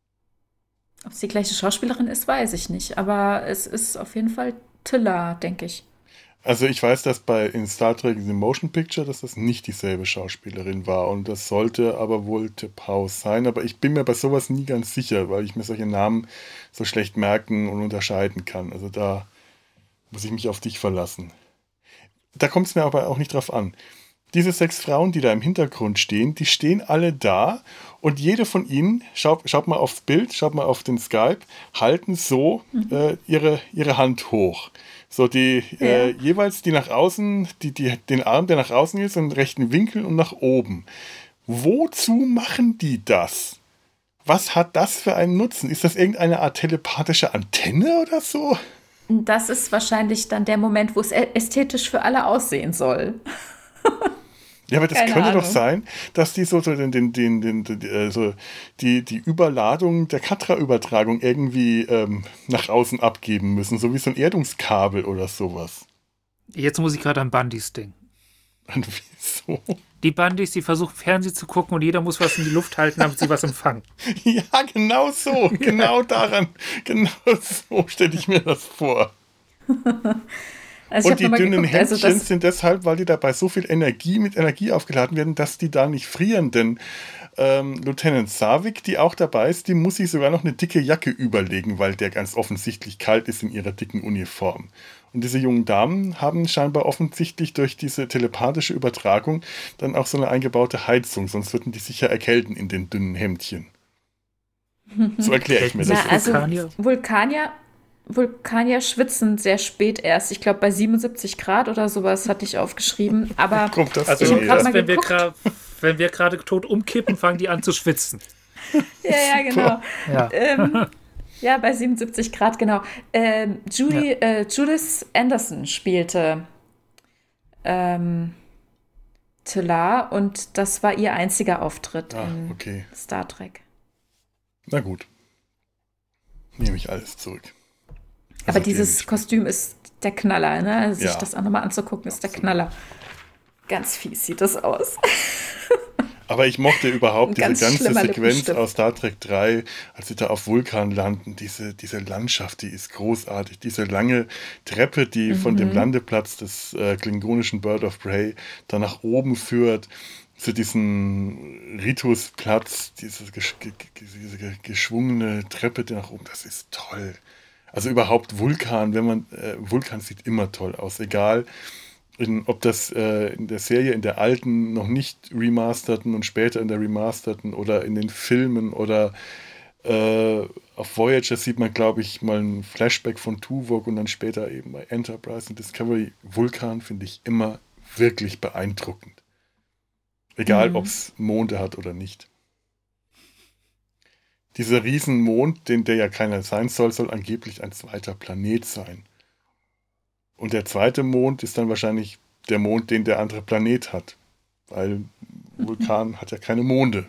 Ob es die gleiche Schauspielerin ist, weiß ich nicht. Aber es ist auf jeden Fall Tilla, denke ich. Also ich weiß, dass bei in Star Trek The Motion Picture, dass das nicht dieselbe Schauspielerin war. Und das sollte aber wohl T'Pau sein. Aber ich bin mir bei sowas nie ganz sicher, weil ich mir solche Namen so schlecht merken und unterscheiden kann. Also da muss ich mich auf dich verlassen. Da kommt es mir aber auch nicht drauf an. Diese sechs Frauen, die da im Hintergrund stehen, die stehen alle da und jede von ihnen, schaut, schaut mal aufs Bild, schaut mal auf den Skype, halten so mhm. äh, ihre, ihre Hand hoch. So die ja. äh, jeweils die nach außen, die, die, den Arm, der nach außen ist, im rechten Winkel und nach oben. Wozu machen die das? Was hat das für einen Nutzen? Ist das irgendeine Art telepathische Antenne oder so? Das ist wahrscheinlich dann der Moment, wo es ästhetisch für alle aussehen soll. Ja, aber das Keine könnte Ahnung. doch sein, dass die so den, den, den, den, den, also die, die Überladung der Katra-Übertragung irgendwie ähm, nach außen abgeben müssen, so wie so ein Erdungskabel oder sowas. Jetzt muss ich gerade an Bundys denken. Und wieso? Die Bundys, die versuchen Fernsehen zu gucken und jeder muss was in die Luft halten, damit sie was empfangen. Ja, genau so, genau daran, genau so stelle ich mir das vor. Also und die dünnen geguckt, Händchen also das sind deshalb, weil die dabei so viel Energie mit Energie aufgeladen werden, dass die da nicht frieren. Denn ähm, Lieutenant Saavik, die auch dabei ist, die muss sich sogar noch eine dicke Jacke überlegen, weil der ganz offensichtlich kalt ist in ihrer dicken Uniform. Und diese jungen Damen haben scheinbar offensichtlich durch diese telepathische Übertragung dann auch so eine eingebaute Heizung, sonst würden die sich ja erkälten in den dünnen Hemdchen. So erkläre ich mir das. Na, also Vulkanier? Vulkanier, Vulkanier schwitzen sehr spät erst. Ich glaube, bei siebenundsiebzig Grad oder sowas hatte ich aufgeschrieben. Aber Kommt das Also Ich hab denn grad her? mal wenn wir geguckt. gra- wenn wir gerade tot umkippen, fangen die an zu schwitzen. ja, ja, genau. Ja. ähm, ja, bei siebenundsiebzig Grad, genau. Ähm, Judy, äh, Judith Anderson spielte ähm, T'Lar und das war ihr einziger Auftritt Ah, in okay. Star Trek. Na gut. Nehme ich alles zurück. Aber Also dieses den- Kostüm ist der Knaller, ne? Also sich Ja. das auch nochmal anzugucken, ist der Knaller. Ganz fies sieht das aus. Aber ich mochte überhaupt Ein diese ganz ganze schlimmer Sequenz Lippenstift. aus Star Trek drei, als sie da auf Vulkan landen. Diese, diese Landschaft, die ist großartig. Diese lange Treppe, die von Mhm. dem Landeplatz des äh, klingonischen Bird of Prey da nach oben führt, zu diesem Ritusplatz, diese, gesch- ge- ge- diese ge- geschwungene Treppe die nach oben. Das ist toll. Also überhaupt Vulkan, wenn man, äh, Vulkan sieht immer toll aus, egal in, ob das äh, in der Serie, in der alten, noch nicht remasterten und später in der remasterten oder in den Filmen oder äh, auf Voyager sieht man, glaube ich, mal ein Flashback von Tuvok und dann später eben bei Enterprise und Discovery. Vulkan finde ich immer wirklich beeindruckend. Egal, Mhm. ob es Monde hat oder nicht. Dieser Riesenmond, den der ja keiner sein soll, soll angeblich ein zweiter Planet sein. Und der zweite Mond ist dann wahrscheinlich der Mond, den der andere Planet hat. Weil Vulkan hat ja keine Monde.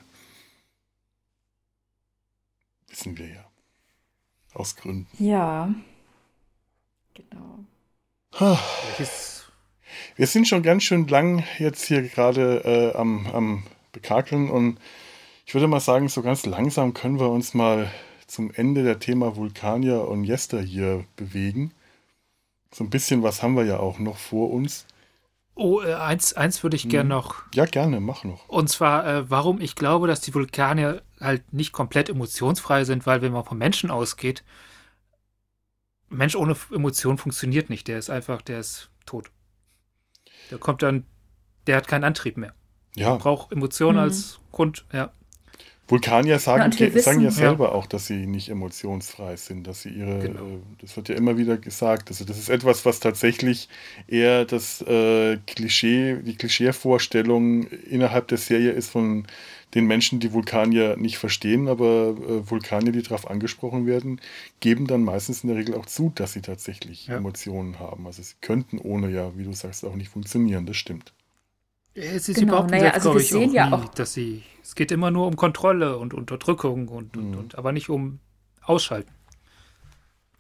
Wissen wir ja. Aus Gründen. Ja. Genau. Welches, Wir sind schon ganz schön lang jetzt hier gerade äh, am, am Bekakeln und ich würde mal sagen, so ganz langsam können wir uns mal zum Ende der Thema Vulkanier und Jester hier bewegen. So ein bisschen was haben wir ja auch noch vor uns. oh, äh, eins, eins würde ich gern Mhm. noch. Ja, gerne, mach noch. Und zwar, äh, warum ich glaube, dass die Vulkanier halt nicht komplett emotionsfrei sind, weil wenn man vom Menschen ausgeht, Mensch ohne Emotion funktioniert nicht. Der ist einfach, der ist tot. Der kommt dann, der hat keinen Antrieb mehr. Ja, Braucht Emotionen Mhm. als Grund, ja. Vulkanier sagen, Ja, und wir sagen ja wissen- selber auch, dass sie nicht emotionsfrei sind, dass sie ihre, Genau. äh, das wird ja immer wieder gesagt, also das ist etwas, was tatsächlich eher das äh, Klischee, die Klischeevorstellung innerhalb der Serie ist von den Menschen, die Vulkanier nicht verstehen, aber äh, Vulkanier, die darauf angesprochen werden, geben dann meistens in der Regel auch zu, dass sie tatsächlich Ja. Emotionen haben. Also sie könnten ohne ja, wie du sagst, auch nicht funktionieren, das stimmt. Es ist Genau, überhaupt naja, nicht, also glaube wir ich, sehen auch ja nie, auch- dass sie, es geht immer nur um Kontrolle und Unterdrückung und, und, Mhm. und aber nicht um Ausschalten.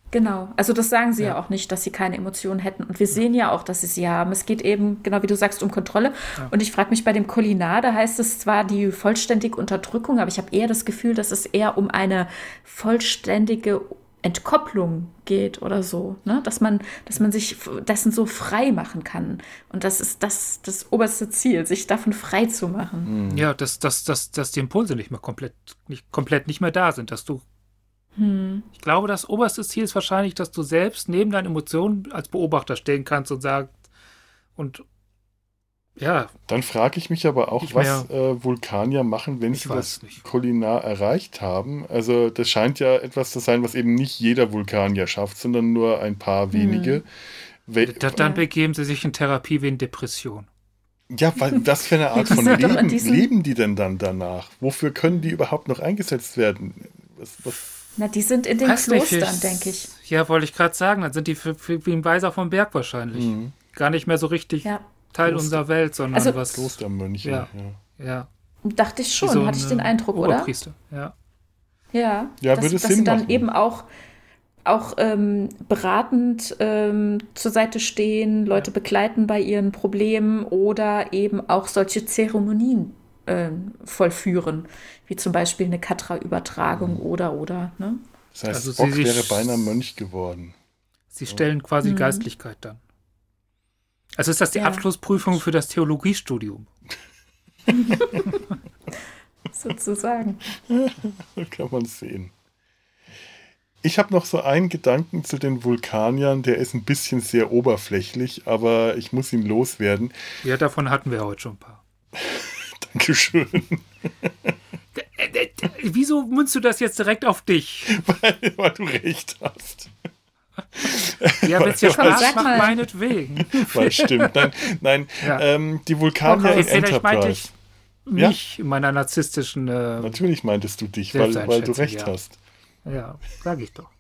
Genau, also das sagen sie ja. Ja. auch nicht, dass sie keine Emotionen hätten. Und wir sehen ja auch, dass sie sie haben. Es geht eben, genau wie du sagst, um Kontrolle. Ja. Und ich frage mich bei dem Kolinar, da heißt es zwar die vollständige Unterdrückung, aber ich habe eher das Gefühl, dass es eher um eine vollständige Entkopplung geht oder so, ne? Dass man, dass man sich dessen so frei machen kann. Und das ist das, das oberste Ziel, sich davon frei zu machen. Ja, dass, dass, dass, dass die Impulse nicht mehr komplett nicht, komplett nicht mehr da sind, dass du Hm. Ich glaube, das oberste Ziel ist wahrscheinlich, dass du selbst neben deinen Emotionen als Beobachter stehen kannst und sagst, und ja. Dann frage ich mich aber auch, Ich was äh, Vulkanier machen, wenn Ich sie weiß das nicht. Kolinar erreicht haben. Also das scheint ja etwas zu sein, was eben nicht jeder Vulkanier schafft, sondern nur ein paar wenige. We- Da, dann begeben sie sich in Therapie wegen Depression. Ja, weil das für eine Art Die von sind doch an Leben diesem- leben die denn dann danach? Wofür können die überhaupt noch eingesetzt werden? Was, was, Na, die sind in den Weiß nicht, Klostern, ich- denke ich. Ja, wollte ich gerade sagen, dann sind die für, für, wie ein Weiser vom Berg wahrscheinlich. Mhm. Gar nicht mehr so richtig Ja, Teil Kloster. unserer Welt, sondern Also- was. Klostermönche. Ja. Ja. Ja, dachte ich schon, wie so hatte ich ein, den äh, Eindruck, oder? Oberpriester. Ja. Ja, Ja, dass, würde es dass sie Sinn dann machen. eben auch, auch ähm, beratend ähm, zur Seite stehen, Leute begleiten bei ihren Problemen oder eben auch solche Zeremonien ähm, vollführen, wie zum Beispiel eine Katra-Übertragung oder, oder, ne? Das heißt, Also sie Spock sich- wäre beinahe Mönch geworden. Sie stellen quasi Mhm. Geistlichkeit dann. Also ist das die Ja. Abschlussprüfung für das Theologiestudium? Sozusagen. Da kann man sehen. Ich habe noch so einen Gedanken zu den Vulkaniern, der ist ein bisschen sehr oberflächlich, aber ich muss ihn loswerden. Ja, davon hatten wir heute schon ein paar. Dankeschön. Äh, äh, Wieso münzt du das jetzt direkt auf dich? weil, weil du recht hast. Ja, wenn es dir Komm, Spaß sag macht, mal. meinetwegen. Weil stimmt. Nein, nein Ja. ähm, die Vulkanier Okay, in vielleicht meinte Enterprise. ich Ja? mich in meiner narzisstischen. Äh, Natürlich meintest du dich, weil, weil du Selbsteinschätzung, recht ja. hast. ja, sag ich doch.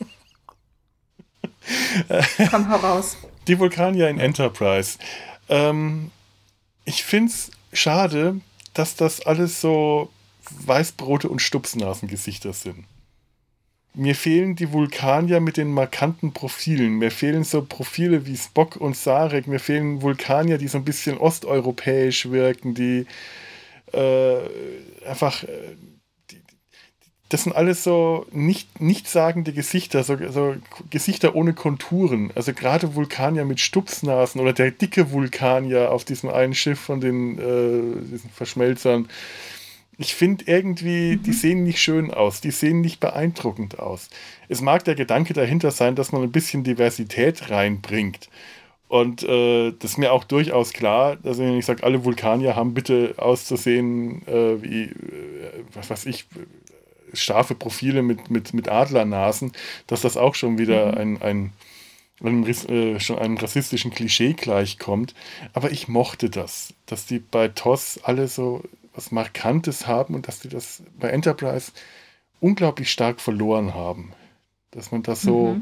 Komm, hau raus. Die Vulkanier in Enterprise. Ähm, ich finde es schade, dass das alles so Weißbrote und Stupsnasengesichter sind. Mir fehlen die Vulkanier mit den markanten Profilen. Mir fehlen so Profile wie Spock und Sarek. Mir fehlen Vulkanier, die so ein bisschen osteuropäisch wirken, die äh, einfach... Äh, die, die, das sind alles so nicht, nichtssagende Gesichter, so, so Gesichter ohne Konturen. Also gerade Vulkanier mit Stupsnasen oder der dicke Vulkanier auf diesem einen Schiff von den äh, diesen Verschmelzern. Ich finde irgendwie, die sehen nicht schön aus, die sehen nicht beeindruckend aus. Es mag der Gedanke dahinter sein, dass man ein bisschen Diversität reinbringt. Und äh, das ist mir auch durchaus klar, dass wenn ich sage, alle Vulkanier haben bitte auszusehen äh, wie, äh, was weiß ich, scharfe Profile mit, mit, mit Adlernasen, dass das auch schon wieder mhm. ein, ein, einem, äh, schon einem rassistischen Klischee gleichkommt. Aber ich mochte das, dass die bei T O S alle so was Markantes haben und dass die das bei Enterprise unglaublich stark verloren haben. Dass man das so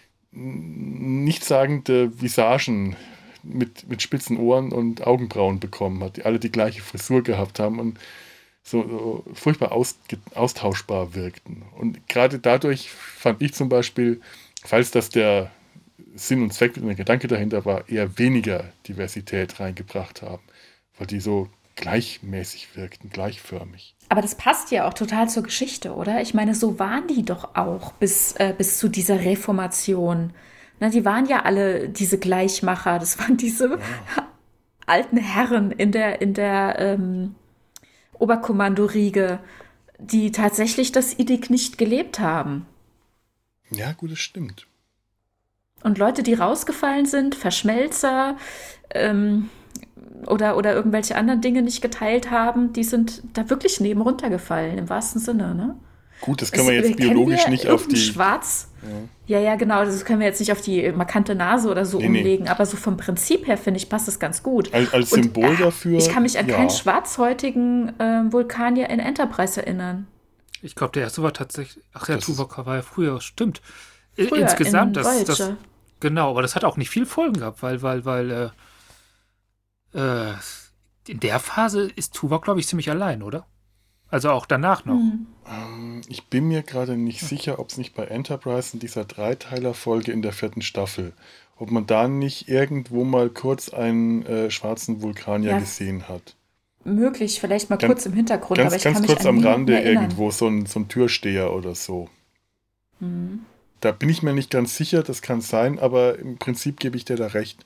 mhm. nichtssagende Visagen mit, mit spitzen Ohren und Augenbrauen bekommen hat, die alle die gleiche Frisur gehabt haben und so, so furchtbar aus, austauschbar wirkten. Und gerade dadurch fand ich zum Beispiel, falls das der Sinn und Zweck und der Gedanke dahinter war, eher weniger Diversität reingebracht haben, weil die so gleichmäßig wirkten, gleichförmig. Aber das passt ja auch total zur Geschichte, oder? Ich meine, so waren die doch auch bis, äh, bis zu dieser Reformation. Na, die waren ja alle diese Gleichmacher, das waren diese ja. alten Herren in der, in der ähm, Oberkommandoriege, die tatsächlich das Idik nicht gelebt haben. Ja, gut, das stimmt. Und Leute, die rausgefallen sind, Verschmelzer, ähm, Oder, oder irgendwelche anderen Dinge nicht geteilt haben, die sind da wirklich neben runtergefallen, im wahrsten Sinne, ne? Gut, das können wir jetzt biologisch wir nicht auf die... Schwarz? Ja. ja, ja, genau, das können wir jetzt nicht auf die markante Nase oder so nee, umlegen, nee. aber so vom Prinzip her, finde ich, passt das ganz gut. Als, als Symbol Und, äh, dafür... Ich kann mich an ja. keinen schwarzhäutigen äh, Vulkanier in Enterprise erinnern. Ich glaube, der erste war tatsächlich... Ach ja, das Tuvok war ja früher, stimmt. Früher, Insgesamt, in das, das... Genau, aber das hat auch nicht viel Folgen gehabt, weil, weil, weil... Äh, in der Phase ist Tuvok, glaube ich, ziemlich allein, oder? Also auch danach noch. Hm. Ähm, ich bin mir gerade nicht sicher, ob es nicht bei Enterprise in dieser Dreiteiler-Folge in der vierten Staffel, ob man da nicht irgendwo mal kurz einen äh, schwarzen Vulkanier Ja. gesehen hat. Möglich, vielleicht mal Ganz- kurz im Hintergrund, Ganz, aber ich ganz kann mich kurz an am niemanden Rande erinnern. irgendwo, so ein, so ein Türsteher oder so. Hm. Da bin ich mir nicht ganz sicher, das kann sein, aber im Prinzip gebe ich dir da recht.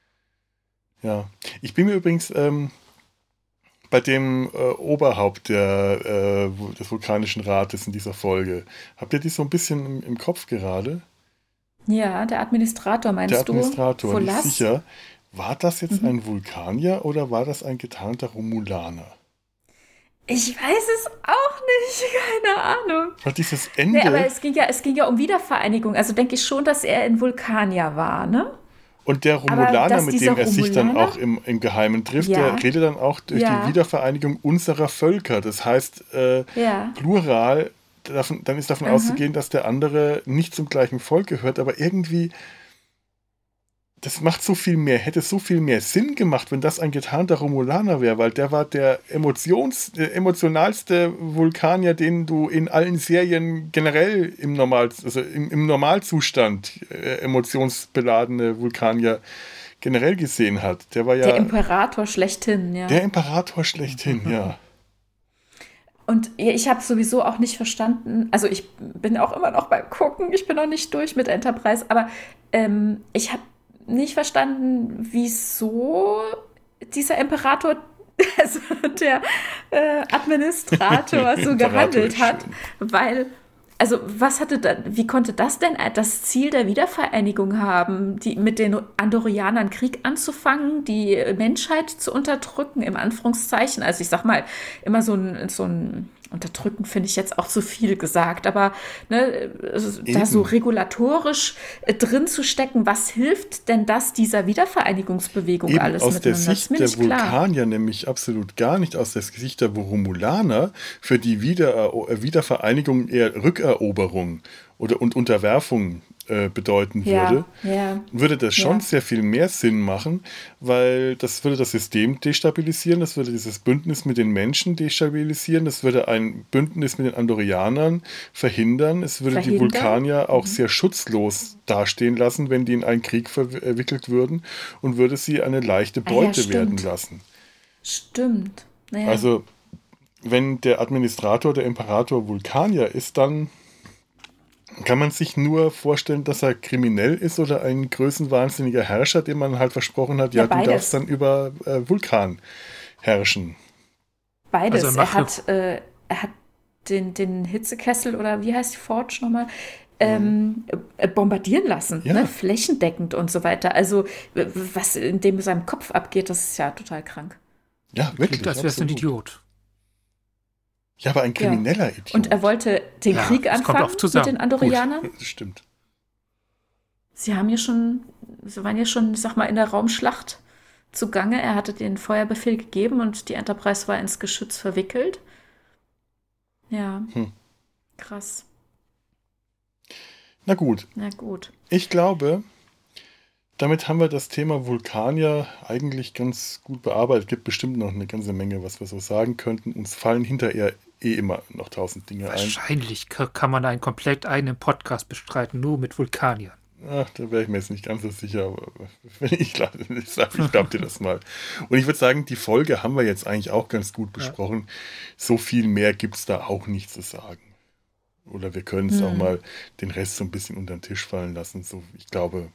Ja. Ich bin mir übrigens ähm, bei dem äh, Oberhaupt der, äh, Vul- des Vulkanischen Rates in dieser Folge, habt ihr die so ein bisschen im, im Kopf gerade? Ja, der Administrator, meinst Der Administrator, du? nicht Volas? sicher. War das jetzt Mhm. ein Vulkanier oder war das ein getarnter Romulaner? Ich weiß es auch nicht, keine Ahnung. Weil dieses Ende... Nee, aber es ging ja, es ging ja um Wiedervereinigung. Also denke ich schon, dass er ein Vulkanier war, ne? Und der Aber Romulaner, dass mit dieser dem er sich dann Romulaner- auch im, im Geheimen trifft, Ja. der redet dann auch durch Ja. die Wiedervereinigung unserer Völker. Das heißt, äh, Ja. Plural, davon, dann ist davon Aha. auszugehen, dass der andere nicht zum gleichen Volk gehört, aber irgendwie, das macht so viel mehr, hätte so viel mehr Sinn gemacht, wenn das ein getarnter Romulaner wäre, weil der war der Emotions, der emotionalste Vulkanier, den du in allen Serien generell im, Normal, also im, im Normalzustand äh, emotionsbeladene Vulkanier generell gesehen hat. Der war ja Der Imperator schlechthin, ja. der Imperator schlechthin, ja. Und ja, ich habe sowieso auch nicht verstanden, also ich bin auch immer noch beim Gucken, ich bin noch nicht durch mit Enterprise, aber ähm, ich habe nicht verstanden, wieso dieser Imperator, also der äh, Administrator so Imperator gehandelt ist hat, schön. weil, also was hatte da, wie konnte das denn das Ziel der Wiedervereinigung haben, die mit den Andorianern Krieg anzufangen, die Menschheit zu unterdrücken, im Anführungszeichen, also ich sag mal, immer so ein, so ein Unterdrücken finde ich jetzt auch zu viel gesagt, aber ne, also da Eben. so regulatorisch äh, drin zu stecken, was hilft denn das dieser Wiedervereinigungsbewegung Eben alles aus der miteinander? Das ist Sicht mir der nicht klar. Vulkanier nämlich absolut gar nicht, aus der Sicht der Romulaner für die Wieder Wiedervereinigung eher Rückeroberung oder und Unterwerfung äh, bedeuten würde, Ja, ja. würde das schon Ja. sehr viel mehr Sinn machen, weil das würde das System destabilisieren, das würde dieses Bündnis mit den Menschen destabilisieren, das würde ein Bündnis mit den Andorianern verhindern, es würde die Verhindern? Vulkanier auch sehr schutzlos dastehen lassen, wenn die in einen Krieg verwickelt würden und würde sie eine leichte Ah ja, Beute stimmt. werden lassen. Stimmt. Naja. Also, wenn der Administrator, der Imperator Vulkanier ist, dann kann man sich nur vorstellen, dass er kriminell ist oder ein größenwahnsinniger Herrscher, dem man halt versprochen hat, ja, Ja, du beides. darfst dann über äh, Vulkan herrschen. Beides. Also er nach- hat, äh, er hat den, den Hitzekessel oder wie heißt die Forge nochmal? Ähm, äh, bombardieren lassen, Ja. ne? Flächendeckend und so weiter. Also, w- was in dem seinem Kopf abgeht, das ist ja total krank. Ja, wirklich. Klingt, als wärst du ein absolut. Idiot. Ja, aber ein krimineller Idiot. Und er wollte den Ja, Krieg das kommt anfangen oft zusammen. mit den Andorianern. Das stimmt. Sie haben ja schon, sie waren ja schon, ich sag mal, in der Raumschlacht zugange. Er hatte den Feuerbefehl gegeben und die Enterprise war ins Geschütz verwickelt. Ja, Hm. krass. Na gut, Na gut. ich glaube, damit haben wir das Thema Vulkanier eigentlich ganz gut bearbeitet. Es gibt bestimmt noch eine ganze Menge, was wir so sagen könnten. Uns fallen hinterher eh immer noch tausend Dinge ein. Wahrscheinlich ka- kann man einen komplett eigenen Podcast bestreiten, nur mit Vulkaniern. Ach, da wäre ich mir jetzt nicht ganz so sicher, aber wenn ich, ich sage, ich glaube dir das mal. Und ich würde sagen, die Folge haben wir jetzt eigentlich auch ganz gut besprochen. So viel mehr gibt es da auch nicht zu sagen. Oder wir können es Hm. auch mal den Rest so ein bisschen unter den Tisch fallen lassen. So, ich glaube,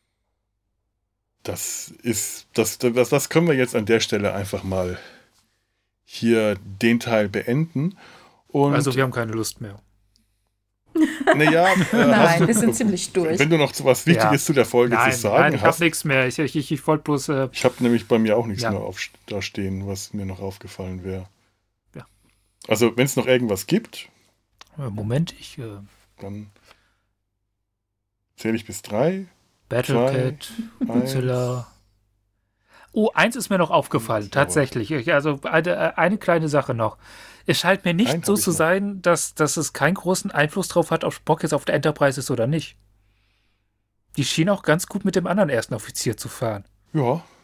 das ist, das, das, das können wir jetzt an der Stelle einfach mal hier den Teil beenden. Und Also wir haben keine Lust mehr. naja, äh, hast Nein, du, wir sind ziemlich durch. wenn du noch so was Wichtiges Ja. zu der Folge Nein, zu sagen nein, ich hast. habe nichts mehr. Ich, ich, ich, ich wollte bloß... Äh, Ich habe nämlich bei mir auch nichts Ja. mehr auf, da stehen, was mir noch aufgefallen wäre. Ja. Also, wenn es noch irgendwas gibt, Moment, ich... Äh, dann zähle ich bis drei. Battlecat, eins. Godzilla... Oh, eins ist mir noch aufgefallen, Jawohl. tatsächlich. Ich, also eine, eine kleine Sache noch. Es scheint mir nicht Einen so hab ich zu noch. sein, dass, dass es keinen großen Einfluss drauf hat, ob Spock jetzt auf der Enterprise ist oder nicht. Die schien auch ganz gut mit dem anderen ersten Offizier zu fahren. Ja,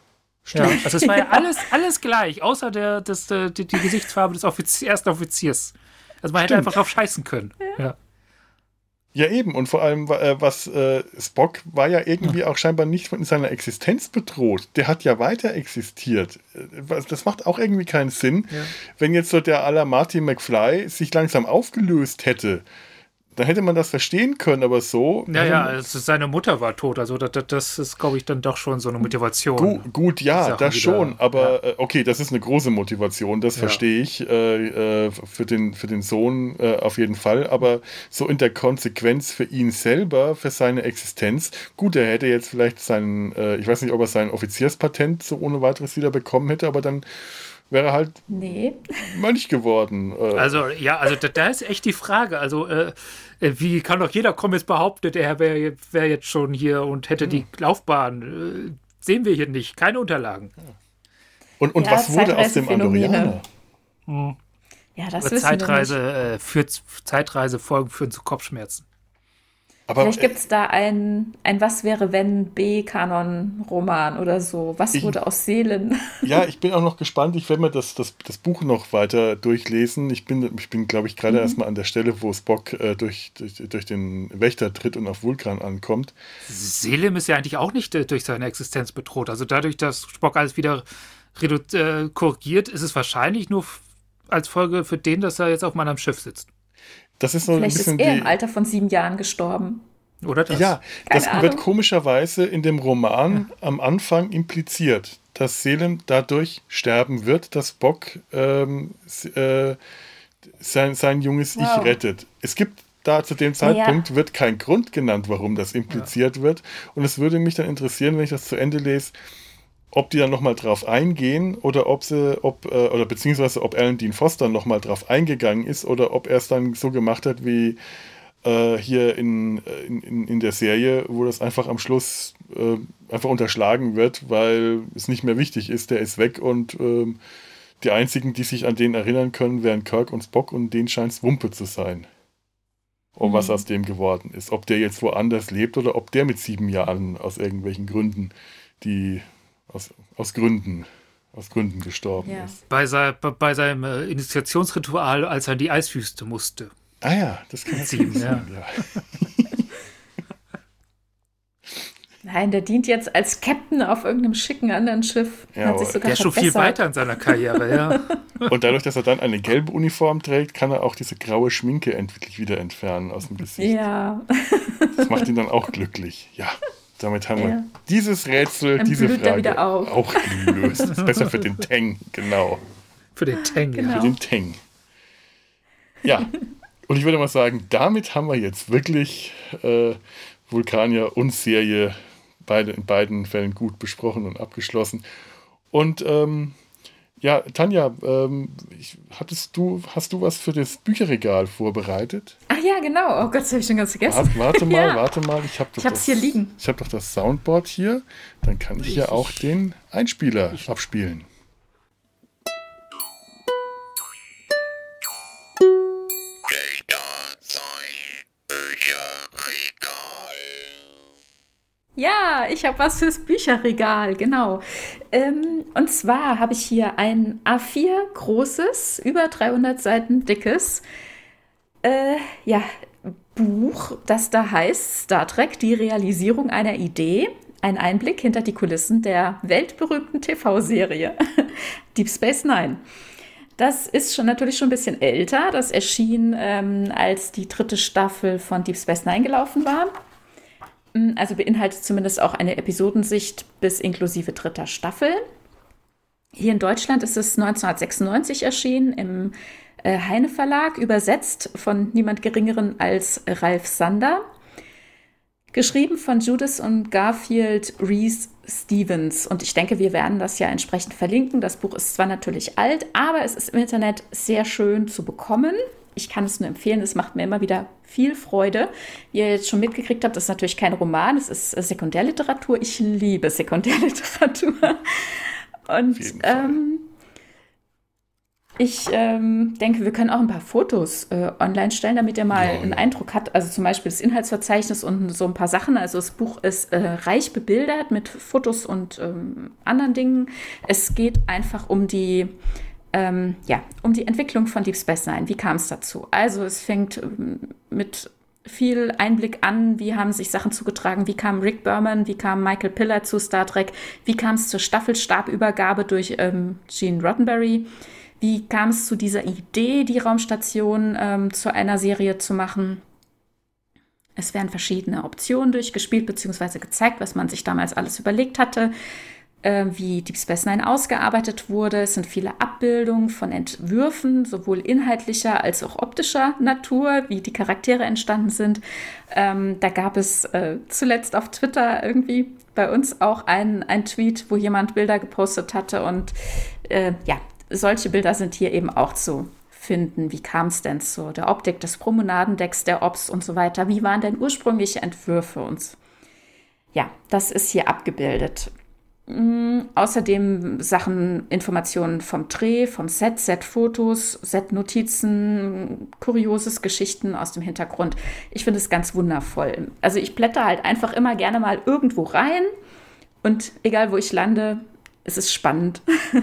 Ja, also es war ja alles, alles gleich, außer der, das, die, die Gesichtsfarbe des Offizier, ersten Offiziers. Also man hätte Stimmt. einfach drauf scheißen können. Ja. ja. Ja, eben. Und vor allem, äh, was äh, Spock war ja irgendwie auch scheinbar nicht in seiner Existenz bedroht. Der hat ja weiter existiert. Das macht auch irgendwie keinen Sinn, ja. wenn jetzt so der à la Marty McFly sich langsam aufgelöst hätte. Dann hätte man das verstehen können, aber so... Ja, ja, also seine Mutter war tot, also das, das ist, glaube ich, dann doch schon so eine Motivation. Gu gut, ja, das wieder, schon, aber ja. okay, das ist eine große Motivation, das ja. verstehe ich, äh, für, den, für den Sohn äh, auf jeden Fall, aber so in der Konsequenz für ihn selber, für seine Existenz, gut, er hätte jetzt vielleicht seinen, äh, ich weiß nicht, ob er sein Offizierspatent so ohne weiteres wieder bekommen hätte, aber dann wäre halt nee. Mönch geworden. Äh. Also, ja, also da, da ist echt die Frage. Also, äh, wie kann doch jeder kommen jetzt behaupten, der wäre wär jetzt schon hier und hätte hm. die Laufbahn. Äh, sehen wir hier nicht. Keine Unterlagen. Und, und ja, was wurde aus dem Andorianer? Hm. Ja, das Über wissen Zeitreise, wir nicht. Äh, führt, Zeitreisefolgen führen zu Kopfschmerzen. Aber, Vielleicht gibt es da ein, ein Was wäre wenn B-Kanon-Roman oder so. Was ich, wurde aus Seelen? Ja, ich bin auch noch gespannt. Ich werde mir das, das, das Buch noch weiter durchlesen. Ich bin, ich bin glaube ich, gerade mhm. erstmal an der Stelle, wo Spock äh, durch, durch, durch den Wächter tritt und auf Vulkan ankommt. Selim ist ja eigentlich auch nicht äh, durch seine Existenz bedroht. Also dadurch, dass Spock alles wieder äh, korrigiert, ist es wahrscheinlich nur als Folge für den, dass er jetzt auf meinem Schiff sitzt. Das ist so Vielleicht ein bisschen ist er die, im Alter von sieben Jahren gestorben. Oder das? Ja, Keine das Ahnung. wird komischerweise in dem Roman ja. am Anfang impliziert, dass Selim dadurch sterben wird, dass Spock ähm, äh, sein, sein junges wow. Ich rettet. Es gibt da zu dem Zeitpunkt, ja. wird kein Grund genannt, warum das impliziert ja. wird. Und es würde mich dann interessieren, wenn ich das zu Ende lese, ob die dann nochmal drauf eingehen oder ob sie, ob, äh, oder beziehungsweise ob Alan Dean Foster nochmal drauf eingegangen ist oder ob er es dann so gemacht hat wie äh, hier in, in, in der Serie, wo das einfach am Schluss äh, einfach unterschlagen wird, weil es nicht mehr wichtig ist, der ist weg und äh, die einzigen, die sich an den erinnern können, wären Kirk und Spock und denen scheint es Wumpe zu sein. Und mhm. was aus dem geworden ist. Ob der jetzt woanders lebt oder ob der mit sieben Jahren aus irgendwelchen Gründen die Aus, aus Gründen, aus Gründen gestorben ja. ist. Bei, sei, bei seinem äh, Initiationsritual, als er in die Eiswüste musste. Ah ja, das kann ziehen, ja. ja. Nein, der dient jetzt als Captain auf irgendeinem schicken anderen Schiff. Ja, hat sich sogar der ist schon viel weiter in seiner Karriere, ja. Und dadurch, dass er dann eine gelbe Uniform trägt, kann er auch diese graue Schminke endlich wieder entfernen aus dem Gesicht. Ja. Das macht ihn dann auch glücklich. Ja. Damit haben ja. wir dieses Rätsel, dann diese Frage auch gelöst. Das ist besser für den Tang, genau. Für den Tang, genau. Für den Tang. Ja, und ich würde mal sagen, damit haben wir jetzt wirklich äh, Vulkanier und Serie beide, in beiden Fällen gut besprochen und abgeschlossen. Und ähm, ja, Tanja, ähm, ich, hattest du, hast du was für das Bücherregal vorbereitet? Ach ja, genau. Oh Gott, das habe ich schon ganz vergessen. Warte, warte mal, ja. warte mal. Ich habe es hier liegen. Ich habe doch das Soundboard hier. Dann kann ich, ich ja auch den Einspieler ich, abspielen. Ja, ich habe was fürs Bücherregal, genau. Ähm, und zwar habe ich hier ein A vier großes, über dreihundert Seiten dickes äh, ja, Buch, das da heißt Star Trek, die Realisierung einer Idee. Ein Einblick hinter die Kulissen der weltberühmten T V-Serie Deep Space Nine. Das ist schon natürlich schon ein bisschen älter. Das erschien, ähm, als die dritte Staffel von Deep Space Nine gelaufen war. Also beinhaltet zumindest auch eine Episodensicht bis inklusive dritter Staffel. Hier in Deutschland ist es neunzehnhundertsechsundneunzig erschienen im äh, Heine Verlag, übersetzt von niemand Geringeren als Ralf Sander. Geschrieben von Judith und Garfield Reese Stevens. Und ich denke, wir werden das ja entsprechend verlinken. Das Buch ist zwar natürlich alt, aber es ist im Internet sehr schön zu bekommen. Ich kann es nur empfehlen, es macht mir immer wieder viel Freude. Wie ihr jetzt schon mitgekriegt habt, das ist natürlich kein Roman, es ist Sekundärliteratur. Ich liebe Sekundärliteratur. Und ähm, Ich ähm, denke, wir können auch ein paar Fotos äh, online stellen, damit ihr mal Ja, einen ja. Eindruck habt. Also zum Beispiel das Inhaltsverzeichnis und so ein paar Sachen. Also das Buch ist äh, reich bebildert mit Fotos und ähm, anderen Dingen. Es geht einfach um die, ähm, ja, um die Entwicklung von Deep Space Nine. Wie kam es dazu? Also es fängt ähm, mit viel Einblick an, wie haben sich Sachen zugetragen, wie kam Rick Berman, wie kam Michael Piller zu Star Trek, wie kam es zur Staffelstabübergabe durch ähm, Gene Roddenberry. Wie kam es zu dieser Idee, die Raumstation ähm, zu einer Serie zu machen? Es werden verschiedene Optionen durchgespielt bzw. gezeigt, was man sich damals alles überlegt hatte, äh, wie Deep Space Nine ausgearbeitet wurde. Es sind viele Abbildungen von Entwürfen, sowohl inhaltlicher als auch optischer Natur, wie die Charaktere entstanden sind. Ähm, da gab es äh, zuletzt auf Twitter irgendwie bei uns auch einen, einen Tweet, wo jemand Bilder gepostet hatte und äh, ja, solche Bilder sind hier eben auch zu finden. Wie kam es denn zu der Optik des Promenadendecks, der Ops und so weiter? Wie waren denn ursprüngliche Entwürfe uns? Ja, das ist hier abgebildet. Mhm. Außerdem Sachen, Informationen vom Dreh, vom Set, Set-Fotos, Set-Notizen, kurioses Geschichten aus dem Hintergrund. Ich finde es ganz wundervoll. Also ich blätter halt einfach immer gerne mal irgendwo rein und egal wo ich lande, es ist spannend.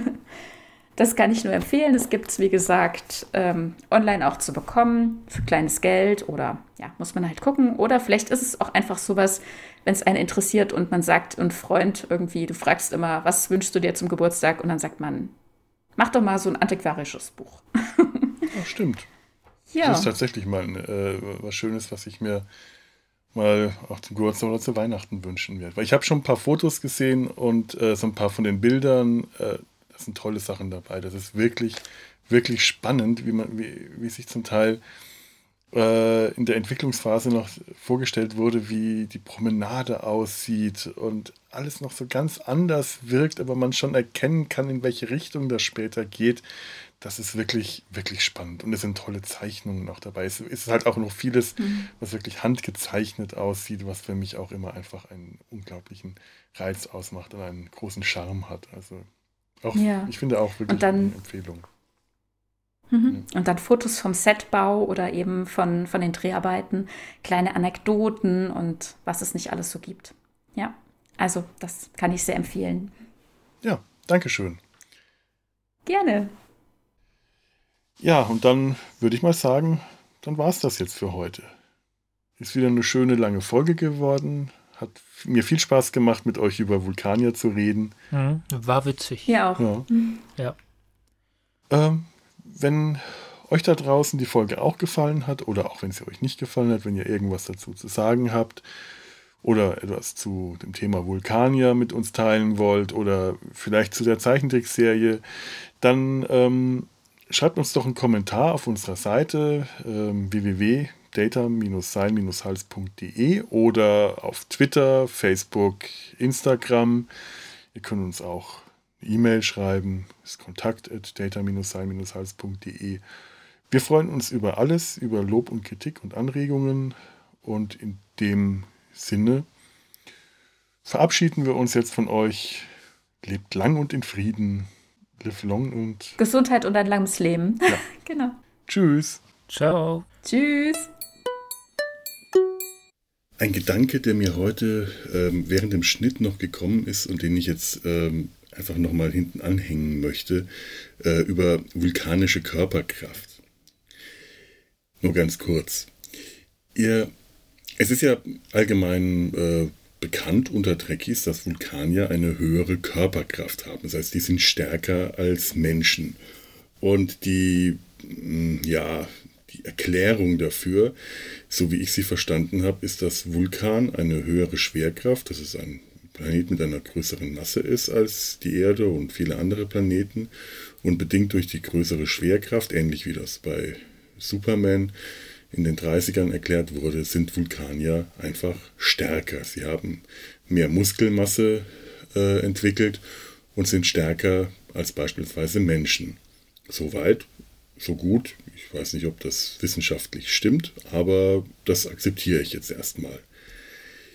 Das kann ich nur empfehlen. Es gibt es, wie gesagt, ähm, online auch zu bekommen für kleines Geld oder ja, muss man halt gucken. Oder vielleicht ist es auch einfach sowas, wenn es einen interessiert und man sagt, ein Freund irgendwie, du fragst immer, was wünschst du dir zum Geburtstag? Und dann sagt man, mach doch mal so ein antiquarisches Buch. Ja, stimmt. Ja. Das ist tatsächlich mal äh, was Schönes, was ich mir mal auch zum Geburtstag oder zu Weihnachten wünschen werde. Weil ich habe schon ein paar Fotos gesehen und äh, so ein paar von den Bildern. Äh, das sind tolle Sachen dabei. Das ist wirklich, wirklich spannend, wie man, wie, wie sich zum Teil äh, in der Entwicklungsphase noch vorgestellt wurde, wie die Promenade aussieht und alles noch so ganz anders wirkt, aber man schon erkennen kann, in welche Richtung das später geht. Das ist wirklich, wirklich spannend. Und es sind tolle Zeichnungen auch dabei. Es ist halt auch noch vieles, mhm. was wirklich handgezeichnet aussieht, was für mich auch immer einfach einen unglaublichen Reiz ausmacht und einen großen Charme hat. Also auch, ja. Ich finde auch wirklich dann, eine Empfehlung. Mhm. Ja. Und dann Fotos vom Setbau oder eben von, von den Dreharbeiten, kleine Anekdoten und was es nicht alles so gibt. Ja, also das kann ich sehr empfehlen. Ja, danke schön. Gerne. Ja, und dann würde ich mal sagen, dann war es das jetzt für heute. Ist wieder eine schöne, lange Folge geworden. Hat mir viel Spaß gemacht, mit euch über Vulkanier zu reden. Mhm, war witzig. Ja, auch. Ja. Ja. Ähm, wenn euch da draußen die Folge auch gefallen hat oder auch wenn sie euch nicht gefallen hat, wenn ihr irgendwas dazu zu sagen habt oder etwas zu dem Thema Vulkanier mit uns teilen wollt oder vielleicht zu der Zeichentrickserie, dann ähm, schreibt uns doch einen Kommentar auf unserer Seite ähm, w w w punkt data sein hals punkt de oder auf Twitter, Facebook, Instagram. Ihr könnt uns auch eine E-Mail schreiben, ist kontakt at data sein hals punkt de. Wir freuen uns über alles, über Lob und Kritik und Anregungen und in dem Sinne verabschieden wir uns jetzt von euch. Lebt lang und in Frieden. Live long und Gesundheit und ein langes Leben. Ja. Genau. Tschüss. Ciao. Tschüss. Ein Gedanke, der mir heute ähm, während dem Schnitt noch gekommen ist und den ich jetzt ähm, einfach nochmal hinten anhängen möchte, äh, über vulkanische Körperkraft. Nur ganz kurz. Ihr, es ist ja allgemein äh, bekannt unter Trekkies, dass Vulkanier eine höhere Körperkraft haben. Das heißt, die sind stärker als Menschen. Und die, ja, die Erklärung dafür, so wie ich sie verstanden habe, ist, dass Vulkan eine höhere Schwerkraft, dass es ein Planet mit einer größeren Masse ist als die Erde und viele andere Planeten. Und bedingt durch die größere Schwerkraft, ähnlich wie das bei Superman in den dreißigern erklärt wurde, sind Vulkanier einfach stärker. Sie haben mehr Muskelmasse äh, entwickelt und sind stärker als beispielsweise Menschen. Soweit, so gut. Ich weiß nicht, ob das wissenschaftlich stimmt, aber das akzeptiere ich jetzt erstmal.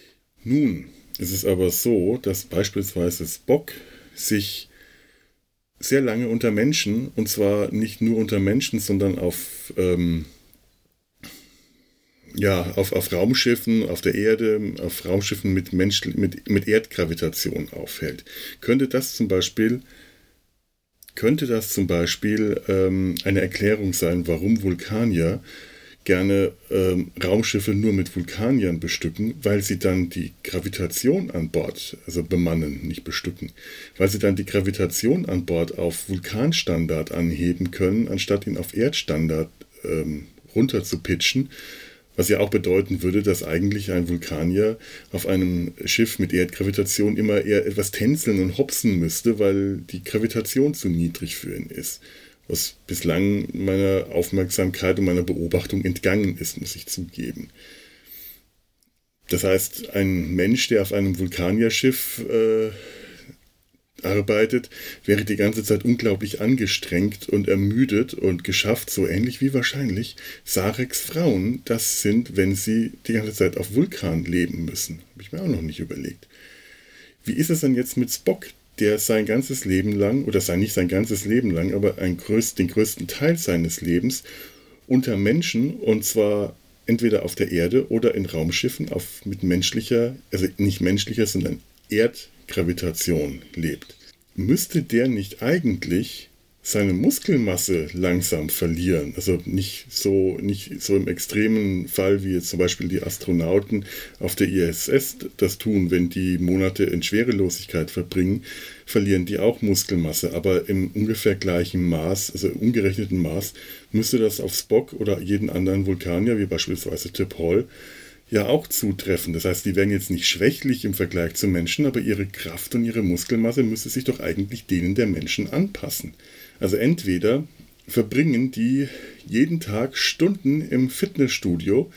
Nun, es ist aber so, dass beispielsweise Spock sich sehr lange unter Menschen, und zwar nicht nur unter Menschen, sondern auf, ähm, ja, auf, auf Raumschiffen, auf der Erde, auf Raumschiffen mit, Mensch, mit, mit Erdgravitation aufhält. Könnte das zum Beispiel, könnte das zum Beispiel ähm, eine Erklärung sein, warum Vulkanier gerne ähm, Raumschiffe nur mit Vulkaniern bestücken, weil sie dann die Gravitation an Bord, also bemannen, nicht bestücken, weil sie dann die Gravitation an Bord auf Vulkanstandard anheben können, anstatt ihn auf Erdstandard ähm, runter zu pitchen, was ja auch bedeuten würde, dass eigentlich ein Vulkanier auf einem Schiff mit Erdgravitation immer eher etwas tänzeln und hopsen müsste, weil die Gravitation zu niedrig für ihn ist. Was bislang meiner Aufmerksamkeit und meiner Beobachtung entgangen ist, muss ich zugeben. Das heißt, ein Mensch, der auf einem Vulkanierschiff äh, arbeitet, wäre die ganze Zeit unglaublich angestrengt und ermüdet und geschafft, so ähnlich wie wahrscheinlich Sareks Frauen das sind, wenn sie die ganze Zeit auf Vulkan leben müssen. Habe ich mir auch noch nicht überlegt. Wie ist es denn jetzt mit Spock, der sein ganzes Leben lang, oder sei nicht sein ganzes Leben lang, aber einen größt, den größten Teil seines Lebens unter Menschen, und zwar entweder auf der Erde oder in Raumschiffen auf, mit menschlicher, also nicht menschlicher, sondern Erdgravitation lebt? Müsste der nicht eigentlich seine Muskelmasse langsam verlieren? Also nicht so, nicht so im extremen Fall, wie jetzt zum Beispiel die Astronauten auf der I S S das tun, wenn die Monate in Schwerelosigkeit verbringen, verlieren die auch Muskelmasse. Aber im ungefähr gleichen Maß, also im umgerechneten Maß, müsste das auf Spock oder jeden anderen Vulkanier, wie beispielsweise T'Pol, ja auch zutreffen. Das heißt, die wären jetzt nicht schwächlich im Vergleich zu Menschen, aber ihre Kraft und ihre Muskelmasse müsste sich doch eigentlich denen der Menschen anpassen. Also entweder verbringen die jeden Tag Stunden im Fitnessstudio,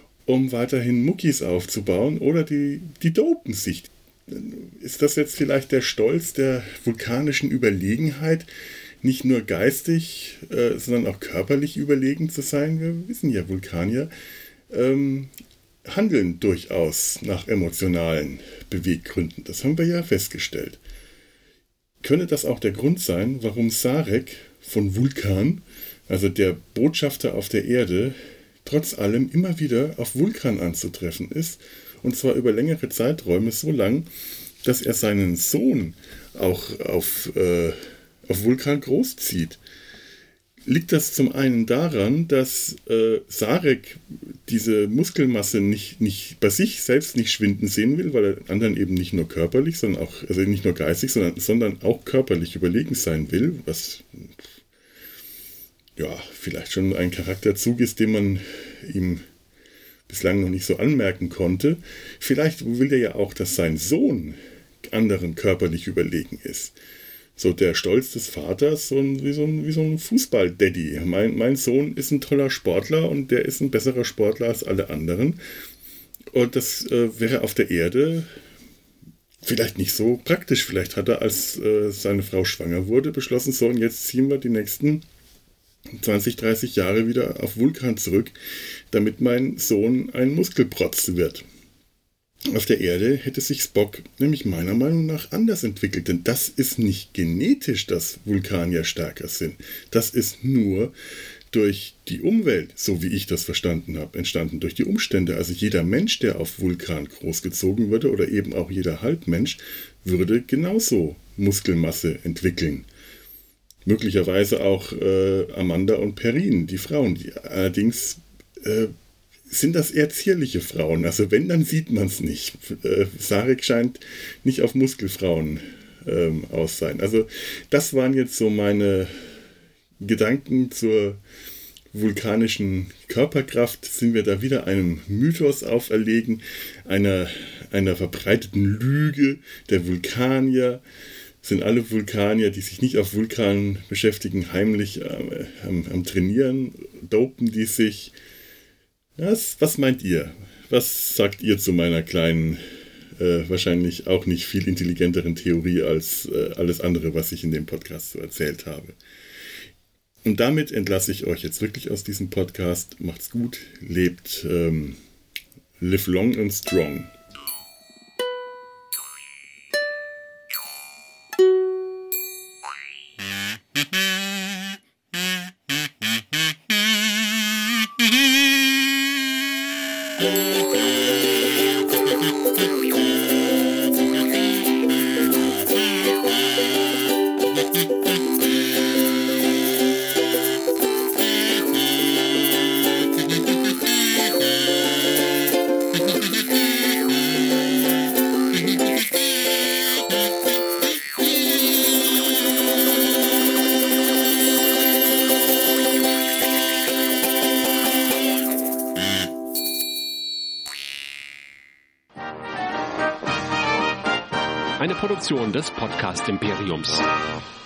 um weiterhin Muckis aufzubauen, oder die, die dopen sich. Ist das jetzt vielleicht der Stolz der vulkanischen Überlegenheit, nicht nur geistig, äh, sondern auch körperlich überlegen zu sein? Wir wissen ja, Vulkanier ähm, handeln durchaus nach emotionalen Beweggründen. Das haben wir ja festgestellt. Könnte das auch der Grund sein, warum Sarek von Vulkan, also der Botschafter auf der Erde, trotz allem immer wieder auf Vulkan anzutreffen ist, und zwar über längere Zeiträume, so lang, dass er seinen Sohn auch auf, äh, auf Vulkan großzieht? Liegt das zum einen daran, dass äh, Sarek diese Muskelmasse nicht, nicht bei sich selbst nicht schwinden sehen will, weil er anderen eben nicht nur körperlich, sondern auch, also nicht nur geistig, sondern, sondern auch körperlich überlegen sein will, was ja vielleicht schon ein Charakterzug ist, den man ihm bislang noch nicht so anmerken konnte. Vielleicht will er ja auch, dass sein Sohn anderen körperlich überlegen ist. So der Stolz des Vaters, so ein, wie so ein, wie so ein Fußball-Daddy. Mein, mein Sohn ist ein toller Sportler und der ist ein besserer Sportler als alle anderen. Und das äh, wäre auf der Erde vielleicht nicht so praktisch. Vielleicht hat er, als äh, seine Frau schwanger wurde, beschlossen, so, und jetzt ziehen wir die nächsten zwanzig, dreißig Jahre wieder auf Vulkan zurück, damit mein Sohn ein Muskelprotz wird. Auf der Erde hätte sich Spock nämlich meiner Meinung nach anders entwickelt, denn das ist nicht genetisch, dass Vulkanier stärker sind. Das ist nur durch die Umwelt, so wie ich das verstanden habe, entstanden, durch die Umstände. Also jeder Mensch, der auf Vulkan großgezogen würde, oder eben auch jeder Halbmensch, würde genauso Muskelmasse entwickeln. Möglicherweise auch äh, Amanda und Perrine, die Frauen, die allerdings äh, sind das eher zierliche Frauen. Also wenn, dann sieht man es nicht. Äh, Sarek scheint nicht auf Muskelfrauen ähm, aus sein. Also das waren jetzt so meine Gedanken zur vulkanischen Körperkraft. Sind wir da wieder einem Mythos auferlegen, einer, einer verbreiteten Lüge der Vulkanier? Sind alle Vulkanier, die sich nicht auf Vulkan beschäftigen, heimlich äh, am, am Trainieren? Dopen die sich? Was, was meint ihr? Was sagt ihr zu meiner kleinen, äh, wahrscheinlich auch nicht viel intelligenteren Theorie als äh, alles andere, was ich in dem Podcast so erzählt habe? Und damit entlasse ich euch jetzt wirklich aus diesem Podcast. Macht's gut, lebt, ähm, live long and strong. eine Produktion des Podcast Imperiums.